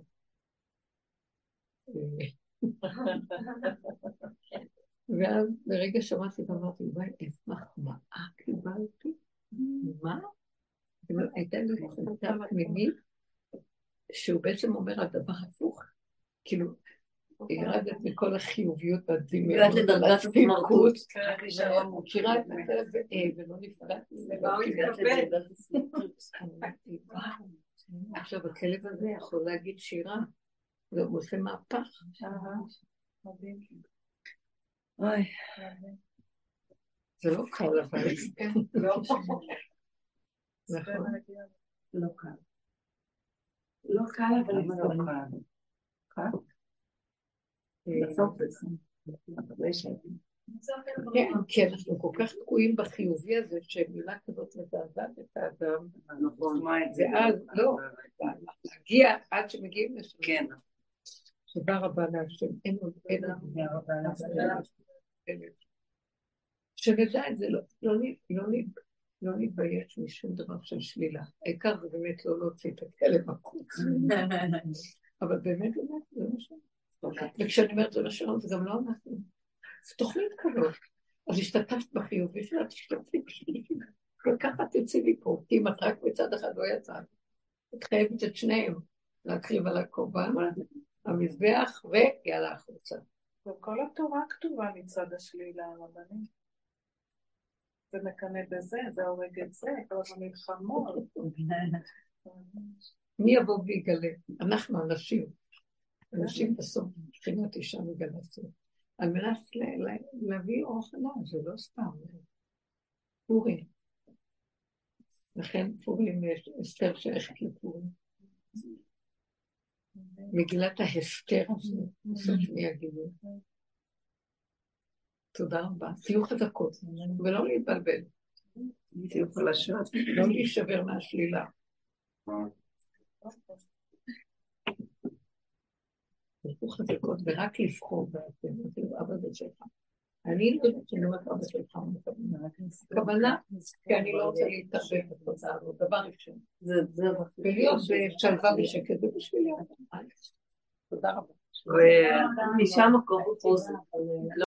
ואז לרגע שמעתי ואמרתי, וואי, איזה מחמאה קיבלתי? מה? הייתה לי חלטה פנימית, שהוא בעצם אומר הדבר הפוך, כאילו, ירדת מכל החיוביות והדמיון, ירדת לדרגת הסמרטות, מכירה את הכלב ולא נפרדת, עכשיו הכלב הזה יכול להגיד שירה, והוא עושה מהפך. אוי. זה לא קל, אבל... לא קל. לא קל, אבל לא קל. קל? בסוף בעצם. כן, כי אנחנו כל כך תקועים בחיובי הזה, שמילה כזאת מזעזעת את האדם. ואז, לא, להגיע עד שמגיעים לשם. כן. תודה רבה להשם, אין עוד, אין עוד. שנדע את זה, לא נתבייש משום דבר של שלילה. העיקר זה באמת לא להוציא את הכלב החוץ. אבל באמת, באמת, זה משהו. וכשאני אומרת זה משהו, זה גם לא אנחנו. זה תוכנית כזאת. אז השתתפת בחיובי, שאת השתתפת בשלילי. וככה תצאי לי פה, כי אם את רק בצד אחד לא יצאת. את חייבת את שניהם, להקריב על הקורבן, המזבח, ויאללה החוצה. וכל התורה כתובה מצד השלילה, הרבנים. זה מקנה בזה, זה הורג את זה, כל המלחמות. מי יבוא ויגלה? אנחנו אנשים. אנשים בסוף, מבחינת אישה מגלסות. על מנת להביא אור חדש, זה לא סתם. פורים. לכן פורים, אסתר שייכת לפורים. מגילת ההסתר הזה, בסוף מי יגידו. תודה רבה. תהיו חזקות, ולא להתבלבל. תהיו חלשות. לא להישבר מהשלילה. תהיו חזקות, ורק לבחור בעצם, אבא זה שלך. אני לא יודעת שאני אומרת אבא שלך, כוונה, כי אני לא רוצה להתערבב בתוצאה הזאת, דבר ראשון. ולהיות בשלווה ושקט, זה בשבילי. תודה רבה. ומשם הכל חוזר.